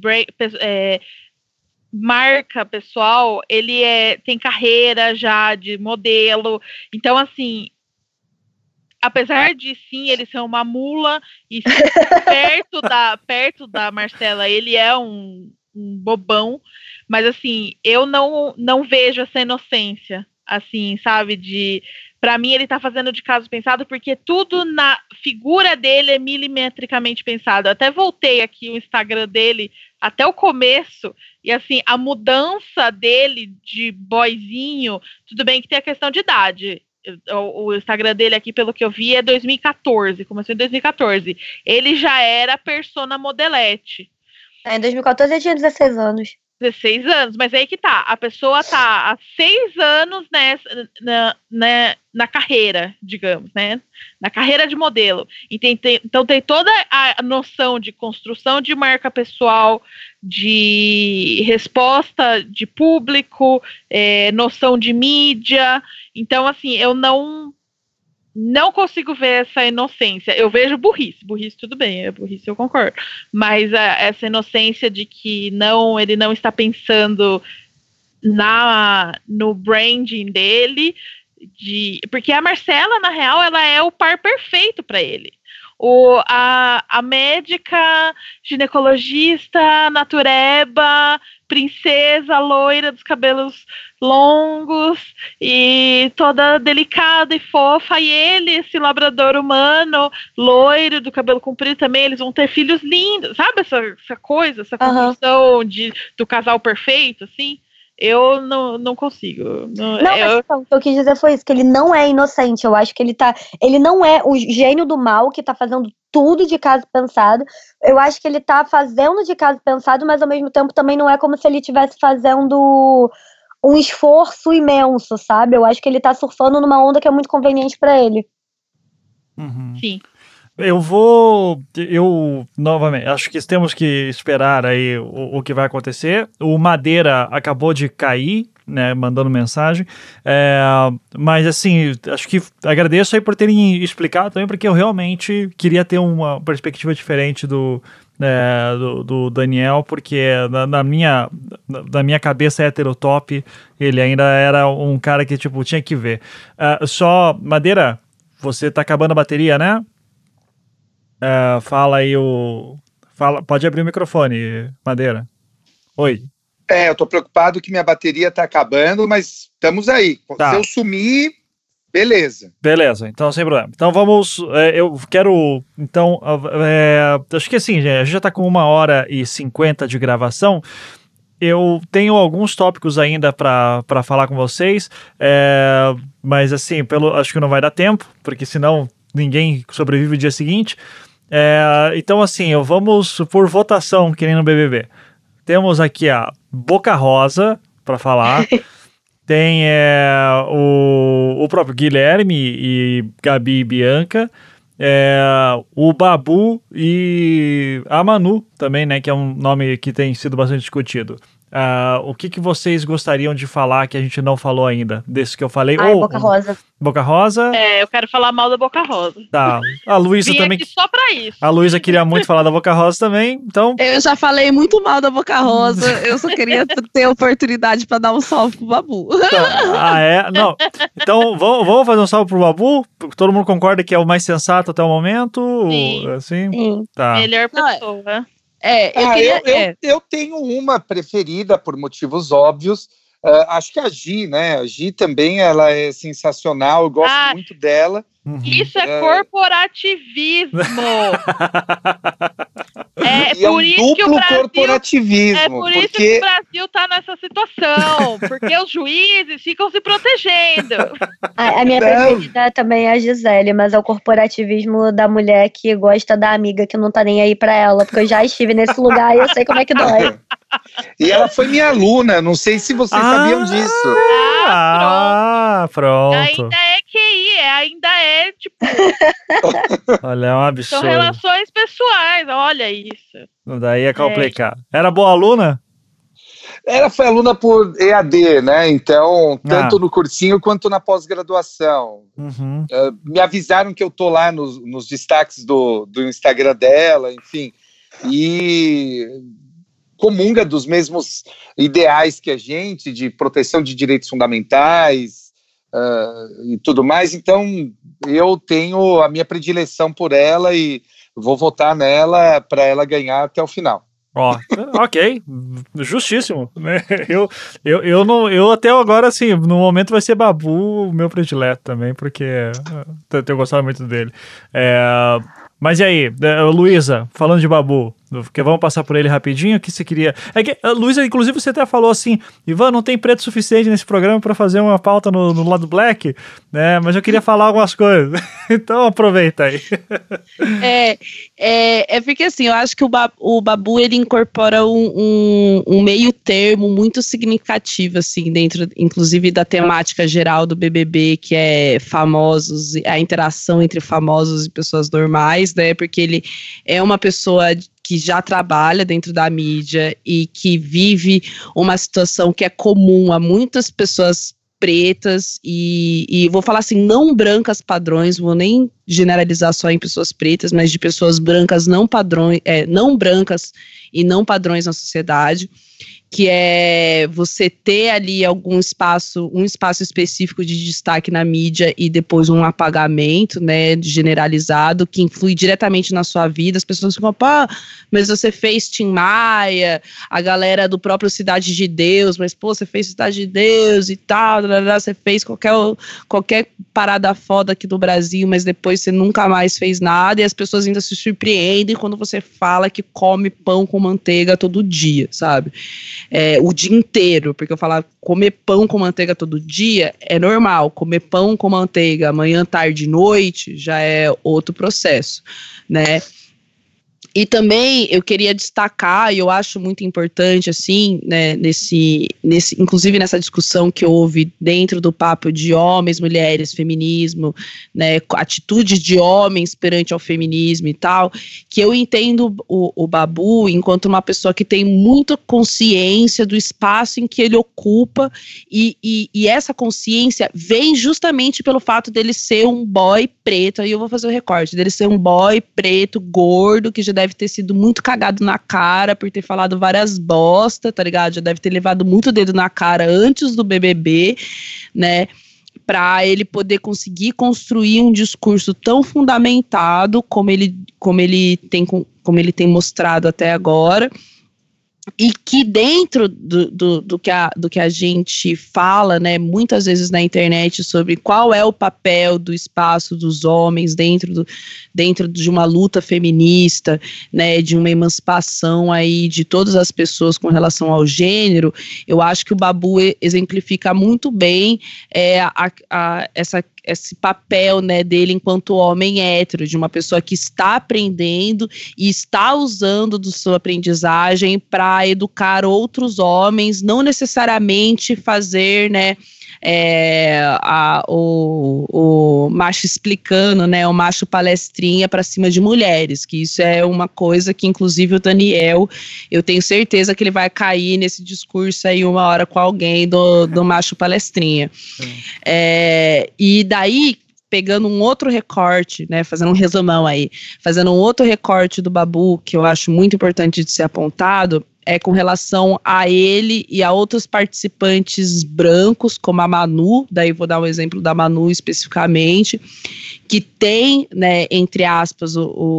Marca pessoal, ele tem carreira já de modelo. Então, assim, apesar de sim ele ser uma mula e perto da Marcela, ele é um bobão, mas assim, eu não vejo essa inocência, assim, sabe, pra mim ele tá fazendo de caso pensado, porque tudo na figura dele é milimetricamente pensado. Eu até voltei aqui o Instagram dele até o começo, e assim, a mudança dele de boyzinho, tudo bem que tem a questão de idade, o Instagram dele aqui, pelo que eu vi, é 2014, começou em 2014, ele já era persona modelete. Em 2014 ele tinha 16 anos. 16 anos, mas aí que tá, a pessoa tá há 6 anos na carreira, digamos, né? Na carreira de modelo. Então tem toda a noção de construção de marca pessoal, de resposta de público, noção de mídia. Então, assim, eu não consigo ver essa inocência. Eu vejo burrice tudo bem, burrice eu concordo, mas essa inocência de que ele não está pensando no branding dele, porque a Marcela, na real, ela é o par perfeito para ele. A médica, ginecologista, natureba, princesa, loira dos cabelos longos e toda delicada e fofa, e ele, esse labrador humano, loiro, do cabelo comprido também, eles vão ter filhos lindos, sabe essa coisa, essa construção do casal perfeito, assim? Eu não consigo. Mas o que eu quis dizer foi isso, que ele não é inocente. Eu acho que ele não é o gênio do mal que tá fazendo tudo de caso pensado. Eu acho que ele tá fazendo de caso pensado, mas ao mesmo tempo também não é como se ele estivesse fazendo um esforço imenso, sabe? Eu acho que ele tá surfando numa onda que é muito conveniente pra ele. Uhum. Sim. Novamente, acho que temos que esperar aí o que vai acontecer. O Madeira acabou de cair, né, mandando mensagem, mas assim, acho que agradeço aí por terem explicado também, porque eu realmente queria ter uma perspectiva diferente do Daniel, porque na minha cabeça heterotop, ele ainda era um cara que, tipo, tinha que ver. Só, Madeira, você tá acabando a bateria, né? Fala aí pode abrir o microfone, Madeira. Oi. Eu tô preocupado que minha bateria tá acabando, mas estamos aí. Tá. Se eu sumir, beleza. Beleza, então sem problema. Então vamos, eu quero, então, acho que assim, a gente já tá com 1h50 de gravação. Eu tenho alguns tópicos ainda para falar com vocês, mas assim, acho que não vai dar tempo, porque senão ninguém sobrevive o dia seguinte. Então assim, vamos por votação, que nem no BBB. Temos aqui a Boca Rosa para falar. Tem o próprio Guilherme e Gabi e Bianca. O Babu e a Manu também, né? Que é um nome que tem sido bastante discutido. O que vocês gostariam de falar que a gente não falou ainda? Desse que eu falei? Boca Rosa. Boca Rosa? Eu quero falar mal da Boca Rosa. Tá. A Luísa também. Aqui só pra isso. A Luísa queria muito falar da Boca Rosa também, então. Eu já falei muito mal da Boca Rosa. Eu só queria ter oportunidade pra dar um salve pro Babu. Tá. Não. Então, vamos fazer um salve pro Babu? Todo mundo concorda que é o mais sensato até o momento? Sim. Assim? Sim. Tá. Melhor pessoa. Eu tenho uma preferida por motivos óbvios. Acho que a Gi, né? A Gi também, ela é sensacional. Eu gosto muito dela. Uhum. Isso é corporativismo. E por isso que o Brasil, corporativismo. por isso que o Brasil tá nessa situação. Porque os juízes ficam se protegendo. A minha preferida também é a Gisele, mas é o corporativismo da mulher que gosta da amiga que não tá nem aí pra ela. Porque eu já estive nesse lugar e eu sei como é que dói. E ela foi minha aluna, não sei se vocês sabiam disso. Pronto. Ainda é QI, ainda é tipo. Olha, é um absurdo. São relações pessoais, olha isso. Daí é complicado. Era boa aluna? Ela foi aluna por EAD, né? Então, tanto no cursinho quanto na pós-graduação. Uhum. Me avisaram que eu tô lá nos destaques do Instagram dela, enfim. E comunga dos mesmos ideais que a gente, de proteção de direitos fundamentais e tudo mais. Então, eu tenho a minha predileção por ela e vou votar nela para ela ganhar até o final. Ok, justíssimo. Eu até agora, assim, no momento vai ser Babu o meu predileto também, porque eu tenho gostado muito dele. Mas e aí, Luísa, falando de Babu, Porque vamos passar por ele rapidinho. O que você queria? É que, Luísa, inclusive você até falou assim, Ivan, não tem preto suficiente nesse programa para fazer uma pauta no lado black, né? Mas eu queria falar algumas coisas. Então aproveita aí. É porque assim, eu acho que o Babu, ele incorpora um meio termo muito significativo, assim, dentro, inclusive, da temática geral do BBB, que é famosos, a interação entre famosos e pessoas normais, né? Porque ele é uma pessoa que já trabalha dentro da mídia e que vive uma situação que é comum a muitas pessoas pretas e vou falar assim, não brancas padrões, vou nem generalizar só em pessoas pretas, mas de pessoas brancas não padrões, não brancas e não padrões na sociedade, que é você ter ali um espaço específico de destaque na mídia e depois um apagamento, né, generalizado, que influi diretamente na sua vida. As pessoas ficam, pá, mas você fez Tim Maia, a galera do próprio Cidade de Deus, mas pô, você fez Cidade de Deus e tal, você fez qualquer parada foda aqui do Brasil, mas depois você nunca mais fez nada, e as pessoas ainda se surpreendem quando você fala que come pão com manteiga todo dia, sabe? O dia inteiro, porque eu falar comer pão com manteiga todo dia é normal, comer pão com manteiga manhã, tarde e noite já é outro processo, né? E também eu queria destacar, e eu acho muito importante, assim, né, inclusive nessa discussão que houve dentro do papo de homens, mulheres, feminismo, né, atitudes de homens perante ao feminismo e tal, que eu entendo o Babu enquanto uma pessoa que tem muita consciência do espaço em que ele ocupa, e essa consciência vem justamente pelo fato dele ser um boy preto, aí eu vou fazer o recorte, dele ser um boy preto, gordo, que já deve ter sido muito cagado na cara por ter falado várias bosta, tá ligado? Já deve ter levado muito dedo na cara antes do BBB, né? Pra ele poder conseguir construir um discurso tão fundamentado como ele tem mostrado até agora. E que dentro do que a gente fala, né, muitas vezes na internet sobre qual é o papel do espaço dos homens dentro de uma luta feminista, né, de uma emancipação aí de todas as pessoas com relação ao gênero, eu acho que o Babu exemplifica muito bem esse papel, né, dele enquanto homem hétero, de uma pessoa que está aprendendo e está usando da sua aprendizagem para educar outros homens, não necessariamente fazer, né, o macho explicando, né, o macho palestrinha para cima de mulheres, que isso é uma coisa que inclusive o Daniel, eu tenho certeza que ele vai cair nesse discurso aí uma hora com alguém do macho palestrinha. E daí, pegando um outro recorte, né, fazendo um resumão aí, fazendo um outro recorte do Babu, que eu acho muito importante de ser apontado, é com relação a ele e a outros participantes brancos, como a Manu, daí vou dar um exemplo da Manu especificamente, que tem, né, entre aspas,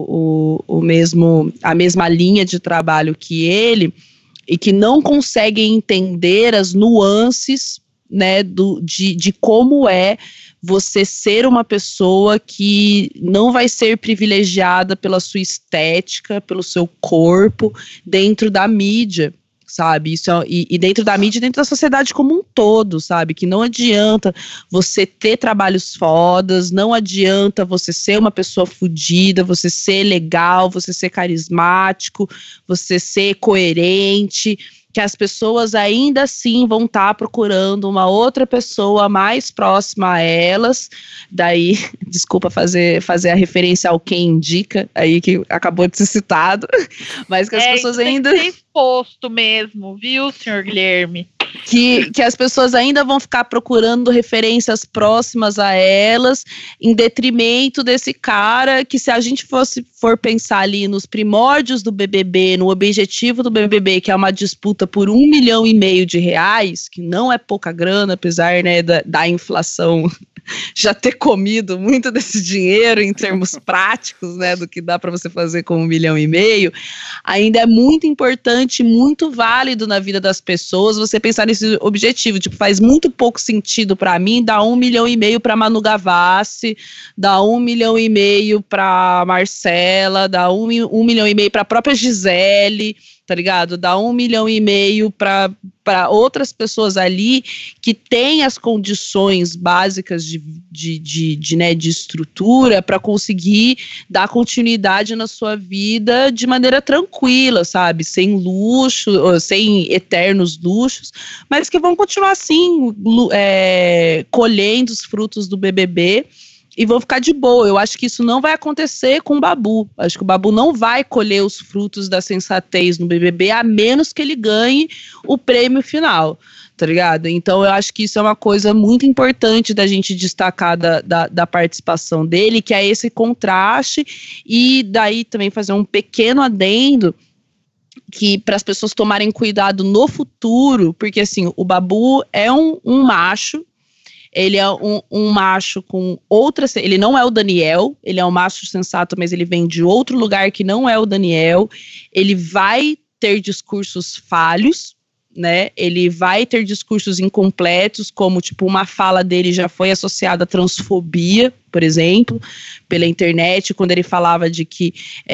a mesma linha de trabalho que ele, e que não conseguem entender as nuances, né, de como é você ser uma pessoa que não vai ser privilegiada pela sua estética, pelo seu corpo, dentro da mídia, sabe? E dentro da mídia, dentro da sociedade como um todo, sabe? Que não adianta você ter trabalhos fodas, não adianta você ser uma pessoa fodida, você ser legal, você ser carismático, você ser coerente, que as pessoas ainda assim vão estar procurando uma outra pessoa mais próxima a elas. Daí, desculpa fazer a referência ao Quem Indica, aí que acabou de ser citado, mas que as pessoas ainda... Tem que ser exposto mesmo, viu, senhor Guilherme? Que as pessoas ainda vão ficar procurando referências próximas a elas, em detrimento desse cara, que se a gente for pensar ali nos primórdios do BBB, no objetivo do BBB, que é uma disputa por R$1,5 milhão de reais, que não é pouca grana, apesar, né, da inflação já ter comido muito desse dinheiro em termos práticos, né, do que dá para você fazer com R$1,5 milhão, ainda é muito importante, muito válido na vida das pessoas você pensar pensar nesse objetivo. Tipo, faz muito pouco sentido pra mim dar 1,5 milhão pra Manu Gavassi, dar 1,5 milhão pra Marcela, dar 1,5 milhão pra própria Gisele, tá ligado? Dar 1,5 milhão para outras pessoas ali que têm as condições básicas de estrutura para conseguir dar continuidade na sua vida de maneira tranquila, sabe? Sem luxo, sem eternos luxos, mas que vão continuar assim, colhendo os frutos do BBB. E vão ficar de boa. Eu acho que isso não vai acontecer com o Babu. Acho que o Babu não vai colher os frutos da sensatez no BBB, a menos que ele ganhe o prêmio final, tá ligado? Então eu acho que isso é uma coisa muito importante da gente destacar da participação dele, que é esse contraste, e daí também fazer um pequeno adendo, que para as pessoas tomarem cuidado no futuro, porque assim, o Babu é um macho. Ele é um macho com outra... Ele não é o Daniel, ele é um macho sensato, mas ele vem de outro lugar que não é o Daniel. Ele vai ter discursos falhos, né? Ele vai ter discursos incompletos, como, tipo, uma fala dele já foi associada à transfobia, por exemplo, pela internet, quando ele falava de que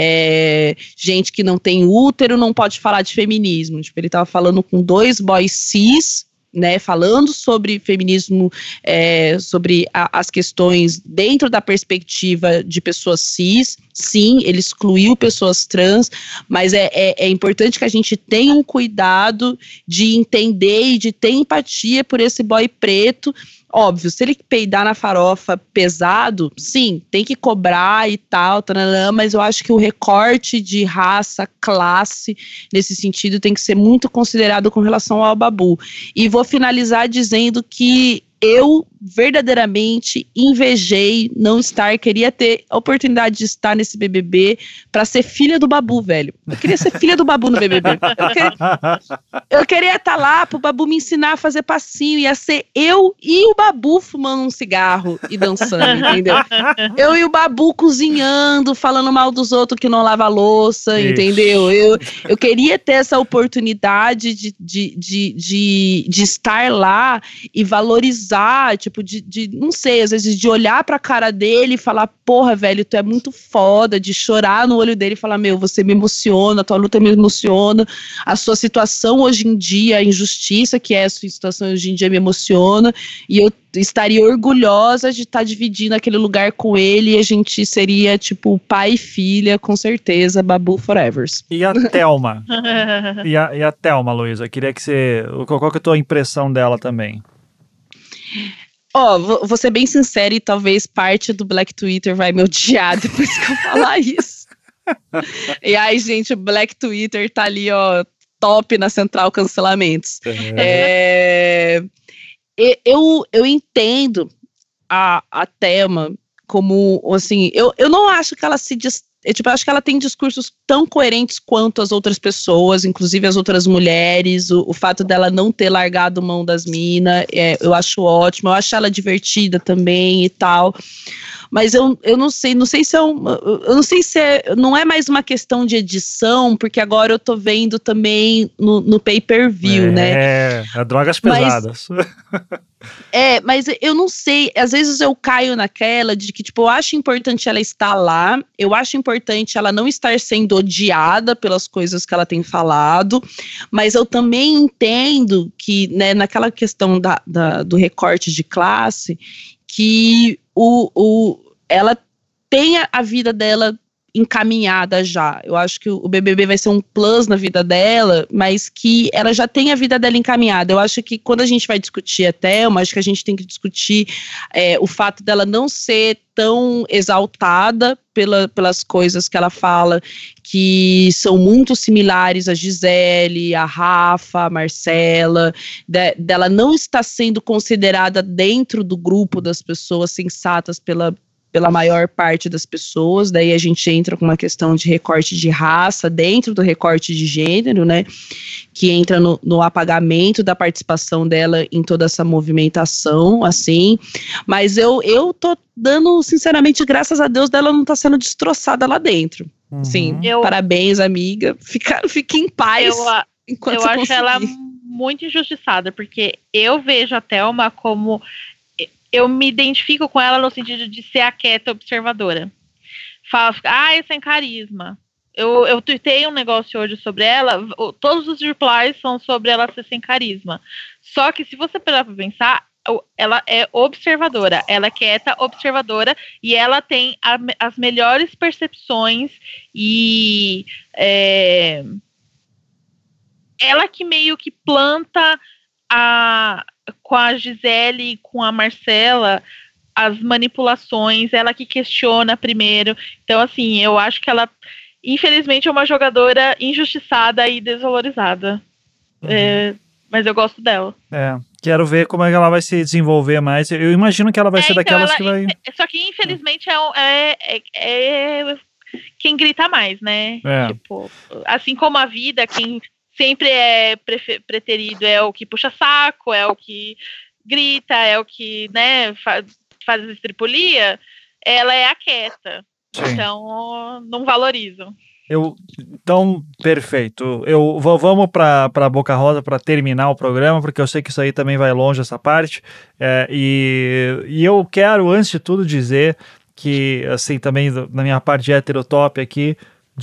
gente que não tem útero não pode falar de feminismo. Tipo, ele estava falando com 2 boys cis, né, falando sobre feminismo, sobre as questões dentro da perspectiva de pessoas cis. Sim, ele excluiu pessoas trans, mas é importante que a gente tenha um cuidado de entender e de ter empatia por esse boy preto. Óbvio, se ele peidar na farofa pesado, sim, tem que cobrar e tal, mas eu acho que o recorte de raça, classe, nesse sentido, tem que ser muito considerado com relação ao Babu. E vou finalizar dizendo que eu verdadeiramente invejei queria ter a oportunidade de estar nesse BBB pra ser filha do Babu, velho. Eu queria ser filha do Babu no BBB. Eu queria estar lá pro Babu me ensinar a fazer passinho, ia ser eu e o Babu fumando um cigarro e dançando, entendeu? Eu e o Babu cozinhando, falando mal dos outros que não lava a louça, entendeu? Eu queria ter essa oportunidade de estar lá e valorizar, tipo, não sei, às vezes de olhar pra cara dele e falar, porra, velho, tu é muito foda, de chorar no olho dele e falar, meu, você me emociona, a tua luta me emociona, a sua situação hoje em dia, a injustiça que é a sua situação hoje em dia me emociona, e eu estaria orgulhosa de estar dividindo aquele lugar com ele, e a gente seria, tipo, pai e filha, com certeza, Babu Forevers. E a Thelma? e a Thelma, Luísa? Queria que você... Qual que é a tua impressão dela também? Vou ser bem sincera, e talvez parte do Black Twitter vai me odiar depois que eu falar isso. E aí, gente, o Black Twitter tá ali, top na central cancelamentos. Eu entendo a Thelma como, assim, eu não acho que ela se eu acho que ela tem discursos tão coerentes quanto as outras pessoas, inclusive as outras mulheres, o fato dela não ter largado mão das minas, eu acho ótimo, eu acho ela divertida também e tal, mas eu não sei se não é mais uma questão de edição, porque agora eu tô vendo também no pay-per-view, né? Drogas pesadas. Mas eu não sei, às vezes eu caio naquela de que, tipo, eu acho importante ela estar lá, eu acho importante ela não estar sendo odiada pelas coisas que ela tem falado, mas eu também entendo que, né, naquela questão do recorte de classe, que ela tenha a vida dela encaminhada já. Eu acho que o BBB vai ser um plus na vida dela, mas que ela já tem a vida dela encaminhada. Eu acho que quando a gente vai discutir a Thelma, acho que a gente tem que discutir o fato dela não ser tão exaltada pelas coisas que ela fala, que são muito similares a Gisele, a Rafa, a Marcela, dela não estar sendo considerada dentro do grupo das pessoas sensatas pela maior parte das pessoas. Daí a gente entra com uma questão de recorte de raça dentro do recorte de gênero, né, que entra no apagamento da participação dela em toda essa movimentação, assim, mas eu tô dando, sinceramente, graças a Deus, dela não tá sendo destroçada lá dentro. Sim, parabéns, amiga, fique em paz. Eu acho ela muito injustiçada, porque eu vejo a Thelma como... Eu me identifico com ela no sentido de ser a quieta observadora. Fala, sem carisma. Eu tuitei um negócio hoje sobre ela, todos os replies são sobre ela ser sem carisma. Só que se você parar pra pensar, ela é observadora, ela é quieta, observadora, e ela tem as melhores percepções e ela que meio que planta com a Gisele e com a Marcela as manipulações, ela que questiona primeiro. Então, assim, eu acho que ela, infelizmente, é uma jogadora injustiçada e desvalorizada. Mas eu gosto dela. Quero ver como é que ela vai se desenvolver mais. Eu imagino que ela vai ser daquelas que vai... Só que, infelizmente, é quem grita mais, né? Tipo, assim como a vida, quem sempre é preterido é o que puxa saco, é o que grita, é o que, né, faz estripulia. Ela é a quieta. Sim. Então, não valorizam. Então, perfeito. Vamos para Boca Rosa para terminar o programa, porque eu sei que isso aí também vai longe, essa parte. E eu quero, antes de tudo, dizer que, assim, também na minha parte heterotop aqui,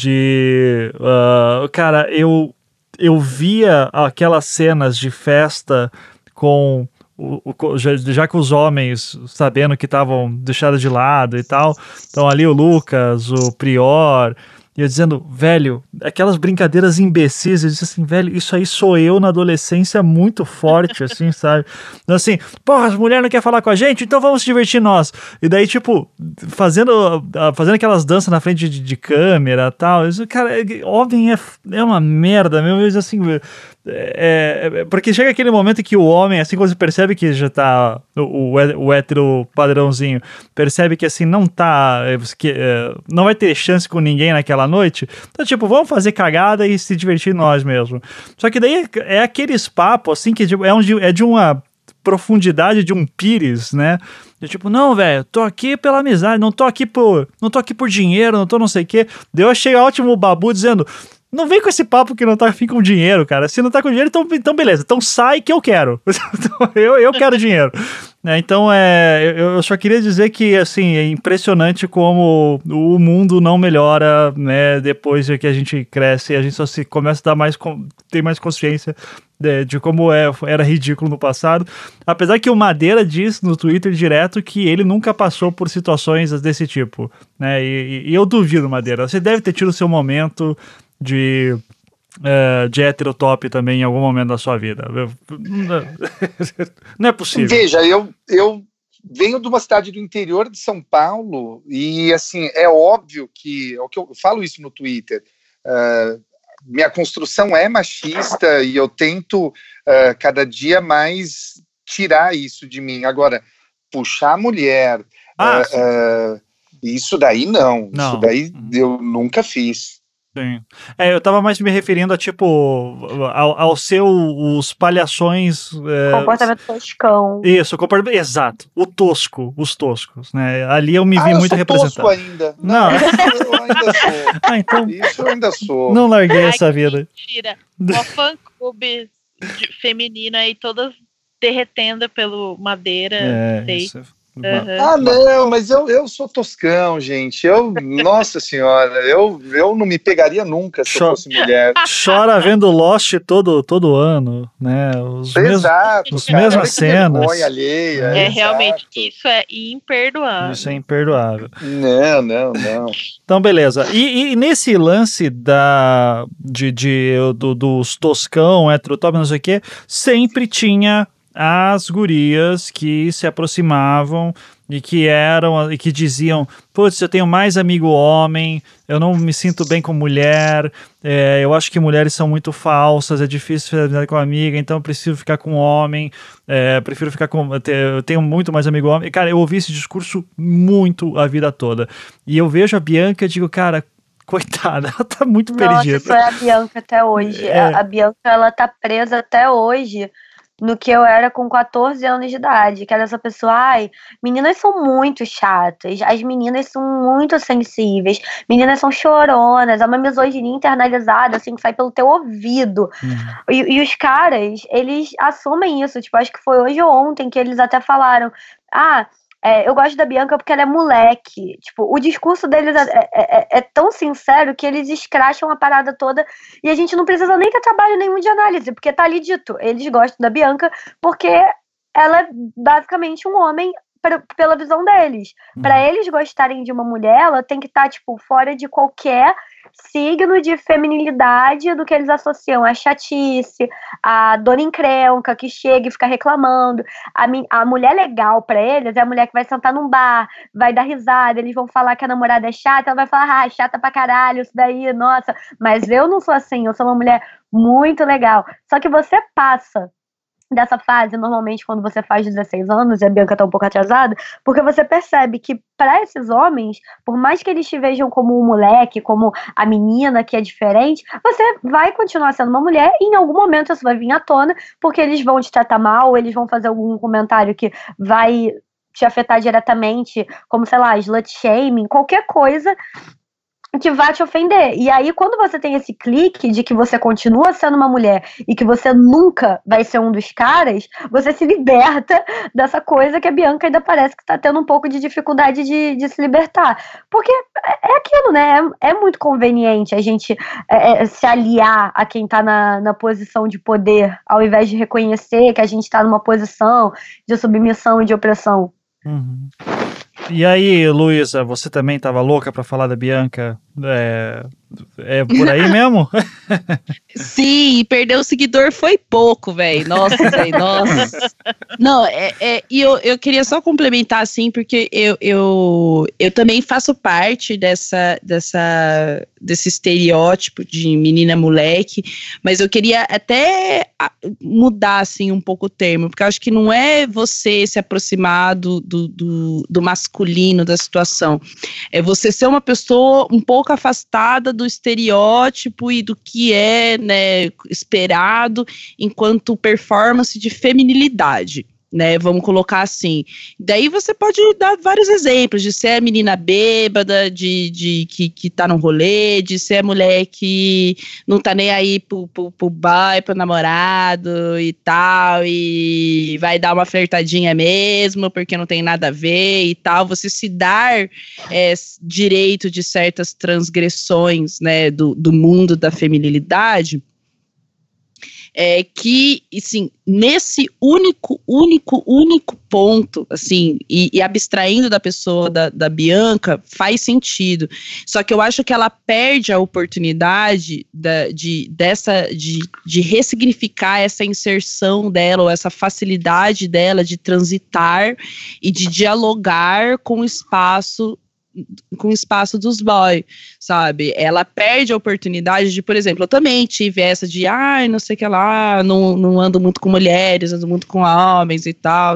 cara, eu via aquelas cenas de festa com... já que os homens, sabendo que estavam deixados de lado e tal, então ali o Lucas, o Prior... E eu dizendo, velho, aquelas brincadeiras imbecis, eu disse assim, velho, isso aí sou eu na adolescência muito forte, assim, sabe? Então, assim, porra, as mulheres não querem falar com a gente, então vamos se divertir nós. E daí, tipo, fazendo aquelas danças na frente de câmera e tal. Isso, cara, homem é uma merda, meu, eu assim... porque chega aquele momento que o homem, assim, quando você percebe que já tá o hétero padrãozinho, percebe que assim não tá, não vai ter chance com ninguém naquela noite, então tipo, vamos fazer cagada e se divertir nós mesmo. Só que daí é aqueles papos assim que tipo, é de uma profundidade de um pires, né? Eu, tipo, não, velho, tô aqui pela amizade, não tô aqui por dinheiro, não sei o quê. Daí eu achei ótimo o Babu dizendo, não vem com esse papo que não tá afim com dinheiro, cara. Se não tá com dinheiro, então beleza. Então sai que eu quero. eu quero dinheiro. Então, eu só queria dizer que, assim, é impressionante como o mundo não melhora, né, depois que a gente cresce. A gente só se começa a ter mais consciência de como era ridículo no passado. Apesar que o Madeira diz no Twitter direto que ele nunca passou por situações desse tipo, né? E eu duvido, Madeira. Você deve ter tido o seu momento de heterotop também em algum momento da sua vida. Não é possível. Veja, eu venho de uma cidade do interior de São Paulo e, assim, é óbvio que eu falo isso no Twitter, minha construção é machista e eu tento cada dia mais tirar isso de mim. Agora, puxar a mulher, isso daí não. Isso daí eu nunca fiz. Sim. Eu tava mais me referindo a, tipo, os palhações... comportamento toscão. Isso, exato. Os toscos, né? Ali eu me vi muito representado. Tosco ainda. Não. Eu ainda sou. Então, isso eu ainda sou. Não larguei essa vida. Mentira. Uma fã-clube feminino aí, todas derretendo pelo Madeira, sei. Isso. Não, mas eu sou toscão, gente. Nossa senhora, eu não me pegaria nunca se eu fosse mulher. Chora vendo Lost todo ano, né? Exato. As mesmas cenas. Vergonha alheia. Realmente, isso é imperdoável. Isso é imperdoável. Não. Então, beleza. E nesse lance dos toscão, heterotop, não sei o quê, sempre tinha as gurias que se aproximavam e que diziam, putz, eu tenho mais amigo homem, eu não me sinto bem com mulher, eu acho que mulheres são muito falsas, é difícil fazer amizade com amiga, então eu preciso ficar com homem, eu tenho muito mais amigo homem. Cara, eu ouvi esse discurso muito a vida toda. E eu vejo a Bianca e digo, cara, coitada, ela tá muito perdida. Nossa, foi a Bianca até hoje. A Bianca, ela tá presa até hoje no que eu era com 14 anos de idade, que era essa pessoa, ai, meninas são muito chatas, as meninas são muito sensíveis, meninas são choronas, é uma misoginia internalizada, assim, que sai pelo teu ouvido. E os caras, eles assumem isso, tipo, acho que foi hoje ou ontem que eles até falaram, eu gosto da Bianca porque ela é moleque. Tipo, o discurso deles é tão sincero que eles escracham a parada toda e a gente não precisa nem ter trabalho nenhum de análise, porque tá ali dito. Eles gostam da Bianca porque ela é basicamente um homem pela visão deles. Pra eles gostarem de uma mulher, ela tem que estar, tipo, fora de qualquer signo de feminilidade do que eles associam a chatice, a dona encrenca que chega e fica reclamando. A mulher legal pra eles é a mulher que vai sentar num bar, vai dar risada, eles vão falar que a namorada é chata, ela vai falar, chata pra caralho, isso daí, nossa, mas eu não sou assim, eu sou uma mulher muito legal. Só que você passa dessa fase, normalmente, quando você faz 16 anos, e a Bianca tá um pouco atrasada, porque você percebe que, para esses homens, por mais que eles te vejam como um moleque, como a menina que é diferente, você vai continuar sendo uma mulher e em algum momento isso vai vir à tona, porque eles vão te tratar mal, eles vão fazer algum comentário que vai te afetar diretamente, como, sei lá, slut shaming, qualquer coisa que vai te ofender. E aí, quando você tem esse clique de que você continua sendo uma mulher e que você nunca vai ser um dos caras, você se liberta dessa coisa que a Bianca ainda parece que tá tendo um pouco de dificuldade de se libertar. Porque é aquilo, né? É muito conveniente a gente se aliar a quem tá na posição de poder, ao invés de reconhecer que a gente tá numa posição de submissão e de opressão. Uhum. E aí, Luísa, você também estava louca para falar da Bianca? É por aí mesmo? Sim, perder o seguidor foi pouco, velho. Nossa, velho, nossa. Não, e eu queria só complementar, assim, porque eu também faço parte desse estereótipo de menina moleque, mas eu queria até mudar, assim, um pouco o termo, porque eu acho que não é você se aproximar do masculino da situação, é você ser uma pessoa um pouco afastada do estereótipo e do que é, né, esperado enquanto performance de feminilidade, né, vamos colocar assim. Daí você pode dar vários exemplos de ser a menina bêbada, que tá no rolê, de ser a mulher que não tá nem aí pro boy, pro namorado e tal, e vai dar uma flertadinha mesmo, porque não tem nada a ver e tal. Você se dar direito de certas transgressões, né, do mundo da feminilidade, que, assim, nesse único ponto, assim, e abstraindo da pessoa da Bianca, faz sentido. Só que eu acho que ela perde a oportunidade de ressignificar essa inserção dela, ou essa facilidade dela de transitar e de dialogar com o espaço dos boys, sabe? Ela perde a oportunidade de, por exemplo, eu também tive essa de, não sei o que lá, não ando muito com mulheres, ando muito com homens e tal,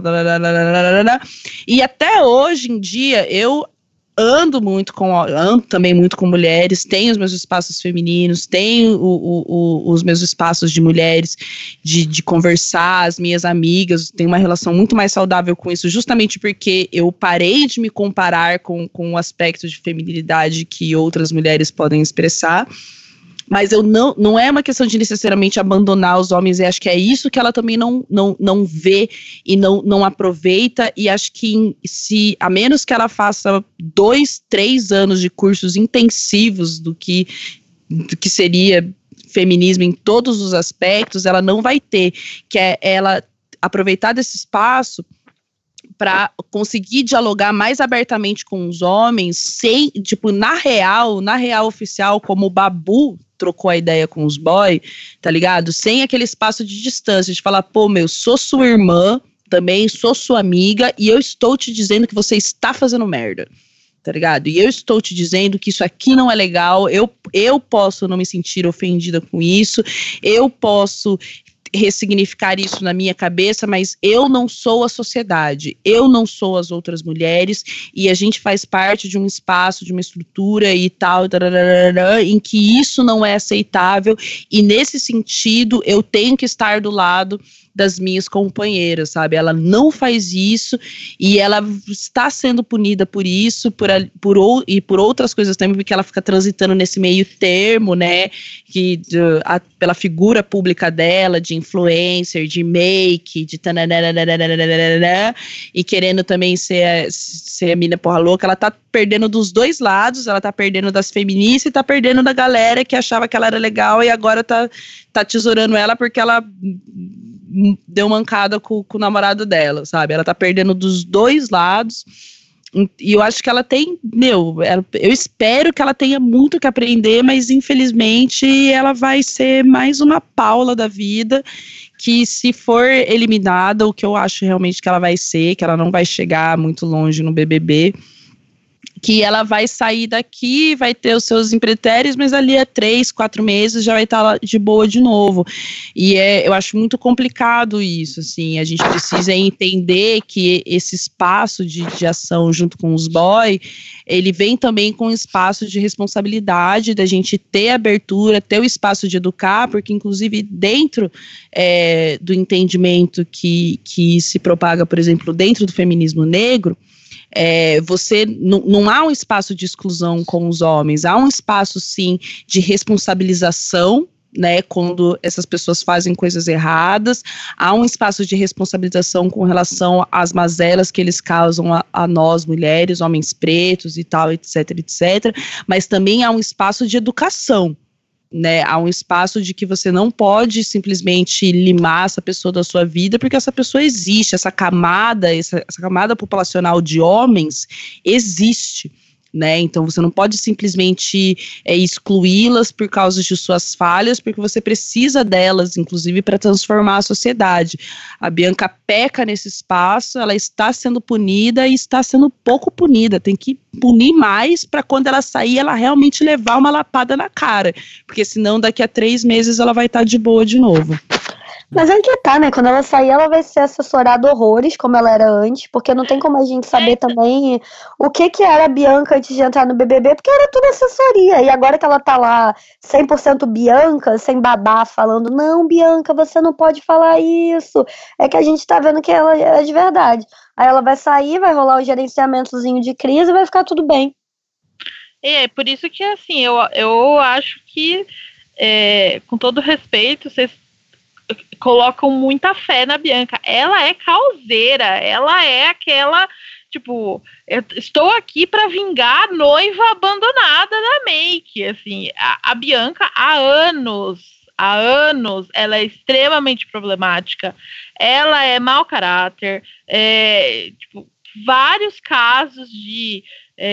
e até hoje em dia eu ando também muito com mulheres, tenho os meus espaços femininos, tenho os meus espaços de mulheres, de conversar, as minhas amigas, tenho uma relação muito mais saudável com isso, justamente porque eu parei de me comparar com o aspecto de feminilidade que outras mulheres podem expressar. Mas não é uma questão de necessariamente abandonar os homens, e acho que é isso que ela também não vê e não aproveita, e acho que a menos que ela faça 2-3 anos de cursos intensivos do que seria feminismo em todos os aspectos, ela não vai ter, que é ela aproveitar desse espaço para conseguir dialogar mais abertamente com os homens, sem, tipo, na real oficial, como o Babu trocou a ideia com os boys, tá ligado? Sem aquele espaço de distância, de falar, pô, sou sua irmã, também sou sua amiga, e eu estou te dizendo que você está fazendo merda, tá ligado? E eu estou te dizendo que isso aqui não é legal, eu posso não me sentir ofendida com isso, eu posso ressignificar isso na minha cabeça, mas eu não sou a sociedade, eu não sou as outras mulheres, e a gente faz parte de um espaço, de uma estrutura e tal, em que isso não é aceitável, e nesse sentido eu tenho que estar do lado das minhas companheiras, sabe? Ela não faz isso e ela está sendo punida por isso, e por outras coisas também, porque ela fica transitando nesse meio termo, né? Pela figura pública dela, de influencer, de make, de tananana, e querendo também ser a mina porra louca. Ela tá perdendo dos dois lados, ela tá perdendo das feministas e tá perdendo da galera que achava que ela era legal e agora tá tesourando ela porque ela deu mancada com o namorado dela, sabe? Ela tá perdendo dos dois lados. E eu acho que ela tem, eu espero que ela tenha muito que aprender, mas infelizmente ela vai ser mais uma Paula da vida, que se for eliminada, o que eu acho realmente que ela vai ser, que ela não vai chegar muito longe no BBB, que ela vai sair daqui, vai ter os seus empretérios, mas ali a 3, 4 meses já vai estar de boa de novo. E eu acho muito complicado isso, assim, a gente precisa entender que esse espaço de ação junto com os boys, ele vem também com espaço de responsabilidade, da gente ter abertura, ter o espaço de educar, porque inclusive dentro do entendimento que se propaga, por exemplo, dentro do feminismo negro, você não há um espaço de exclusão com os homens, há um espaço sim de responsabilização, né, quando essas pessoas fazem coisas erradas, há um espaço de responsabilização com relação às mazelas que eles causam a nós mulheres, homens pretos e tal, etc, mas também há um espaço de educação, né, há um espaço de que você não pode simplesmente limar essa pessoa da sua vida, porque essa pessoa existe, essa camada populacional de homens existe, né, então você não pode simplesmente excluí-las por causa de suas falhas, porque você precisa delas, inclusive, para transformar a sociedade. A Bianca peca nesse espaço, ela está sendo punida e está sendo pouco punida, tem que punir mais para quando ela sair, ela realmente levar uma lapada na cara, porque senão daqui a 3 meses ela vai estar de boa de novo. Mas aí que tá, né? Quando ela sair, ela vai ser assessorada horrores, como ela era antes, porque não tem como a gente saber também o que era a Bianca antes de entrar no BBB, porque era tudo assessoria. E agora que ela tá lá 100% Bianca, sem babá, falando, não, Bianca, você não pode falar isso. É que a gente tá vendo que ela é de verdade. Aí ela vai sair, vai rolar o gerenciamentozinho de crise e vai ficar tudo bem. É por isso que, assim, eu acho que, com todo respeito, vocês colocam muita fé na Bianca. Ela é causeira, ela é aquela, tipo, eu estou aqui para vingar a noiva abandonada da make, assim, a Bianca há anos, ela é extremamente problemática, ela é mau caráter, tipo, vários casos de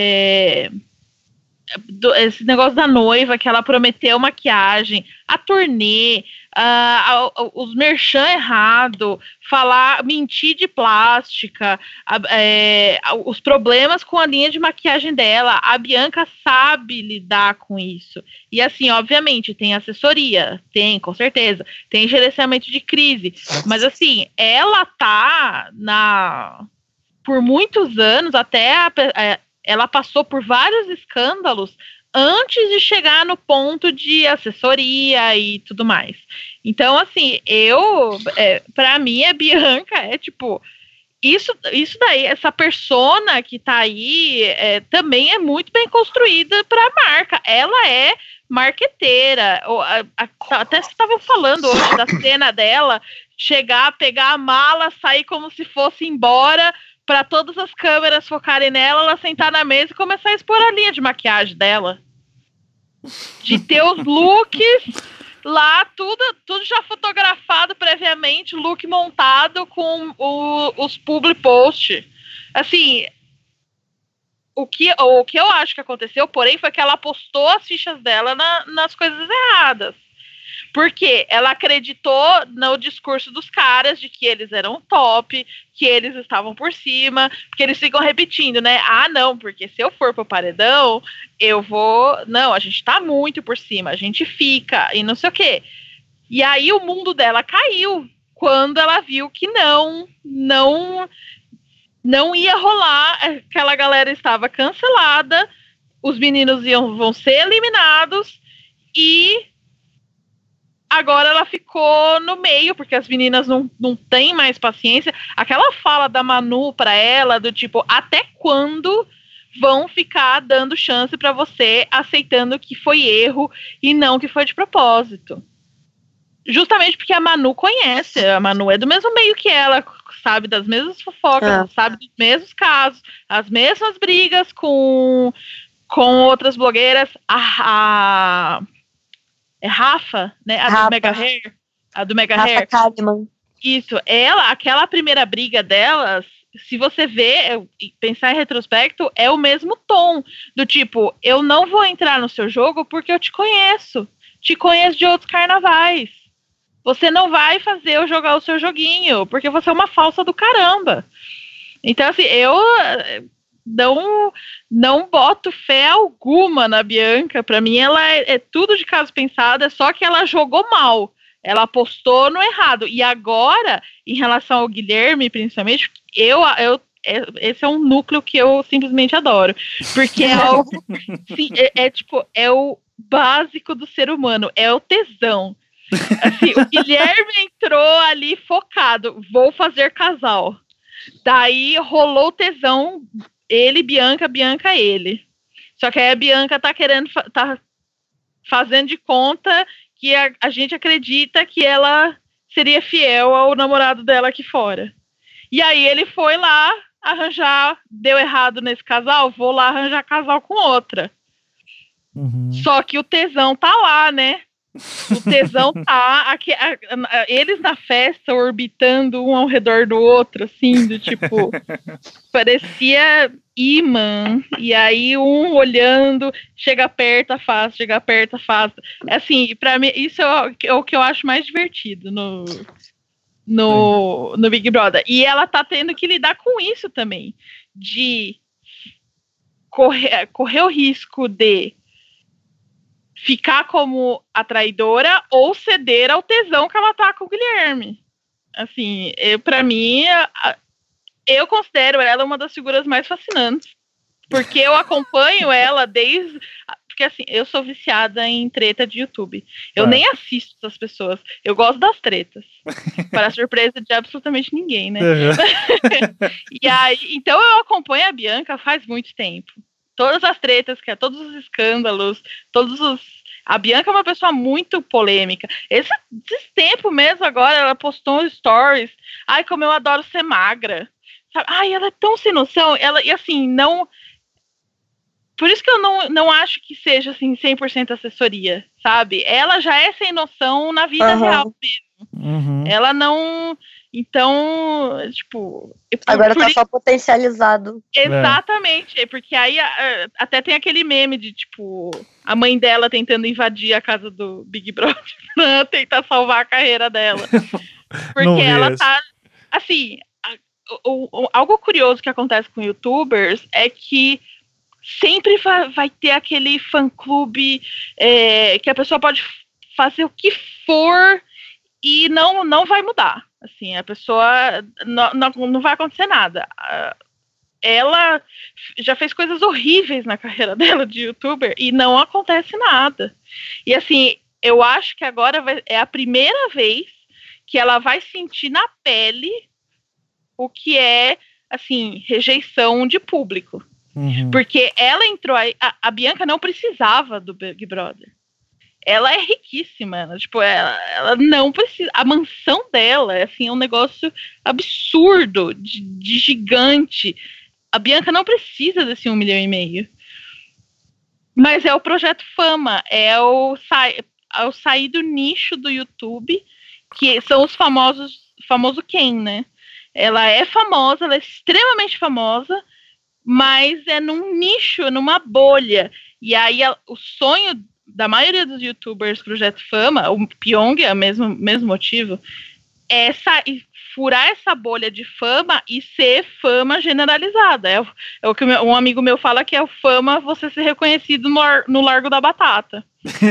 esse negócio da noiva, que ela prometeu maquiagem, a turnê, os merchan errado, mentir de plástica, os problemas com a linha de maquiagem dela. A Bianca sabe lidar com isso. E assim, obviamente, tem assessoria, com certeza, tem gerenciamento de crise, mas assim, ela tá por muitos anos, ela passou por vários escândalos antes de chegar no ponto de assessoria e tudo mais. Então, assim, pra mim, a Bianca tipo, isso daí, essa persona que tá aí, também é muito bem construída pra marca. Ela é marqueteira. Até você estava falando hoje da cena dela, chegar, pegar a mala, sair como se fosse embora, para todas as câmeras focarem nela, ela sentar na mesa e começar a expor a linha de maquiagem dela. De ter os looks lá, tudo já fotografado previamente, look montado com os public post. Assim, o que eu acho que aconteceu, porém, foi que ela postou as fichas dela nas coisas erradas. Porque ela acreditou no discurso dos caras de que eles eram top, que eles estavam por cima, porque eles ficam repetindo, né? Ah, não, porque se eu for pro paredão, eu vou... Não, a gente tá muito por cima, a gente fica, e não sei o quê. E aí o mundo dela caiu, quando ela viu que não ia rolar, aquela galera estava cancelada, os meninos vão ser eliminados, e agora ela ficou no meio, porque as meninas não têm mais paciência. Aquela fala da Manu pra ela, do tipo, até quando vão ficar dando chance pra você, aceitando que foi erro e não que foi de propósito? Justamente porque a Manu conhece, a Manu é do mesmo meio que ela, sabe das mesmas fofocas, sabe dos mesmos casos, as mesmas brigas com outras blogueiras. É Rafa, né? Do Mega Hair. A do Mega Hair. Kalimann. Isso, aquela primeira briga delas, se você ver, pensar em retrospecto, é o mesmo tom, do tipo, eu não vou entrar no seu jogo porque eu te conheço de outros carnavais. Você não vai fazer eu jogar o seu joguinho, porque você é uma falsa do caramba. Então, assim, eu não boto fé alguma na Bianca. Pra mim, ela é tudo de caso pensado, só que ela jogou mal. Ela apostou no errado. E agora, em relação ao Guilherme, principalmente, esse é um núcleo que eu simplesmente adoro. Porque é algo. Sim, tipo, é o básico do ser humano, é o tesão. Assim, o Guilherme entrou ali focado, vou fazer casal. Daí rolou o tesão, ele, Bianca, ele. Só que aí a Bianca tá querendo, tá fazendo de conta que a gente acredita que ela seria fiel ao namorado dela aqui fora. E aí ele foi lá arranjar, deu errado nesse casal, vou lá arranjar casal com outra. Só que o tesão tá lá, né? O tesão tá eles na festa orbitando um ao redor do outro, assim, do tipo, parecia imã, e aí um olhando, chega perto, afasta, chega perto, afasta. Assim, pra mim, isso é o que eu acho mais divertido no Big Brother. E ela tá tendo que lidar com isso também, de correr o risco de ficar como a traidora ou ceder ao tesão que ela tá com o Guilherme. Assim, pra mim, eu considero ela uma das figuras mais fascinantes, porque eu acompanho ela desde... Porque assim, eu sou viciada em treta de YouTube. Eu nem assisto essas pessoas. Eu gosto das tretas. Para a surpresa de absolutamente ninguém, né? E aí, então eu acompanho a Bianca faz muito tempo. Todas as tretas, todos os escândalos, a Bianca é uma pessoa muito polêmica. Esse tempo mesmo agora, ela postou uns stories. Ai, como eu adoro ser magra. Sabe? Ai, ela é tão sem noção. E assim, não... Por isso que eu não acho que seja, assim, 100% assessoria, sabe? Ela já é sem noção na vida real mesmo. Ela não... Então, tipo... Agora tá só potencializado. Exatamente, porque aí até tem aquele meme de, tipo, a mãe dela tentando invadir a casa do Big Brother pra tentar salvar a carreira dela. Porque ela tá... Assim, algo curioso que acontece com youtubers é que sempre vai ter aquele fã-clube que a pessoa pode fazer o que for e não vai mudar. Assim, a pessoa não vai acontecer nada. Ela já fez coisas horríveis na carreira dela de youtuber e não acontece nada. E assim, eu acho que agora é a primeira vez que ela vai sentir na pele o que é, assim, rejeição de público. Porque ela entrou aí, a Bianca não precisava do Big Brother. Ela é riquíssima, tipo, ela não precisa. A mansão dela assim, é um negócio absurdo, de gigante. A Bianca não precisa desse 1,5 milhão. Mas é o projeto Fama, é o sair do nicho do YouTube, que são os famoso quem, né? Ela é famosa, ela é extremamente famosa, mas é num nicho, numa bolha. E aí o sonho da maioria dos youtubers Projeto Fama, o Pyong é o mesmo motivo, é furar essa bolha de fama e ser fama generalizada. É o que um amigo meu fala, que é o fama você ser reconhecido no Largo da Batata.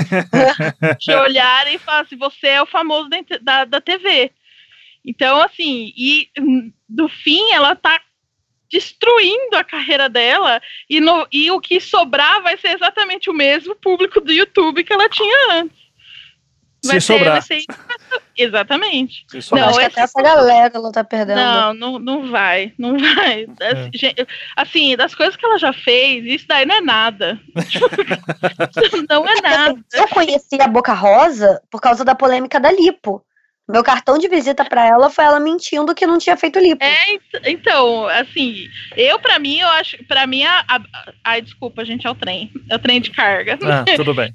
De olhar e falar assim, você é o famoso da TV. Então, assim, e no fim ela tá destruindo a carreira dela e o que sobrar vai ser exatamente o mesmo público do YouTube que ela tinha antes. Se sobrar. Exatamente. Não, acho que até essa galera ela tá perdendo. Não vai. Assim, das coisas que ela já fez, isso daí não é nada. Não é nada. Eu conheci a Boca Rosa por causa da polêmica da lipo. Meu cartão de visita pra ela foi ela mentindo que não tinha feito lipo. Então, assim, pra mim, ai, desculpa, gente, é o trem de carga. Tudo bem.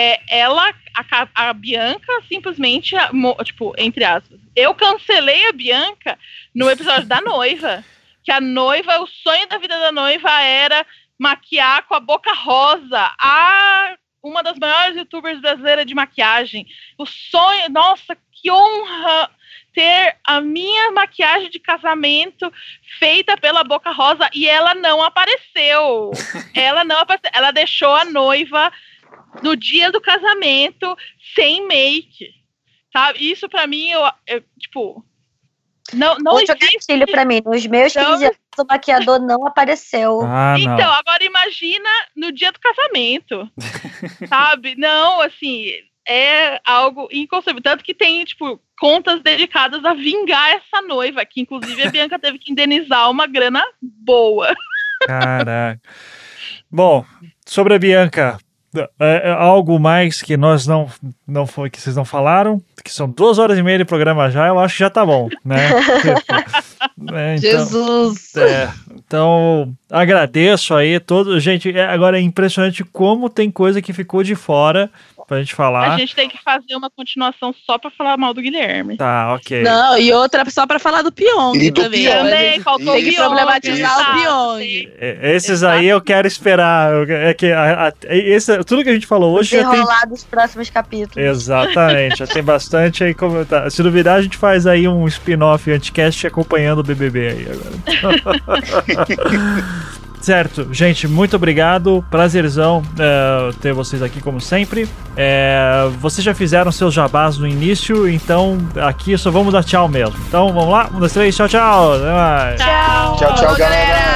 A Bianca simplesmente, tipo, entre aspas, eu cancelei a Bianca no episódio da noiva, que a noiva, o sonho da vida da noiva era maquiar com a Boca Rosa, uma das maiores youtubers brasileiras de maquiagem. O sonho, nossa, que honra ter a minha maquiagem de casamento feita pela Boca Rosa, e ela não apareceu. Ela deixou a noiva no dia do casamento sem make, sabe? Isso pra mim, tipo, não Outro gatilho pra mim, nos meus 15 anos o maquiador não apareceu. Então, agora imagina no dia do casamento, sabe? Não, assim, é algo inconcebível. Tanto que tem, tipo, contas dedicadas a vingar essa noiva, que inclusive a Bianca teve que indenizar uma grana boa. Caraca. Bom, sobre a Bianca, algo mais que nós não foi, que vocês não falaram, que são 2h30 de programa já, eu acho que já tá bom, né? Então, Jesus! Então, agradeço aí todo. Gente, agora é impressionante como tem coisa que ficou de fora pra gente falar. A gente tem que fazer uma continuação só pra falar mal do Guilherme. Tá, ok. Não, e outra só pra falar do Pyong também. Também, faltou Tem que problematizar o Pyong. Esses aí eu quero esperar. Tudo que a gente falou hoje já tem... Enrolar dos próximos capítulos. Exatamente, já tem bastante aí como tá. Se duvidar, a gente faz aí um spin-off anticast acompanhando o BBB aí agora. Certo, gente, muito obrigado, prazerzão ter vocês aqui como sempre. Vocês já fizeram seus jabás no início, então aqui só vamos dar tchau mesmo. Então vamos lá, 1, 2, 3, tchau, tchau. Até mais. Tchau, Tchau, galera.